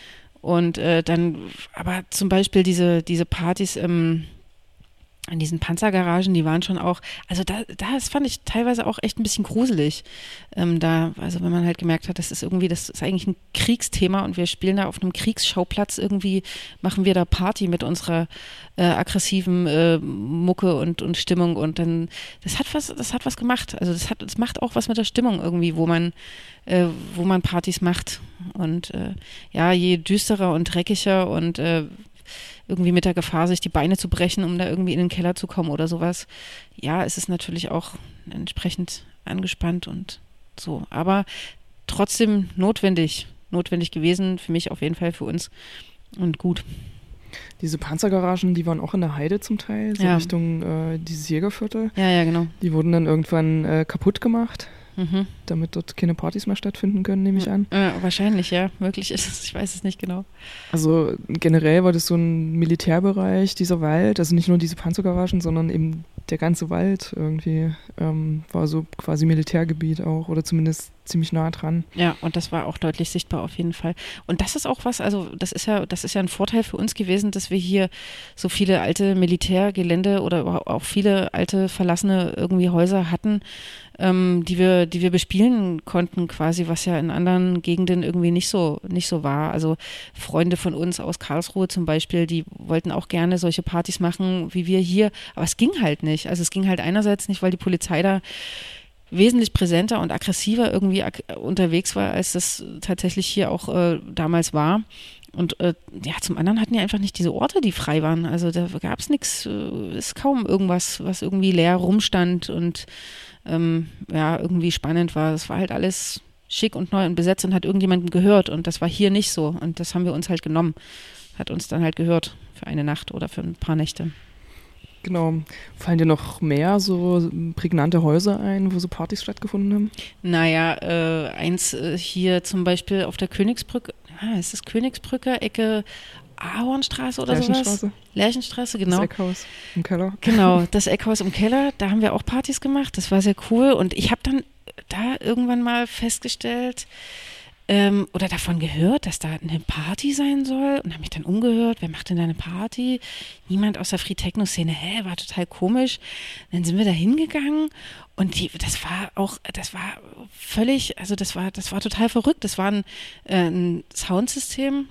Speaker 2: Und äh, dann, aber zum Beispiel diese, diese Partys ähm, in diesen Panzergaragen, die waren schon auch, also da, das fand ich teilweise auch echt ein bisschen gruselig. Ähm, da, also wenn man halt gemerkt hat, das ist irgendwie, das ist eigentlich ein Kriegsthema und wir spielen da auf einem Kriegsschauplatz, irgendwie machen wir da Party mit unserer äh, aggressiven äh, Mucke und, und Stimmung und dann, das hat was, das hat was gemacht. Also das hat, das macht auch was mit der Stimmung irgendwie, wo man, äh, wo man Partys macht. Und äh, ja, je düsterer und dreckiger und äh, irgendwie mit der Gefahr, sich die Beine zu brechen, um da irgendwie in den Keller zu kommen oder sowas. Ja, es ist natürlich auch entsprechend angespannt und so. Aber trotzdem notwendig, notwendig gewesen, für mich auf jeden Fall, für uns und gut.
Speaker 3: Diese Panzergaragen, die waren auch in der Heide zum Teil, so
Speaker 2: Ja.
Speaker 3: Richtung äh, dieses Jägerviertel.
Speaker 2: Ja, ja, genau.
Speaker 3: Die wurden dann irgendwann äh, kaputt gemacht,
Speaker 2: Mhm.
Speaker 3: damit dort keine Partys mehr stattfinden können, nehme ich an.
Speaker 2: Äh, wahrscheinlich, ja. Möglich ist es. Ich weiß es nicht genau.
Speaker 3: Also generell war das so ein Militärbereich, dieser Wald, also nicht nur diese Panzergaragen, sondern eben der ganze Wald irgendwie ähm, war so quasi Militärgebiet auch oder zumindest ziemlich nah dran.
Speaker 2: Ja, und das war auch deutlich sichtbar auf jeden Fall. Und das ist auch was, also das ist ja, das ist ja ein Vorteil für uns gewesen, dass wir hier so viele alte Militärgelände oder auch viele alte verlassene irgendwie Häuser hatten, ähm, die wir, die wir bespielen konnten quasi, was ja in anderen Gegenden irgendwie nicht so, nicht so war. Also Freunde von uns aus Karlsruhe zum Beispiel, die wollten auch gerne solche Partys machen wie wir hier, aber es ging halt nicht. Also es ging halt einerseits nicht, weil die Polizei da wesentlich präsenter und aggressiver irgendwie ak- unterwegs war, als das tatsächlich hier auch äh, damals war. Und äh, ja, zum anderen hatten die einfach nicht diese Orte, die frei waren. Also da gab es nichts, äh, ist kaum irgendwas, was irgendwie leer rumstand und ähm, ja, irgendwie spannend war. Es war halt alles schick und neu und besetzt und hat irgendjemandem gehört und das war hier nicht so. Und das haben wir uns halt genommen. Hat uns dann halt gehört für eine Nacht oder für ein paar Nächte.
Speaker 3: Genau. Fallen dir noch mehr so prägnante Häuser ein, wo so Partys stattgefunden haben?
Speaker 2: Naja, äh, eins äh, hier zum Beispiel auf der Königsbrücke, ah, ist das Königsbrücke, Ecke Ahornstraße oder sowas?
Speaker 3: Lerchenstraße?
Speaker 2: Lerchenstraße, genau.
Speaker 3: Das Eckhaus im Keller.
Speaker 2: Genau, das Eckhaus im Keller, da haben wir auch Partys gemacht, das war sehr cool und ich habe dann da irgendwann mal festgestellt, Ähm, oder davon gehört, dass da eine Party sein soll und habe mich dann umgehört, wer macht denn da eine Party? Niemand aus der Free-Techno-Szene, hä, war total komisch. Dann sind wir da hingegangen und die, das war auch, das war völlig, also das war, das war total verrückt. Das war ein, äh, ein Soundsystem,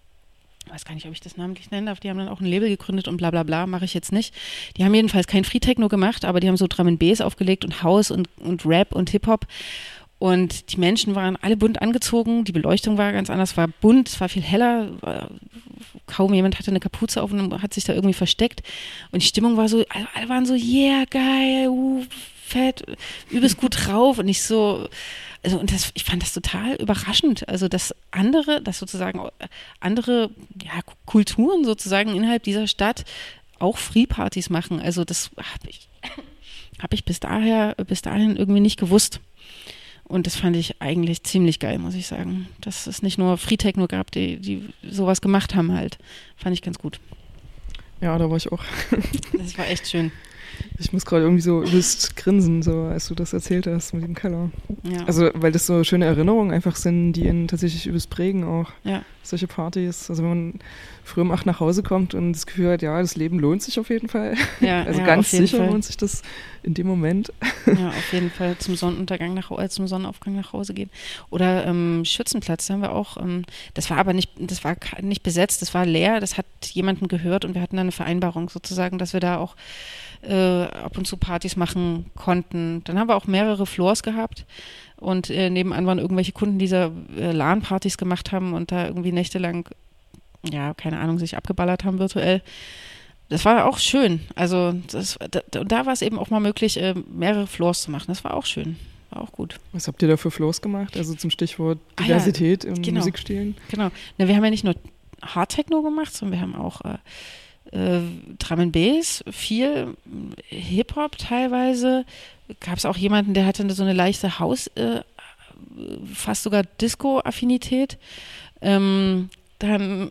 Speaker 2: ich weiß gar nicht, ob ich das namentlich nennen darf, die haben dann auch ein Label gegründet und bla bla bla, mache ich jetzt nicht. Die haben jedenfalls kein Free-Techno gemacht, aber die haben so Drum and Bass aufgelegt und House und, und Rap und Hip-Hop. Und die Menschen waren alle bunt angezogen, die Beleuchtung war ganz anders, war bunt, es war viel heller, war, kaum jemand hatte eine Kapuze auf und hat sich da irgendwie versteckt. Und die Stimmung war so, alle, alle waren so, yeah, geil, uh, fett, übelst gut drauf. Und ich so, also und das, ich fand das total überraschend. Also dass andere, dass sozusagen andere ja, Kulturen sozusagen innerhalb dieser Stadt auch Free-Partys machen. Also das habe ich, hab ich bis daher, bis dahin irgendwie nicht gewusst. Und das fand ich eigentlich ziemlich geil, muss ich sagen. Dass es nicht nur Free Techno gab, die, die sowas gemacht haben halt. Fand ich ganz gut.
Speaker 3: Ja, da war ich auch.
Speaker 2: Das war echt schön.
Speaker 3: Ich muss gerade irgendwie so übelst grinsen, so als du das erzählt hast mit dem Keller.
Speaker 2: Ja.
Speaker 3: Also, weil das so schöne Erinnerungen einfach sind, die ihn tatsächlich übelst prägen auch.
Speaker 2: Ja.
Speaker 3: Solche Partys. Also wenn man früh um acht nach Hause kommt und das Gefühl hat, ja, das Leben lohnt sich auf jeden Fall.
Speaker 2: Ja,
Speaker 3: also
Speaker 2: ja,
Speaker 3: ganz
Speaker 2: auf jeden
Speaker 3: sicher
Speaker 2: Fall.
Speaker 3: lohnt sich das in dem Moment.
Speaker 2: Ja, auf jeden Fall zum Sonnenuntergang nach äh, zum Sonnenaufgang nach Hause gehen. Oder ähm, Schützenplatz, da haben wir auch, ähm, das war aber nicht, das war nicht besetzt, das war leer, das hat jemanden gehört und wir hatten dann eine Vereinbarung sozusagen, dass wir da auch äh, ab und zu Partys machen konnten. Dann haben wir auch mehrere Floors gehabt und äh, nebenan waren irgendwelche Kunden, die da äh, LAN-Partys gemacht haben und da irgendwie nächtelang, ja, keine Ahnung, sich abgeballert haben virtuell. Das war auch schön. Also das, da, da war es eben auch mal möglich, äh, mehrere Floors zu machen. Das war auch schön. War auch gut.
Speaker 3: Was habt ihr da für Floors gemacht? Also zum Stichwort
Speaker 2: Ah, ja,
Speaker 3: Diversität in
Speaker 2: genau.
Speaker 3: Musikstilen?
Speaker 2: Genau. Na, wir haben ja nicht nur Hard Techno gemacht, sondern wir haben auch äh, äh, Drum and Bass, viel Hip-Hop teilweise. Gab es auch jemanden, der hatte so eine leichte Haus, äh, fast sogar Disco-Affinität. Ähm, dann,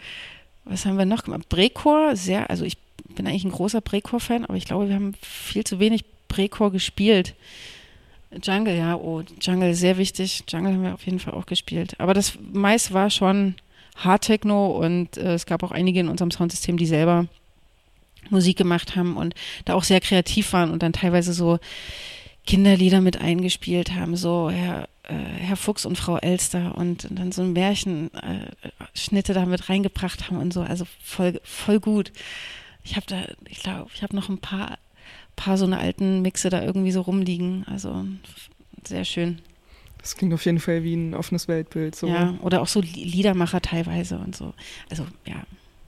Speaker 2: was haben wir noch gemacht? Breakcore, sehr, also ich bin eigentlich ein großer Breakcore-Fan, aber ich glaube, wir haben viel zu wenig Breakcore gespielt. Jungle, ja, oh, Jungle, sehr wichtig. Jungle haben wir auf jeden Fall auch gespielt. Aber das meist war schon Hard Techno und äh, es gab auch einige in unserem Soundsystem, die selber Musik gemacht haben und da auch sehr kreativ waren und dann teilweise so Kinderlieder mit eingespielt haben, so Herr, äh, Herr Fuchs und Frau Elster und, und dann so ein Märchenschnitte äh, da mit reingebracht haben und so, also voll, voll gut. Ich habe da, ich glaube, ich habe noch ein paar, paar so eine alten Mixe da irgendwie so rumliegen, also sehr schön.
Speaker 3: Das klingt auf jeden Fall wie ein offenes Weltbild. So.
Speaker 2: Ja, oder auch so Liedermacher teilweise und so, also ja.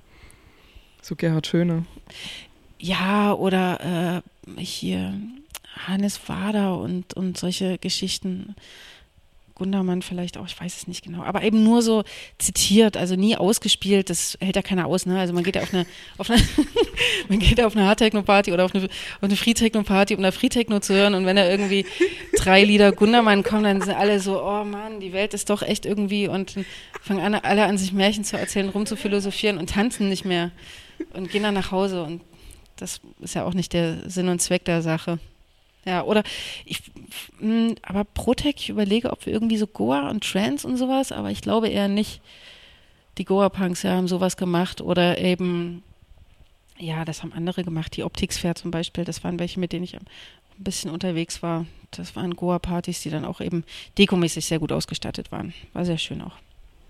Speaker 3: So Gerhard Schöne.
Speaker 2: Ja, oder äh, hier Hannes Wader und, und solche Geschichten. Gundermann vielleicht auch, ich weiß es nicht genau. Aber eben nur so zitiert, also nie ausgespielt, das hält ja keiner aus, ne? Also man geht ja auf eine, auf eine man geht ja auf eine Hard-Techno-Party oder auf eine, auf eine Free-Techno-Party, um da Free-Techno zu hören und wenn da irgendwie drei Lieder Gundermann kommen, dann sind alle so, oh Mann, die Welt ist doch echt irgendwie und dann fangen an, alle an sich Märchen zu erzählen, rumzuphilosophieren und tanzen nicht mehr und gehen dann nach Hause und das ist ja auch nicht der Sinn und Zweck der Sache. Ja, oder ich, mh, aber Protec, ich überlege, ob wir irgendwie so Goa und Trance und sowas, aber ich glaube eher nicht. Die Goa-Punks ja, haben sowas gemacht oder eben, ja, das haben andere gemacht, die Optik-Sphere zum Beispiel, das waren welche, mit denen ich ein bisschen unterwegs war. Das waren Goa-Partys, die dann auch eben dekomäßig sehr gut ausgestattet waren. War sehr schön auch.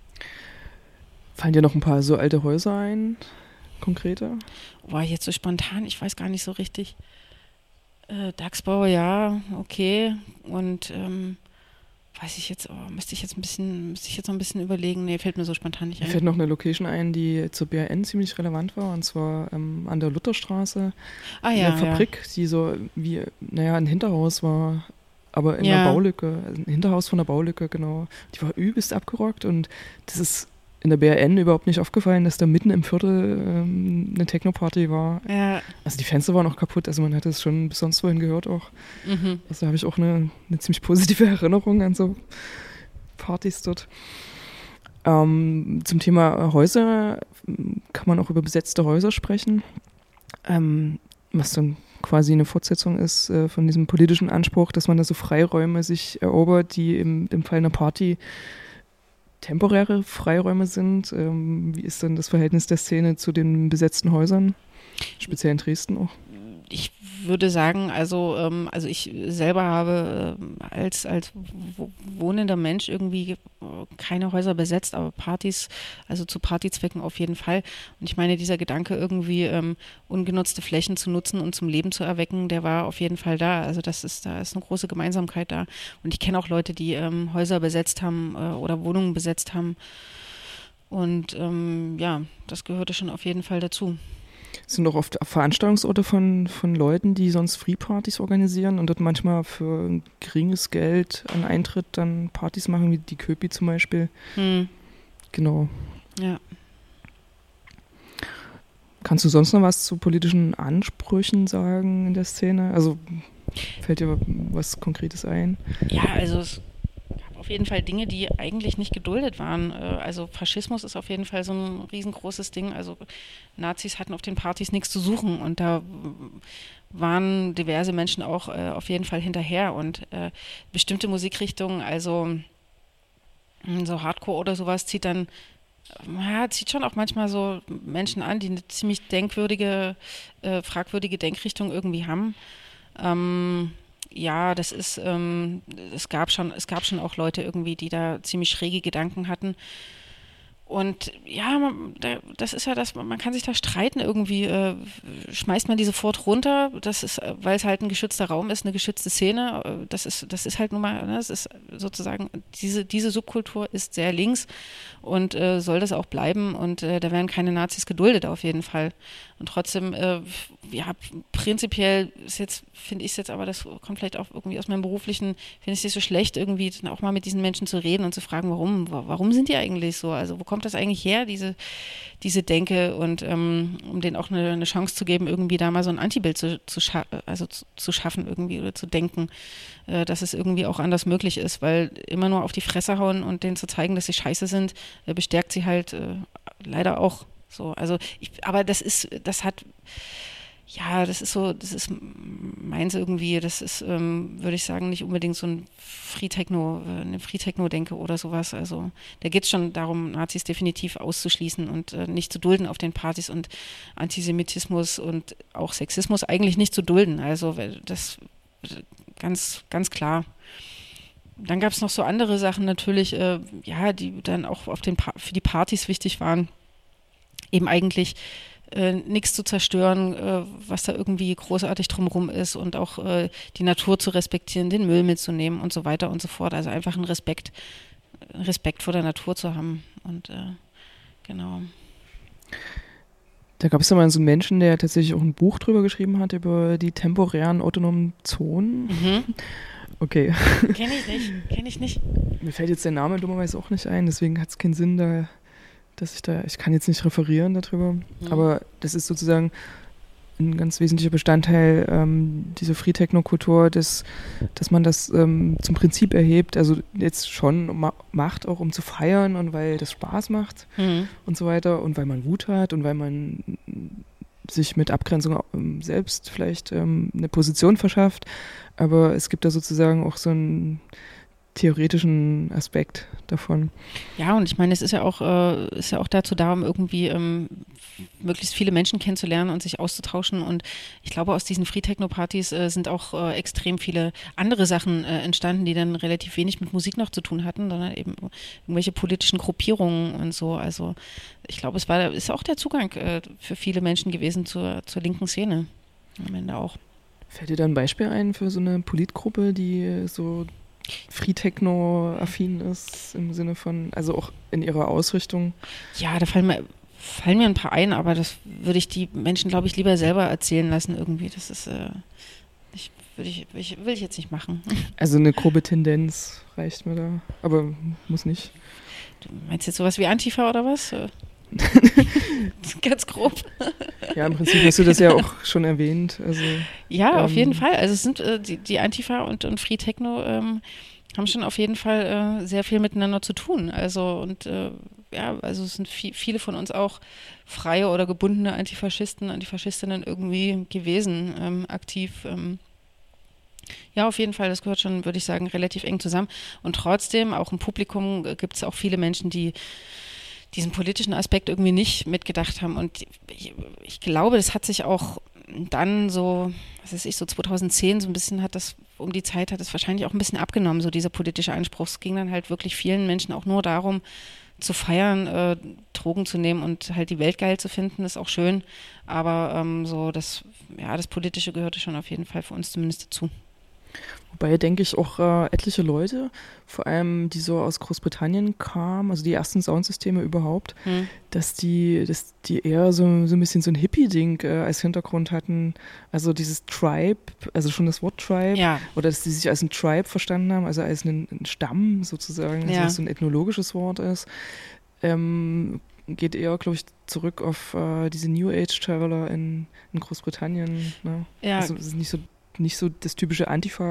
Speaker 3: Fallen dir noch ein paar so alte Häuser ein, konkrete?
Speaker 2: War jetzt so spontan, ich weiß gar nicht so richtig. Äh, Dachsbau, ja, okay. Und ähm, weiß ich jetzt, oh, müsste ich jetzt ein bisschen, müsste ich jetzt noch ein bisschen überlegen. Nee, fällt mir so spontan nicht ein.
Speaker 3: Mir fällt noch eine Location ein, die zur B R N ziemlich relevant war, und zwar ähm, an der Lutherstraße.
Speaker 2: Ah ja,
Speaker 3: eine Fabrik,
Speaker 2: ja.
Speaker 3: die so wie, naja, ein Hinterhaus war, aber in
Speaker 2: Ja.
Speaker 3: einer Baulücke, ein Hinterhaus von der Baulücke, genau. Die war übelst abgerockt und das ist in der B R N überhaupt nicht aufgefallen, dass da mitten im Viertel ähm, eine Techno-Party war.
Speaker 2: Ja.
Speaker 3: Also die Fenster waren auch kaputt, also man hat es schon bis sonst wohin gehört auch.
Speaker 2: Mhm.
Speaker 3: Also da habe ich auch eine, eine ziemlich positive Erinnerung an so Partys dort. Ähm, zum Thema Häuser kann man auch über besetzte Häuser sprechen, ähm, was dann quasi eine Fortsetzung ist äh, von diesem politischen Anspruch, dass man da so Freiräume sich erobert, die im, im Fall einer Party temporäre Freiräume sind. Ähm, wie ist denn das Verhältnis der Szene zu den besetzten Häusern? Speziell in Dresden auch.
Speaker 2: Ich würde sagen, also, ähm, also ich selber habe äh, als, als wohnender Mensch irgendwie keine Häuser besetzt, aber Partys, also zu Partyzwecken auf jeden Fall. Und ich meine, dieser Gedanke irgendwie ähm, ungenutzte Flächen zu nutzen und zum Leben zu erwecken, der war auf jeden Fall da. Also das ist, da ist eine große Gemeinsamkeit da. Und ich kenne auch Leute, die ähm, Häuser besetzt haben äh, oder Wohnungen besetzt haben. Und ähm, ja, das gehörte schon auf jeden Fall dazu.
Speaker 3: Es sind auch oft Veranstaltungsorte von, von Leuten, die sonst Free-Partys organisieren und dort manchmal für ein geringes Geld an Eintritt dann Partys machen, wie die Köpi zum Beispiel.
Speaker 2: Hm.
Speaker 3: Genau.
Speaker 2: Ja.
Speaker 3: Kannst du sonst noch was zu politischen Ansprüchen sagen in der Szene? Also fällt dir was Konkretes ein?
Speaker 2: Ja, also es gab auf jeden Fall Dinge, die eigentlich nicht geduldet waren. Also Faschismus ist auf jeden Fall so ein riesengroßes Ding. Also Nazis hatten auf den Partys nichts zu suchen und da waren diverse Menschen auch äh, auf jeden Fall hinterher und äh, bestimmte Musikrichtungen, also so Hardcore oder sowas, zieht dann Ja, zieht schon auch manchmal so Menschen an, die eine ziemlich denkwürdige, äh, fragwürdige Denkrichtung irgendwie haben. Ähm, ja, das ist, ähm, es gab schon, es gab schon auch Leute irgendwie, die da ziemlich schräge Gedanken hatten. Und ja, man, da, das ist ja das, man kann sich da streiten irgendwie, äh, schmeißt man die sofort runter, das ist, weil es halt ein geschützter Raum ist, eine geschützte Szene, äh, das ist, das ist halt nun mal, ne, das ist sozusagen, diese, diese Subkultur ist sehr links und äh, soll das auch bleiben und äh, da werden keine Nazis geduldet auf jeden Fall. Und trotzdem, äh, ja, prinzipiell ist jetzt, finde ich es jetzt, aber das kommt vielleicht auch irgendwie aus meinem beruflichen, finde ich es nicht so schlecht, irgendwie dann auch mal mit diesen Menschen zu reden und zu fragen, warum, warum sind die eigentlich so? Also wo kommt das eigentlich her, diese, diese Denke und ähm, um denen auch eine, eine Chance zu geben, irgendwie da mal so ein Antibild zu, zu, scha- also zu, zu schaffen irgendwie oder zu denken, äh, dass es irgendwie auch anders möglich ist, weil immer nur auf die Fresse hauen und denen zu zeigen, dass sie scheiße sind, äh, bestärkt sie halt äh, leider auch. So, also ich, aber das ist, das hat, ja, das ist so, das ist meins irgendwie, das ist, ähm, würde ich sagen, nicht unbedingt so ein Free-Techno, eine Free-Techno-Denke oder sowas. Also da geht es schon darum, Nazis definitiv auszuschließen und äh, nicht zu dulden auf den Partys und Antisemitismus und auch Sexismus eigentlich nicht zu dulden. Also das ganz, ganz klar. Dann gab es noch so andere Sachen natürlich, äh, ja, die dann auch auf den pa- für die Partys wichtig waren. Eben eigentlich äh, nichts zu zerstören, äh, was da irgendwie großartig drumherum ist und auch äh, die Natur zu respektieren, den Müll mitzunehmen und so weiter und so fort. Also einfach einen Respekt, Respekt vor der Natur zu haben und äh, genau.
Speaker 3: Da gab es ja mal so einen Menschen, der tatsächlich auch ein Buch drüber geschrieben hat, über die temporären autonomen Zonen.
Speaker 2: Mhm.
Speaker 3: Okay.
Speaker 2: Kenne ich nicht, kenne ich nicht.
Speaker 3: Mir fällt jetzt der Name dummerweise auch nicht ein, deswegen hat es keinen Sinn, da dass ich da, ich kann jetzt nicht referieren darüber, mhm. aber das ist sozusagen ein ganz wesentlicher Bestandteil ähm, dieser Free-Techno-Kultur, dass, dass man das ähm, zum Prinzip erhebt, also jetzt schon ma- macht, auch um zu feiern und weil das Spaß macht mhm. und so weiter und weil man Wut hat und weil man sich mit Abgrenzung ähm, selbst vielleicht ähm, eine Position verschafft, aber es gibt da sozusagen auch so einen theoretischen Aspekt davon.
Speaker 2: Ja, und ich meine, es ist ja auch, äh, ist ja auch dazu da, um irgendwie ähm, möglichst viele Menschen kennenzulernen und sich auszutauschen. Und ich glaube, aus diesen Free-Techno-Partys äh, sind auch äh, extrem viele andere Sachen äh, entstanden, die dann relativ wenig mit Musik noch zu tun hatten, sondern eben irgendwelche politischen Gruppierungen und so. Also ich glaube, es war, ist auch der Zugang äh, für viele Menschen gewesen zur, zur linken Szene. Am Ende auch.
Speaker 3: Fällt dir da ein Beispiel ein für so eine Politgruppe, die so Free-Techno-affin ist, im Sinne von, also auch in ihrer Ausrichtung?
Speaker 2: Ja, da fallen mir, fallen mir ein paar ein, aber das würde ich die Menschen, glaube ich, lieber selber erzählen lassen irgendwie. Das ist, äh, ich, würde ich, will ich, will ich jetzt nicht machen.
Speaker 3: Also eine grobe Tendenz reicht mir da, aber muss nicht.
Speaker 2: Du meinst jetzt sowas wie Antifa oder was? Ganz grob.
Speaker 3: Ja, im Prinzip hast du das ja auch schon erwähnt. Also,
Speaker 2: ja,
Speaker 3: ähm,
Speaker 2: auf jeden Fall. Also es sind äh, die, die Antifa und, und Free Techno ähm, haben schon auf jeden Fall äh, sehr viel miteinander zu tun. Also und äh, ja, also es sind viel, viele von uns auch freie oder gebundene Antifaschisten, Antifaschistinnen irgendwie gewesen, ähm, aktiv. Ähm. Ja, auf jeden Fall, das gehört schon, würde ich sagen, relativ eng zusammen. Und trotzdem, auch im Publikum äh, gibt es auch viele Menschen, die diesen politischen Aspekt irgendwie nicht mitgedacht haben. Und ich, ich glaube, das hat sich auch dann so, was weiß ich, so zweitausendzehn, so ein bisschen hat das, um die Zeit hat es wahrscheinlich auch ein bisschen abgenommen, so dieser politische Anspruch. Es ging dann halt wirklich vielen Menschen auch nur darum, zu feiern, äh, Drogen zu nehmen und halt die Welt geil zu finden, ist auch schön. Aber ähm, so das, ja, das Politische gehörte schon auf jeden Fall für uns zumindest dazu.
Speaker 3: Wobei, denke ich, auch äh, etliche Leute, vor allem die so aus Großbritannien kamen, also die ersten Soundsysteme überhaupt, hm. dass die, dass die eher so, so ein bisschen so ein Hippie-Ding äh, als Hintergrund hatten. Also dieses Tribe, also schon das Wort Tribe,
Speaker 2: ja.
Speaker 3: oder dass die sich als ein Tribe verstanden haben, also als einen, einen Stamm sozusagen, ja. also was so ein ethnologisches Wort ist. Ähm, geht eher, glaube ich, zurück auf äh, diese New Age-Traveler in, in Großbritannien. Ne?
Speaker 2: Ja.
Speaker 3: Also es ist nicht so nicht so das typische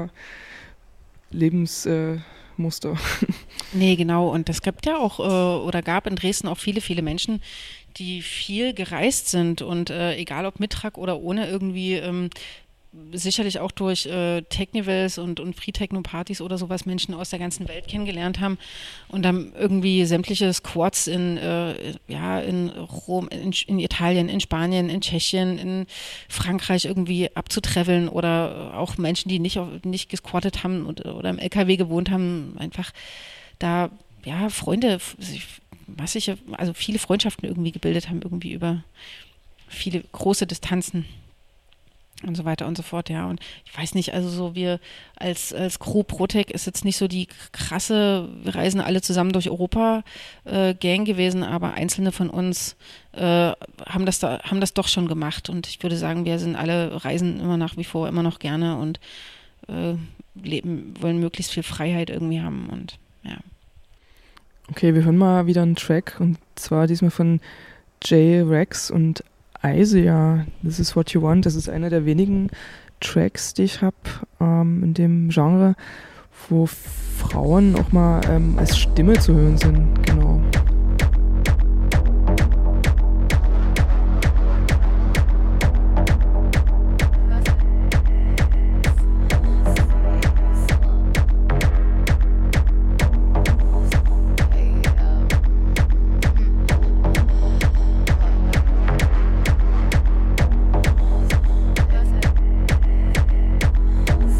Speaker 3: Antifa-Lebensmuster. Äh,
Speaker 2: nee, genau. Und es gibt ja auch, äh, oder gab in Dresden auch viele, viele Menschen, die viel gereist sind und äh, egal ob mit Truck oder ohne irgendwie ähm, sicherlich auch durch äh, Technivals und, und Free-Techno-Partys oder sowas Menschen aus der ganzen Welt kennengelernt haben und dann irgendwie sämtliche Squads in, äh, ja, in Rom, in, in Italien, in Spanien, in Tschechien, in Frankreich irgendwie abzutraveln oder auch Menschen, die nicht, nicht gesquattet haben und, oder im L K W gewohnt haben, einfach da, ja, Freunde, massige, also viele Freundschaften irgendwie gebildet haben, irgendwie über viele große Distanzen. Und so weiter und so fort, ja. Und ich weiß nicht, also so wir als, als Crew Protec ist jetzt nicht so die krasse, wir reisen alle zusammen durch Europa äh, Gang gewesen, aber einzelne von uns äh, haben das da, haben das doch schon gemacht. Und ich würde sagen, wir sind alle, reisen immer nach wie vor immer noch gerne und äh, leben, wollen möglichst viel Freiheit irgendwie haben und ja.
Speaker 3: Okay, wir hören mal wieder einen Track und zwar diesmal von J-Rex und Isia, This is What You Want. Das ist einer der wenigen Tracks, die ich habe ähm, in dem Genre, wo Frauen auch mal ähm, als Stimme zu hören sind. Genau.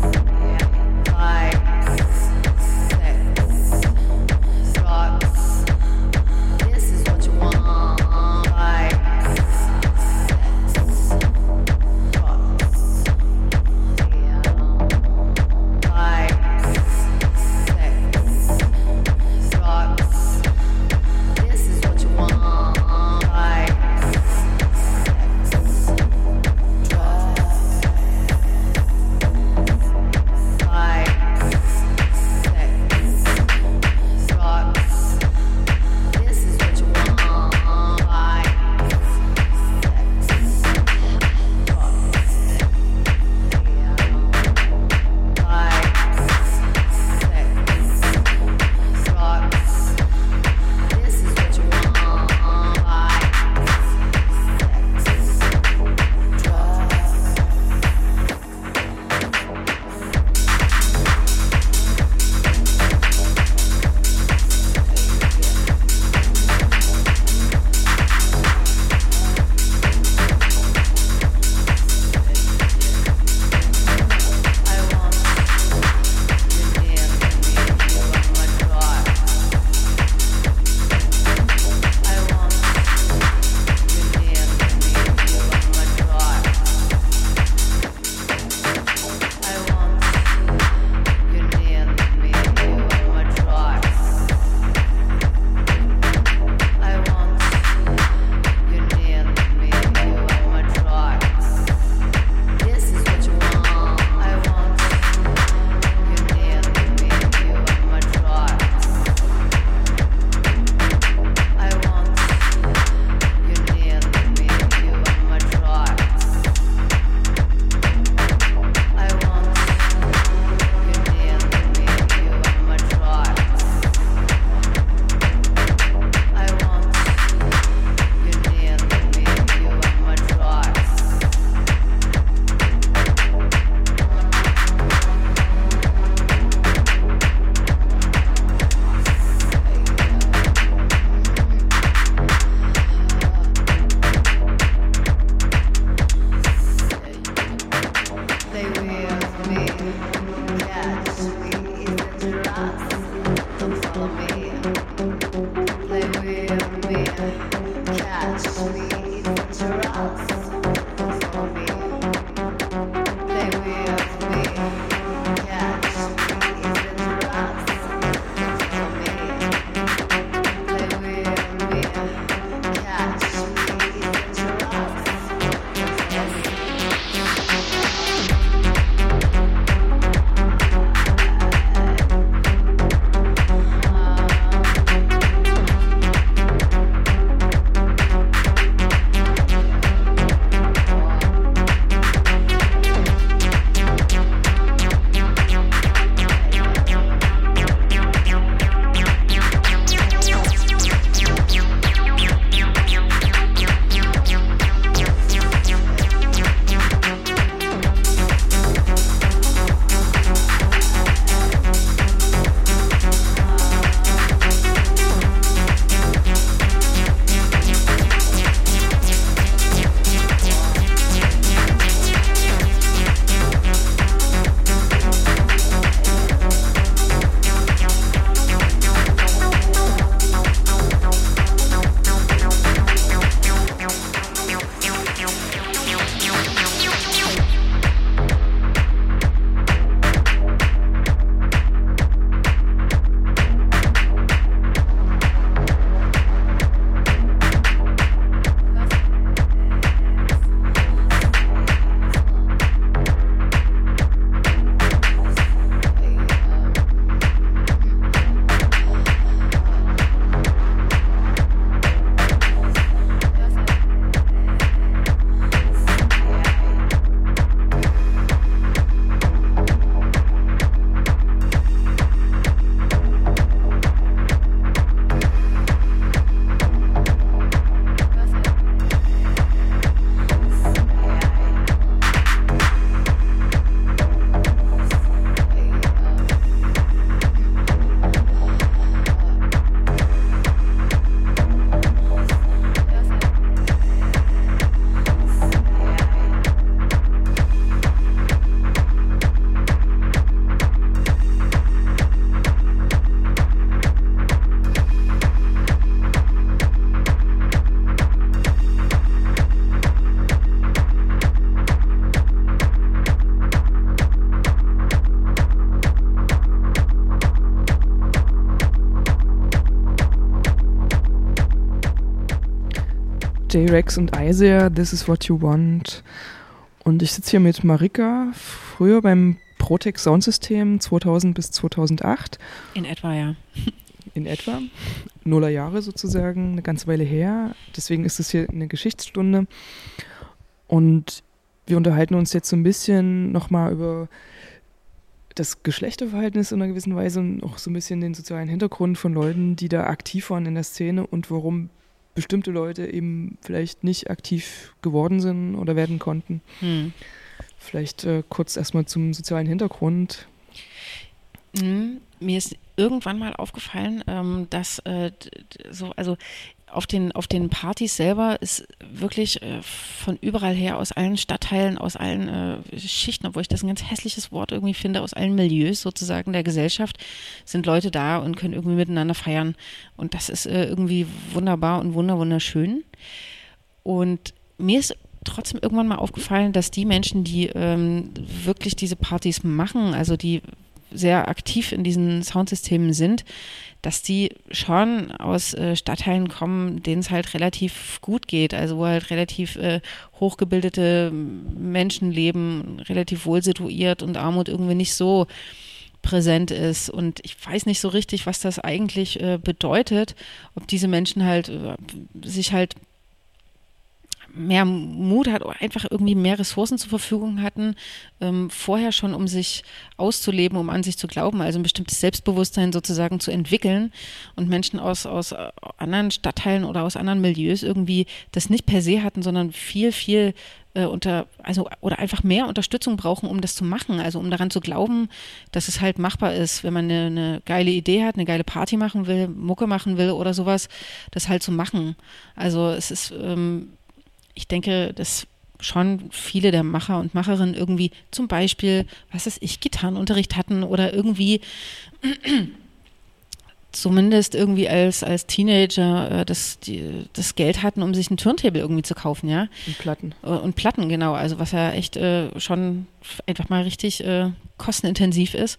Speaker 5: Drugs,
Speaker 3: J-Rex und Isaiah, This Is What You Want. Und ich sitze hier mit Marika, früher beim Protec Soundsystem zweitausend bis zweitausendacht.
Speaker 2: In etwa, ja.
Speaker 3: In etwa. Nuller Jahre sozusagen, eine ganze Weile her. Deswegen ist es hier eine Geschichtsstunde. Und wir unterhalten uns jetzt so ein bisschen nochmal über das Geschlechterverhältnis in einer gewissen Weise und auch so ein bisschen den sozialen Hintergrund von Leuten, die da aktiv waren in der Szene und warum bestimmte Leute eben vielleicht nicht aktiv geworden sind oder werden konnten. Hm. Vielleicht äh, kurz erstmal zum sozialen Hintergrund.
Speaker 2: Mhm. Mir ist irgendwann mal aufgefallen, ähm, dass äh, so, also auf den, auf den Partys selber ist wirklich äh, von überall her, aus allen Stadtteilen, aus allen äh, Schichten, obwohl ich das ein ganz hässliches Wort irgendwie finde, aus allen Milieus sozusagen der Gesellschaft, sind Leute da und können irgendwie miteinander feiern. Und das ist äh, irgendwie wunderbar und wunder, wunderschön. Und mir ist trotzdem irgendwann mal aufgefallen, dass die Menschen, die ähm, wirklich diese Partys machen, also die sehr aktiv in diesen Soundsystemen sind, dass die schon aus äh, Stadtteilen kommen, denen es halt relativ gut geht, also wo halt relativ äh, hochgebildete Menschen leben, relativ wohl situiert und Armut irgendwie nicht so präsent ist. Und ich weiß nicht so richtig, was das eigentlich äh, bedeutet, ob diese Menschen halt äh, sich halt mehr Mut hat oder einfach irgendwie mehr Ressourcen zur Verfügung hatten, ähm, vorher schon, um sich auszuleben, um an sich zu glauben, also ein bestimmtes Selbstbewusstsein sozusagen zu entwickeln und Menschen aus, aus anderen Stadtteilen oder aus anderen Milieus irgendwie das nicht per se hatten, sondern viel, viel äh, unter, also oder einfach mehr Unterstützung brauchen, um das zu machen, also um daran zu glauben, dass es halt machbar ist, wenn man eine, eine geile Idee hat, eine geile Party machen will, Mucke machen will oder sowas, das halt zu machen. Also es ist ähm, ich denke, dass schon viele der Macher und Macherinnen irgendwie zum Beispiel, was weiß ich, Gitarrenunterricht hatten oder irgendwie zumindest irgendwie als, als Teenager äh, das, die, das Geld hatten, um sich einen Turntable irgendwie zu kaufen, ja.
Speaker 3: Und Platten.
Speaker 2: Äh, und Platten, genau. Also was ja echt äh, schon einfach mal richtig äh, kostenintensiv ist.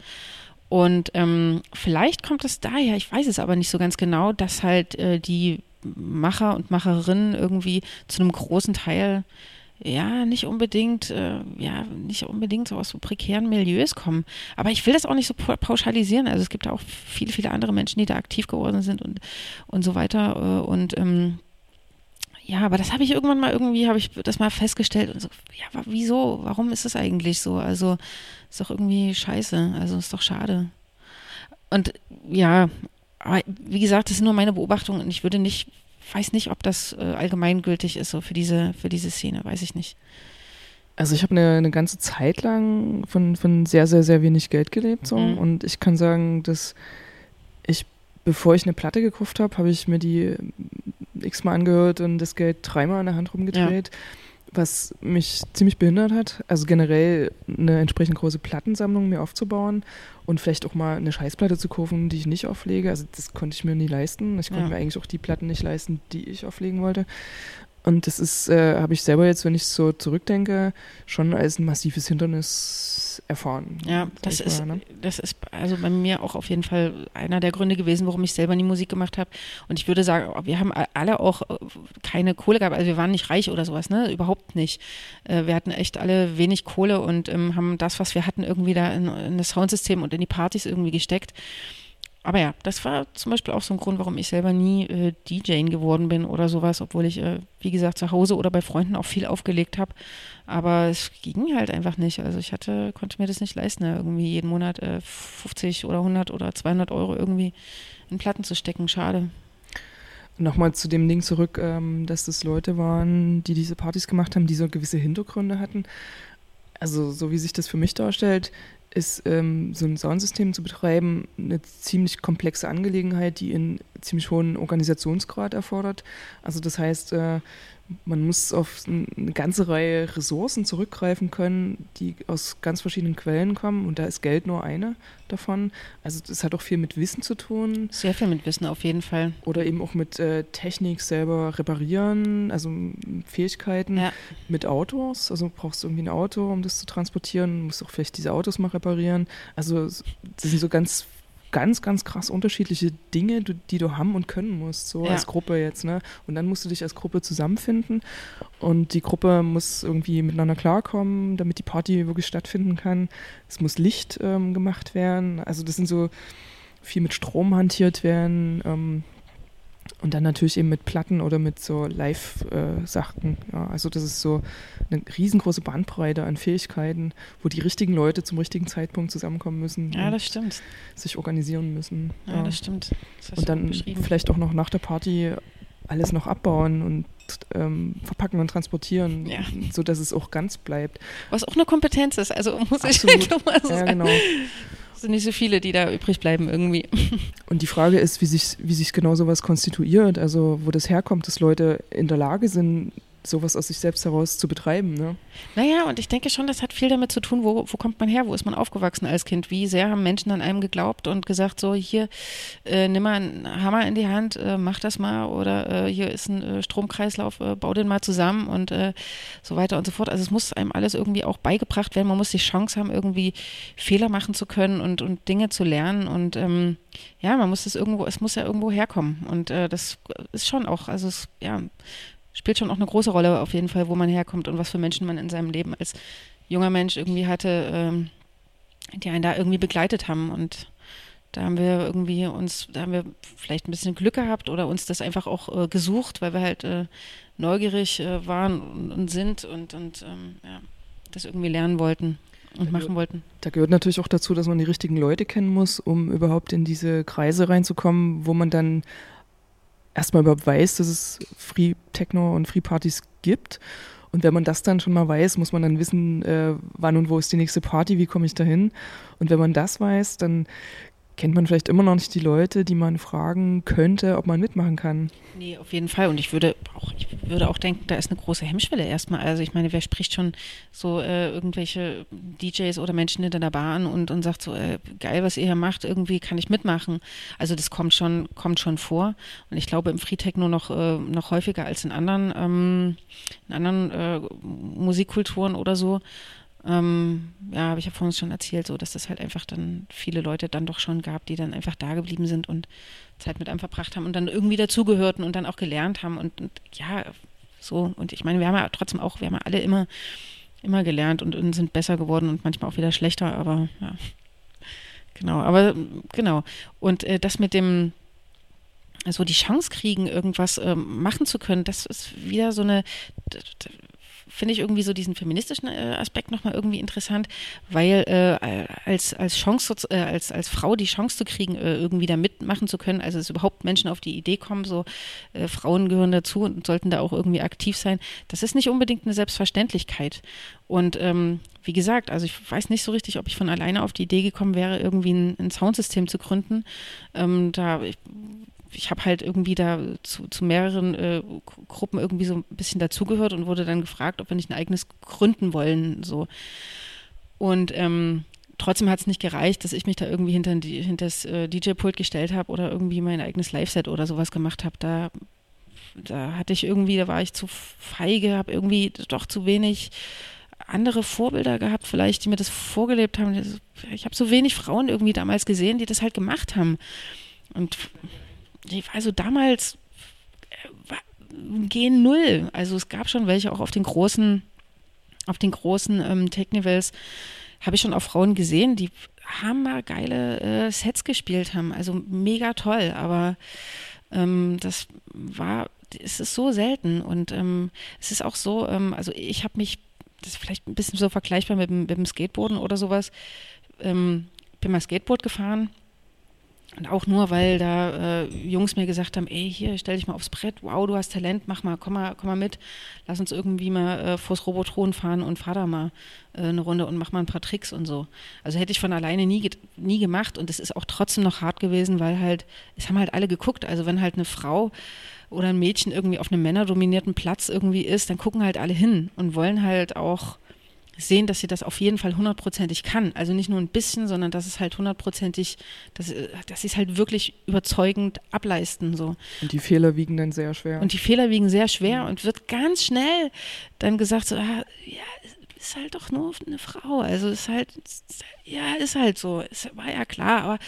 Speaker 2: Und ähm, vielleicht kommt es daher, ich weiß es aber nicht so ganz genau, dass halt äh, die Macher und Macherinnen irgendwie zu einem großen Teil ja nicht unbedingt äh, ja nicht unbedingt so aus so prekären Milieus kommen. Aber ich will das auch nicht so pauschalisieren. Also es gibt ja auch viele, viele andere Menschen, die da aktiv geworden sind und, und so weiter. Und ähm, ja, aber das habe ich irgendwann mal irgendwie, habe ich das mal festgestellt und so, ja, wieso? Warum ist das eigentlich so? Also ist doch irgendwie scheiße. Also ist doch schade. Und ja, aber wie gesagt, das sind nur meine Beobachtungen und ich würde nicht, weiß nicht, ob das äh, allgemeingültig ist so für diese, für diese Szene, weiß ich nicht.
Speaker 3: Also ich habe eine, eine ganze Zeit lang von, von sehr, sehr, sehr wenig Geld gelebt so mhm. und ich kann sagen, dass ich, bevor ich eine Platte gekauft habe, habe ich mir die x-mal angehört und das Geld dreimal in der Hand rumgedreht. Ja. Was mich ziemlich behindert hat, also generell eine entsprechend große Plattensammlung mir aufzubauen und vielleicht auch mal eine Scheißplatte zu kaufen, die ich nicht auflege. Also das konnte ich mir nie leisten. Ich konnte ja. mir eigentlich auch die Platten nicht leisten, die ich auflegen wollte. Und das ist, äh, habe ich selber jetzt, wenn ich so zurückdenke, schon als ein massives Hindernis erfahren.
Speaker 2: Ja, das ist, mal, ne? das ist also bei mir auch auf jeden Fall einer der Gründe gewesen, warum ich selber nie Musik gemacht habe. Und ich würde sagen, wir haben alle auch keine Kohle gehabt, also wir waren nicht reich oder sowas, ne? Überhaupt nicht. Wir hatten echt alle wenig Kohle und ähm, haben das, was wir hatten, irgendwie da in, in das Soundsystem und in die Partys irgendwie gesteckt. Aber ja, das war zum Beispiel auch so ein Grund, warum ich selber nie äh, D J geworden bin oder sowas, obwohl ich, äh, wie gesagt, zu Hause oder bei Freunden auch viel aufgelegt habe. Aber es ging halt einfach nicht. Also ich hatte, konnte mir das nicht leisten, ja, irgendwie jeden Monat äh, fünfzig oder hundert oder zweihundert Euro irgendwie in Platten zu stecken. Schade.
Speaker 3: Nochmal zu dem Ding zurück, ähm, dass das Leute waren, die diese Partys gemacht haben, die so gewisse Hintergründe hatten. Also so wie sich das für mich darstellt, ist ähm, so ein Soundsystem zu betreiben eine ziemlich komplexe Angelegenheit, die einen ziemlich hohen Organisationsgrad erfordert. Also das heißt, äh, man muss auf eine ganze Reihe Ressourcen zurückgreifen können, die aus ganz verschiedenen Quellen kommen und da ist Geld nur eine davon. Also das hat auch viel mit Wissen zu tun.
Speaker 2: Sehr viel mit Wissen auf jeden Fall.
Speaker 3: Oder eben auch mit äh, Technik selber reparieren, also Fähigkeiten ja. mit Autos. Also brauchst du irgendwie ein Auto, um das zu transportieren, musst auch vielleicht diese Autos mal reparieren. Also das sind so ganz ganz, ganz krass unterschiedliche Dinge, die, die du haben und können musst, so
Speaker 2: Ja.
Speaker 3: als Gruppe jetzt, ne? Und dann musst du dich als Gruppe zusammenfinden und die Gruppe muss irgendwie miteinander klarkommen, damit die Party wirklich stattfinden kann. Es muss Licht ähm, gemacht werden, also das sind so viel mit Strom hantiert werden, ähm, und dann natürlich eben mit Platten oder mit so Live-Sachen. Äh, ja, also das ist so eine riesengroße Bandbreite an Fähigkeiten, wo die richtigen Leute zum richtigen Zeitpunkt zusammenkommen müssen
Speaker 2: Ja,
Speaker 3: und
Speaker 2: das stimmt.
Speaker 3: sich organisieren müssen.
Speaker 2: Ja, das stimmt. Das hast
Speaker 3: Und
Speaker 2: du auch
Speaker 3: dann
Speaker 2: beschrieben.
Speaker 3: vielleicht auch noch nach der Party alles noch abbauen und ähm, verpacken und transportieren,
Speaker 2: Ja.
Speaker 3: sodass es auch ganz bleibt.
Speaker 2: Was auch eine Kompetenz ist, also muss ich
Speaker 3: Absolut.
Speaker 2: wirklich mal so
Speaker 3: Ja,
Speaker 2: sagen.
Speaker 3: genau.
Speaker 2: Es sind nicht so viele, die da übrig bleiben irgendwie.
Speaker 3: Und die Frage ist, wie sich, wie sich genau sowas konstituiert, also wo das herkommt, dass Leute in der Lage sind, sowas aus sich selbst heraus zu betreiben. Ne?
Speaker 2: Naja, und ich denke schon, das hat viel damit zu tun, wo, wo kommt man her, wo ist man aufgewachsen als Kind, wie sehr haben Menschen an einem geglaubt und gesagt, so hier, äh, nimm mal einen Hammer in die Hand, äh, mach das mal oder äh, hier ist ein äh, Stromkreislauf, äh, bau den mal zusammen und äh, so weiter und so fort. Also es muss einem alles irgendwie auch beigebracht werden, man muss die Chance haben, irgendwie Fehler machen zu können und, und Dinge zu lernen und ähm, ja, man muss es irgendwo, es muss ja irgendwo herkommen und äh, das ist schon auch, also es, ja, spielt schon auch eine große Rolle auf jeden Fall, wo man herkommt und was für Menschen man in seinem Leben als junger Mensch irgendwie hatte, ähm, die einen da irgendwie begleitet haben. Und da haben wir irgendwie uns, da haben wir vielleicht ein bisschen Glück gehabt oder uns das einfach auch äh, gesucht, weil wir halt äh, neugierig äh, waren und, und sind und, und ähm, ja, das irgendwie lernen wollten und machen wollten.
Speaker 3: Da gehört natürlich auch dazu, dass man die richtigen Leute kennen muss, um überhaupt in diese Kreise reinzukommen, wo man dann erstmal überhaupt weiß, dass es Free Techno und Free Partys gibt. Und wenn man das dann schon mal weiß, muss man dann wissen, äh, wann und wo ist die nächste Party, wie komme ich dahin. Und wenn man das weiß, dann kennt man vielleicht immer noch nicht die Leute, die man fragen könnte, ob man mitmachen kann.
Speaker 2: Nee, auf jeden Fall. Und ich würde auch, ich würde auch denken, da ist eine große Hemmschwelle erstmal. Also ich meine, wer spricht schon so äh, irgendwelche D Js oder Menschen hinter der Bar an und, und sagt so, äh, geil, was ihr hier macht, irgendwie kann ich mitmachen. Also das kommt schon, kommt schon vor. Und ich glaube im Free Techno noch, äh, noch häufiger als in anderen, ähm, in anderen äh, Musikkulturen oder so. Ähm, ja, habe ich ja vorhin schon erzählt, so dass das halt einfach dann viele Leute dann doch schon gab, die dann einfach da geblieben sind und Zeit mit einem verbracht haben und dann irgendwie dazugehörten und dann auch gelernt haben und, und ja, so. Und ich meine, wir haben ja trotzdem auch, wir haben ja alle immer, immer gelernt und, und sind besser geworden und manchmal auch wieder schlechter, aber ja, genau, aber genau. Und äh, das mit dem, also die Chance kriegen, irgendwas ähm, machen zu können, das ist wieder so eine, d- d- finde ich irgendwie so diesen feministischen äh, Aspekt nochmal irgendwie interessant, weil äh, als, als Chance, äh, als, als Frau die Chance zu kriegen, äh, irgendwie da mitmachen zu können, also dass überhaupt Menschen auf die Idee kommen, so äh, Frauen gehören dazu und sollten da auch irgendwie aktiv sein, das ist nicht unbedingt eine Selbstverständlichkeit. Und ähm, wie gesagt, also ich weiß nicht so richtig, ob ich von alleine auf die Idee gekommen wäre, irgendwie ein, ein Soundsystem zu gründen. Ähm, da ich, ich habe halt irgendwie da zu, zu mehreren äh, Gruppen irgendwie so ein bisschen dazugehört und wurde dann gefragt, ob wir nicht ein eigenes gründen wollen. So. Und ähm, trotzdem hat es nicht gereicht, dass ich mich da irgendwie hinter, die, hinter das äh, D J-Pult gestellt habe oder irgendwie mein eigenes Live-Set oder sowas gemacht habe. Da, da hatte ich irgendwie, da war ich zu feige, habe irgendwie doch zu wenig andere Vorbilder gehabt, vielleicht, die mir das vorgelebt haben. Ich habe so wenig Frauen irgendwie damals gesehen, die das halt gemacht haben. Und also damals war, gehen null. Also es gab schon welche auch auf den großen, auf den großen ähm, Technivals, habe ich schon auch Frauen gesehen, die hammergeile äh, Sets gespielt haben. Also mega toll, aber ähm, das war, es ist so selten und ähm, es ist auch so, ähm, also ich habe mich, das ist vielleicht ein bisschen so vergleichbar mit dem, mit dem Skateboarden oder sowas, ähm, bin mal Skateboard gefahren. Und auch nur, weil da äh, Jungs mir gesagt haben, ey, hier, stell dich mal aufs Brett, wow, du hast Talent, mach mal, komm mal, komm mal mit, lass uns irgendwie mal äh, vors Robotron fahren und fahr da mal äh, eine Runde und mach mal ein paar Tricks und so. Also hätte ich von alleine nie, nie gemacht und es ist auch trotzdem noch hart gewesen, weil halt, es haben halt alle geguckt, also wenn halt eine Frau oder ein Mädchen irgendwie auf einem männerdominierten Platz irgendwie ist, dann gucken halt alle hin und wollen halt auch sehen, dass sie das auf jeden Fall hundertprozentig kann. Also nicht nur ein bisschen, sondern dass es halt hundertprozentig, dass, dass sie es halt wirklich überzeugend ableisten. So.
Speaker 3: Und die Fehler wiegen dann sehr schwer.
Speaker 2: Und die Fehler wiegen sehr schwer mhm. und wird ganz schnell dann gesagt, so, ah, ja, ist halt doch nur eine Frau. Also ist halt, ist, ja, ist halt so. Es war ja klar, aber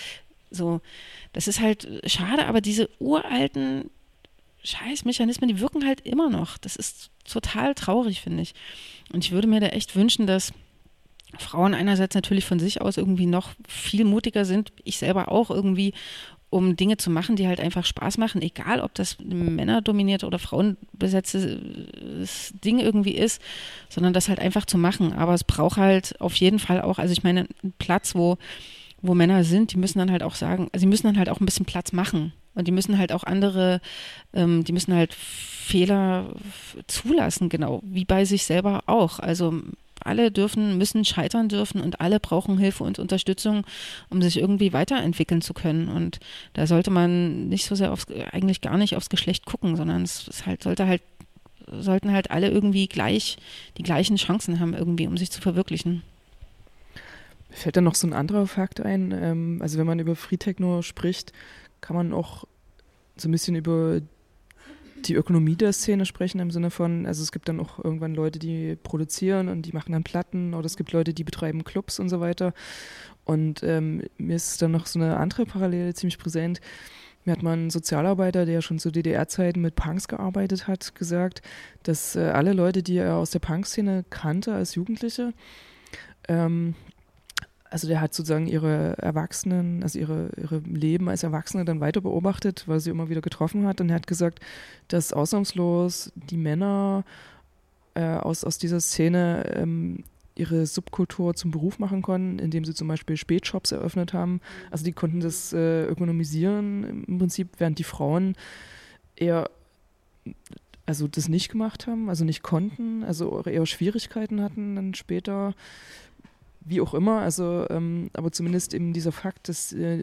Speaker 2: So, das ist halt schade, aber diese uralten Scheißmechanismen, die wirken halt immer noch. Das ist total traurig, finde ich. Und ich würde mir da echt wünschen, dass Frauen einerseits natürlich von sich aus irgendwie noch viel mutiger sind, ich selber auch irgendwie, um Dinge zu machen, die halt einfach Spaß machen, egal ob das ein männerdominierte oder frauenbesetztes Ding irgendwie ist, sondern das halt einfach zu machen. Aber es braucht halt auf jeden Fall auch, also ich meine, einen Platz, wo, wo Männer sind, die müssen dann halt auch sagen, also die müssen dann halt auch ein bisschen Platz machen. Und die müssen halt auch andere, ähm, die müssen halt Fehler zulassen, genau, wie bei sich selber auch. Also alle dürfen, müssen scheitern dürfen und alle brauchen Hilfe und Unterstützung, um sich irgendwie weiterentwickeln zu können. Und da sollte man nicht so sehr aufs, eigentlich gar nicht aufs Geschlecht gucken, sondern es ist halt, sollte halt, sollten halt alle irgendwie gleich, die gleichen Chancen haben irgendwie, um sich zu verwirklichen.
Speaker 3: Mir fällt da noch so ein anderer Fakt ein. Ähm, also wenn man über Free Techno spricht, kann man auch so ein bisschen über die Ökonomie der Szene sprechen, im Sinne von, also es gibt dann auch irgendwann Leute, die produzieren und die machen dann Platten, oder es gibt Leute, die betreiben Clubs und so weiter. Und ähm, mir ist dann noch so eine andere Parallele ziemlich präsent. Mir hat mal ein Sozialarbeiter, der schon zu D D R-Zeiten mit Punks gearbeitet hat, gesagt, dass äh, alle Leute, die er aus der Punk-Szene kannte als Jugendliche, ähm, also der hat sozusagen ihre Erwachsenen, also ihre, ihre Leben als Erwachsene dann weiter beobachtet, weil sie immer wieder getroffen hat. Und er hat gesagt, dass ausnahmslos die Männer äh, aus, aus dieser Szene ähm, ihre Subkultur zum Beruf machen konnten, indem sie zum Beispiel Spätshops eröffnet haben. Also die konnten das äh, ökonomisieren im Prinzip, während die Frauen eher also das nicht gemacht haben, also nicht konnten, also eher Schwierigkeiten hatten dann später. Wie auch immer, also ähm, aber zumindest eben dieser Fakt, dass äh,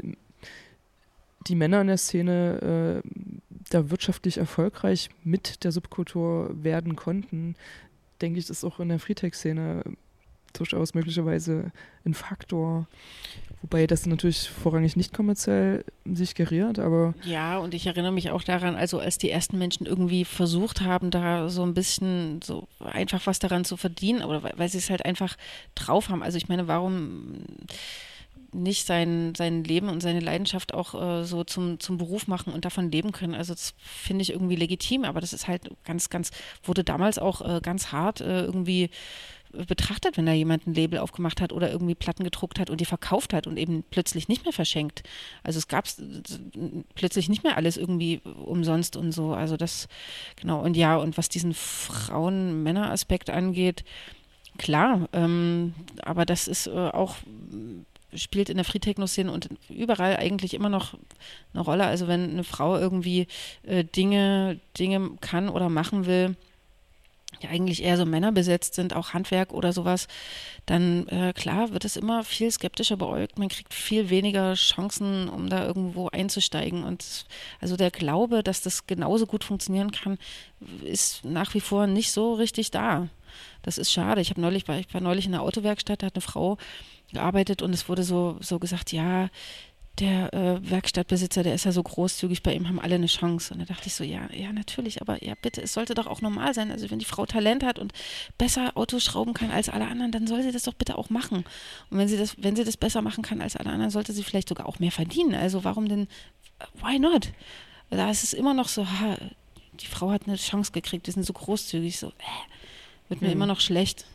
Speaker 3: die Männer in der Szene äh, da wirtschaftlich erfolgreich mit der Subkultur werden konnten, denke ich, ist auch in der Freetech-Szene durchaus möglicherweise ein Faktor. Wobei das natürlich vorrangig nicht kommerziell sich geriert, aber...
Speaker 2: Ja, und ich erinnere mich auch daran, also als die ersten Menschen irgendwie versucht haben, da so ein bisschen so einfach was daran zu verdienen, oder weil, weil sie es halt einfach drauf haben. Also ich meine, warum nicht sein, sein Leben und seine Leidenschaft auch äh, so zum, zum Beruf machen und davon leben können? Also das finde ich irgendwie legitim, aber das ist halt ganz, ganz, wurde damals auch äh, ganz hart äh, irgendwie betrachtet, wenn da jemand ein Label aufgemacht hat oder irgendwie Platten gedruckt hat und die verkauft hat und eben plötzlich nicht mehr verschenkt. Also es gab plötzlich nicht mehr alles irgendwie umsonst und so. Also das, genau. Und ja, und was diesen Frauen-Männer-Aspekt angeht, klar, ähm, aber das ist äh, auch, spielt in der Free-Techno-Szene und überall eigentlich immer noch eine Rolle. Also wenn eine Frau irgendwie äh, Dinge, Dinge kann oder machen will, die eigentlich eher so Männer besetzt sind, auch Handwerk oder sowas, dann äh, klar wird es immer viel skeptischer beäugt. Man kriegt viel weniger Chancen, um da irgendwo einzusteigen. Und also der Glaube, dass das genauso gut funktionieren kann, ist nach wie vor nicht so richtig da. Das ist schade. Ich habe neulich, ich war neulich in einer Autowerkstatt, da hat eine Frau gearbeitet und es wurde so, so gesagt, ja, der äh, Werkstattbesitzer, der ist ja so großzügig, bei ihm haben alle eine Chance. Und da dachte ich so, ja, ja, natürlich, aber ja, bitte, es sollte doch auch normal sein. Also wenn die Frau Talent hat und besser Autos schrauben kann als alle anderen, dann soll sie das doch bitte auch machen. Und wenn sie das, wenn sie das besser machen kann als alle anderen, sollte sie vielleicht sogar auch mehr verdienen. Also warum denn, why not? Da ist es immer noch so, ha, die Frau hat eine Chance gekriegt, die sind so großzügig, so, äh, wird mir hm. immer noch schlecht.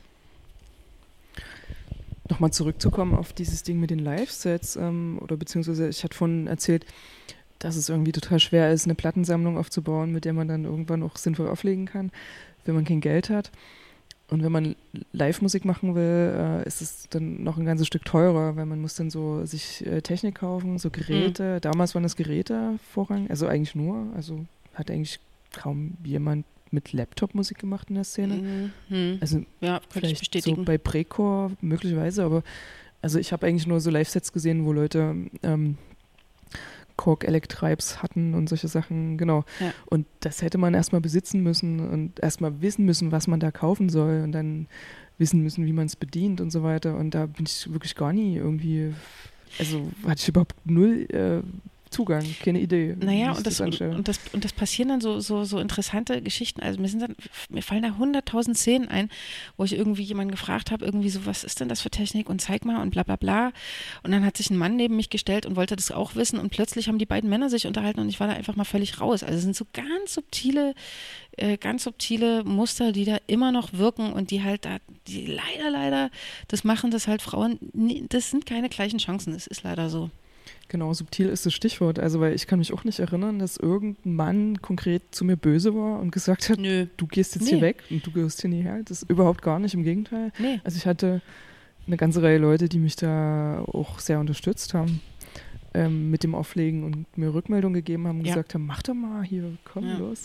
Speaker 3: Nochmal zurückzukommen auf dieses Ding mit den Live-Sets, ähm, oder beziehungsweise ich hatte vorhin erzählt, dass es irgendwie total schwer ist, eine Plattensammlung aufzubauen, mit der man dann irgendwann auch sinnvoll auflegen kann, wenn man kein Geld hat. Und wenn man Live-Musik machen will, äh, ist es dann noch ein ganzes Stück teurer, weil man muss dann so sich äh, Technik kaufen, so Geräte. Mhm. Damals waren das Geräte vorrangig, also eigentlich nur, also hat eigentlich kaum jemand mit Laptop Musik gemacht in der Szene.
Speaker 2: Mhm.
Speaker 3: Also
Speaker 2: ja,
Speaker 3: vielleicht so bei Precore möglicherweise, aber also ich habe eigentlich nur so Live-Sets gesehen, wo Leute ähm, Korg Electribes hatten und solche Sachen, genau.
Speaker 2: Ja.
Speaker 3: Und das hätte man erstmal besitzen müssen und erstmal wissen müssen, was man da kaufen soll und dann wissen müssen, wie man es bedient und so weiter. Und da bin ich wirklich gar nie irgendwie, also hatte ich überhaupt null äh, Zugang, keine Idee.
Speaker 2: Naja, und das, das und, das, und das passieren dann so, so, so interessante Geschichten. Also mir, sind dann, mir fallen da hunderttausend Szenen ein, wo ich irgendwie jemanden gefragt habe, irgendwie so, was ist denn das für Technik und zeig mal und bla bla bla. Und dann hat sich ein Mann neben mich gestellt und wollte das auch wissen und plötzlich haben die beiden Männer sich unterhalten und ich war da einfach mal völlig raus. Also es sind so ganz subtile, äh, ganz subtile Muster, die da immer noch wirken und die halt da, die leider, leider, das machen das halt Frauen, das sind keine gleichen Chancen, das ist leider so.
Speaker 3: Genau, subtil ist das Stichwort. Also, weil ich kann mich auch nicht erinnern, dass irgendein Mann konkret zu mir böse war und gesagt hat, Nö. du gehst jetzt nee. hier weg und du gehörst hier nie her. Das ist überhaupt gar nicht, im Gegenteil. Nee. Also ich hatte eine ganze Reihe Leute, die mich da auch sehr unterstützt haben ähm, mit dem Auflegen und mir Rückmeldung gegeben haben und ja. gesagt haben, mach doch mal hier, komm ja. los.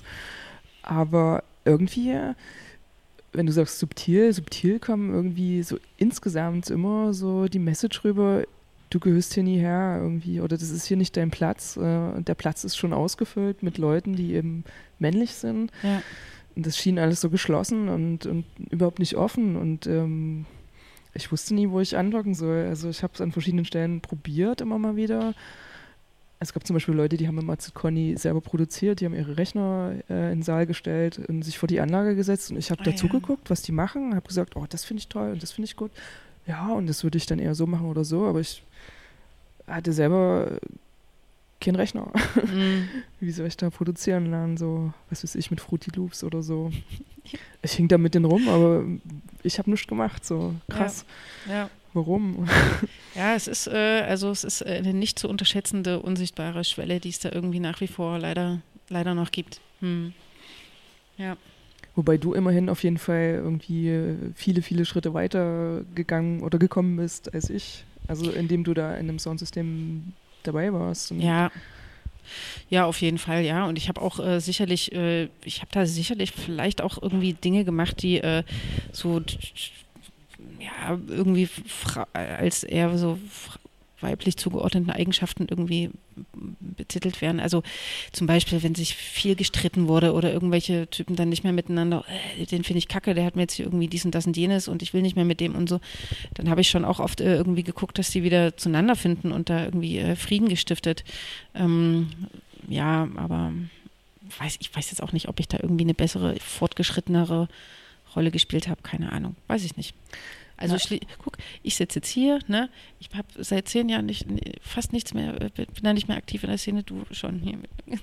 Speaker 3: Aber irgendwie, wenn du sagst subtil, subtil kommen irgendwie so insgesamt immer so die Message rüber, du gehörst hier nie her irgendwie oder das ist hier nicht dein Platz. Äh, der Platz ist schon ausgefüllt mit Leuten, die eben männlich sind. Ja. Und das schien alles so geschlossen und, und überhaupt nicht offen und ähm, ich wusste nie, wo ich andocken soll. Also ich habe es an verschiedenen Stellen probiert, immer mal wieder. Es gab zum Beispiel Leute, die haben immer Conny selber produziert, die haben ihre Rechner äh, in den Saal gestellt und sich vor die Anlage gesetzt und ich habe
Speaker 2: ah,
Speaker 3: dazu
Speaker 2: ja.
Speaker 3: geguckt, was die machen, habe gesagt, oh, das finde ich toll und das finde ich gut. Ja, und das würde ich dann eher so machen oder so, aber ich hatte selber keinen Rechner. Mm. Wie soll ich da produzieren lernen, so, was weiß ich, mit Fruity Loops oder so. Ich hing da mit denen rum, aber ich habe nichts gemacht, so krass.
Speaker 2: Ja. Ja.
Speaker 3: Warum?
Speaker 2: Ja, es ist, äh, also es ist eine nicht zu unterschätzende, unsichtbare Schwelle, die es da irgendwie nach wie vor leider, leider noch gibt. Hm. Ja.
Speaker 3: Wobei du immerhin auf jeden Fall irgendwie viele, viele Schritte weiter gegangen oder gekommen bist als ich. Also indem du da in einem Soundsystem dabei warst. Und
Speaker 2: ja. Ja, auf jeden Fall, ja. Und ich habe auch äh, sicherlich, äh, ich habe da sicherlich vielleicht auch irgendwie Dinge gemacht, die äh, so, ja, irgendwie fra- als eher so fra- weiblich zugeordneten Eigenschaften irgendwie betitelt werden. Also zum Beispiel, wenn sich viel gestritten wurde oder irgendwelche Typen dann nicht mehr miteinander, äh, den finde ich kacke, der hat mir jetzt hier irgendwie dies und das und jenes und ich will nicht mehr mit dem und so, dann habe ich schon auch oft äh, irgendwie geguckt, dass die wieder zueinander finden und da irgendwie äh, Frieden gestiftet. Ähm, ja, aber weiß, ich weiß jetzt auch nicht, ob ich da irgendwie eine bessere, fortgeschrittenere Rolle gespielt habe, keine Ahnung, weiß ich nicht. Also ja. guck, ich sitze jetzt hier, ne? Ich habe seit zehn Jahren nicht, fast nichts mehr, bin da nicht mehr aktiv in der Szene, du schon hier.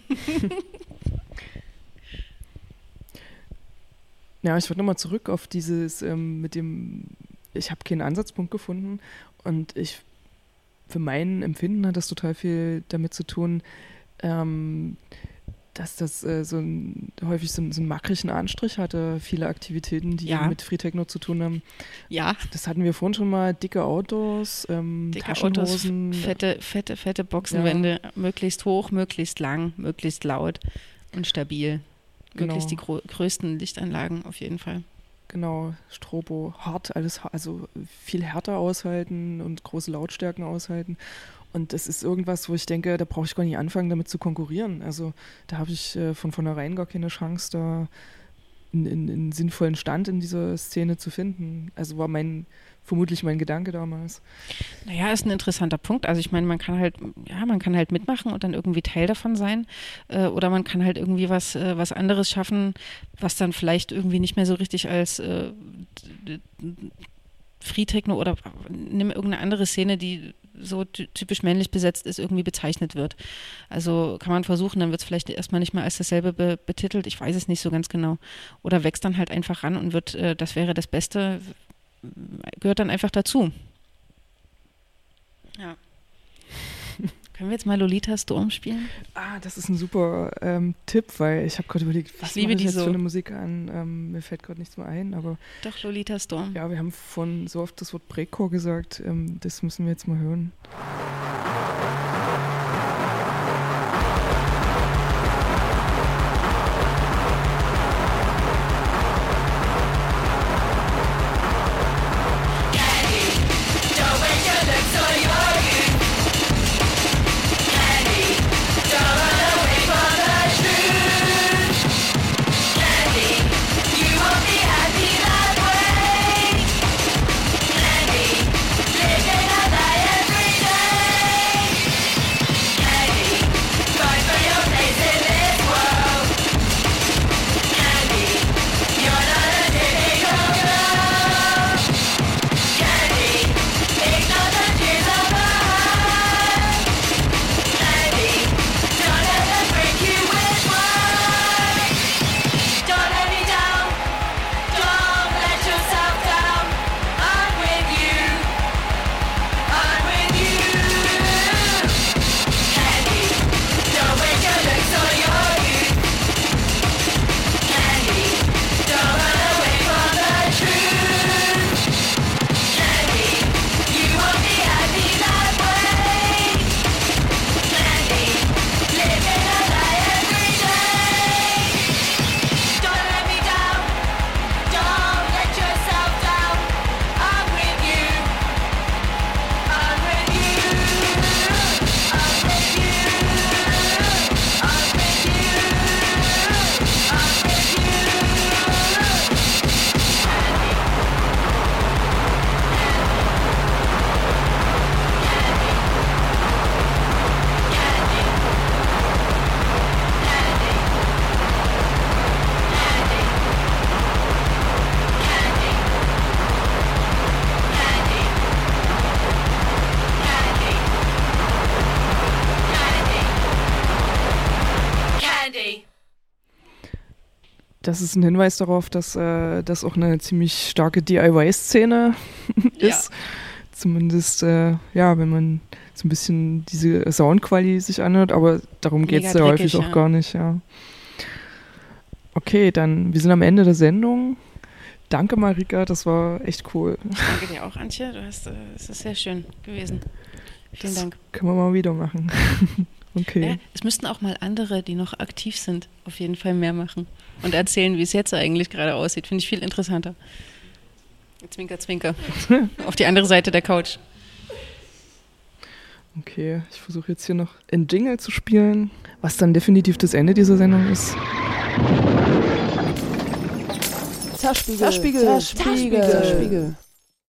Speaker 3: Ja, ich wollte nochmal zurück auf dieses ähm, mit dem, ich habe keinen Ansatzpunkt gefunden und ich, für mein Empfinden hat das total viel damit zu tun, ähm, dass das äh, so ein, häufig so, so einen makrigen Anstrich hatte, viele Aktivitäten, die ja. mit Free Techno zu tun haben.
Speaker 2: Ja.
Speaker 3: Das hatten wir vorhin schon mal, dicke Autos, ähm,
Speaker 2: dicke
Speaker 3: Taschenhosen.
Speaker 2: Autos, fette, fette, fette Boxenwände, ja. möglichst hoch, möglichst lang, möglichst laut und stabil. Genau. Möglichst die gro- größten Lichtanlagen auf jeden Fall.
Speaker 3: Genau, Strobo, hart, alles, also viel härter aushalten und große Lautstärken aushalten. Und das ist irgendwas, wo ich denke, da brauche ich gar nicht anfangen, damit zu konkurrieren. Also da habe ich äh, von vornherein gar keine Chance, da einen, einen sinnvollen Stand in dieser Szene zu finden. Also war mein, vermutlich mein Gedanke damals.
Speaker 2: Naja, ist ein interessanter Punkt. Also ich meine, man kann halt, ja, man kann halt mitmachen und dann irgendwie Teil davon sein. Äh, oder man kann halt irgendwie was, äh, was anderes schaffen, was dann vielleicht irgendwie nicht mehr so richtig als äh, Free Techno oder nimm irgendeine andere Szene, die so typisch männlich besetzt ist, irgendwie bezeichnet wird. Also kann man versuchen, dann wird es vielleicht erstmal nicht mehr als dasselbe be- betitelt, ich weiß es nicht so ganz genau. Oder wächst dann halt einfach ran und wird, äh, das wäre das Beste, gehört dann einfach dazu. Ja. Können wir jetzt mal Lolita Storm spielen?
Speaker 3: Ah, das ist ein super ähm, Tipp, weil ich habe gerade überlegt, was
Speaker 2: ich liebe
Speaker 3: ich jetzt
Speaker 2: so.
Speaker 3: für eine Musik an? Ähm, mir fällt gerade nichts mehr ein, aber...
Speaker 2: Doch, Lolita Storm.
Speaker 3: Ja, wir haben von so oft das Wort Breakcore gesagt, ähm, das müssen wir jetzt mal hören.
Speaker 5: Living a lie every day.
Speaker 3: das ist ein Hinweis darauf, dass äh, das auch eine ziemlich starke D I Y-Szene ist. Ja. Zumindest, äh, ja, wenn man so ein bisschen diese Soundqualität sich anhört, aber darum geht es ja häufig auch ja. gar nicht, ja. Okay, dann, wir sind am Ende der Sendung. Danke, Marika, das war echt cool.
Speaker 2: Danke dir auch, Antje, du hast, äh, es ist sehr schön gewesen. Vielen
Speaker 3: das
Speaker 2: Dank.
Speaker 3: Können wir mal wieder machen. Okay.
Speaker 2: Ja, es müssten auch mal andere, die noch aktiv sind, auf jeden Fall mehr machen und erzählen, wie es jetzt eigentlich gerade aussieht. Finde ich viel interessanter. Zwinker, zwinker. Auf die andere Seite der Couch.
Speaker 3: Okay, ich versuche jetzt hier noch ein Jingle zu spielen, was dann definitiv das Ende dieser Sendung ist.
Speaker 1: Zerspiegel, Zerspiegel, Zerspiegel, Zerspiegel.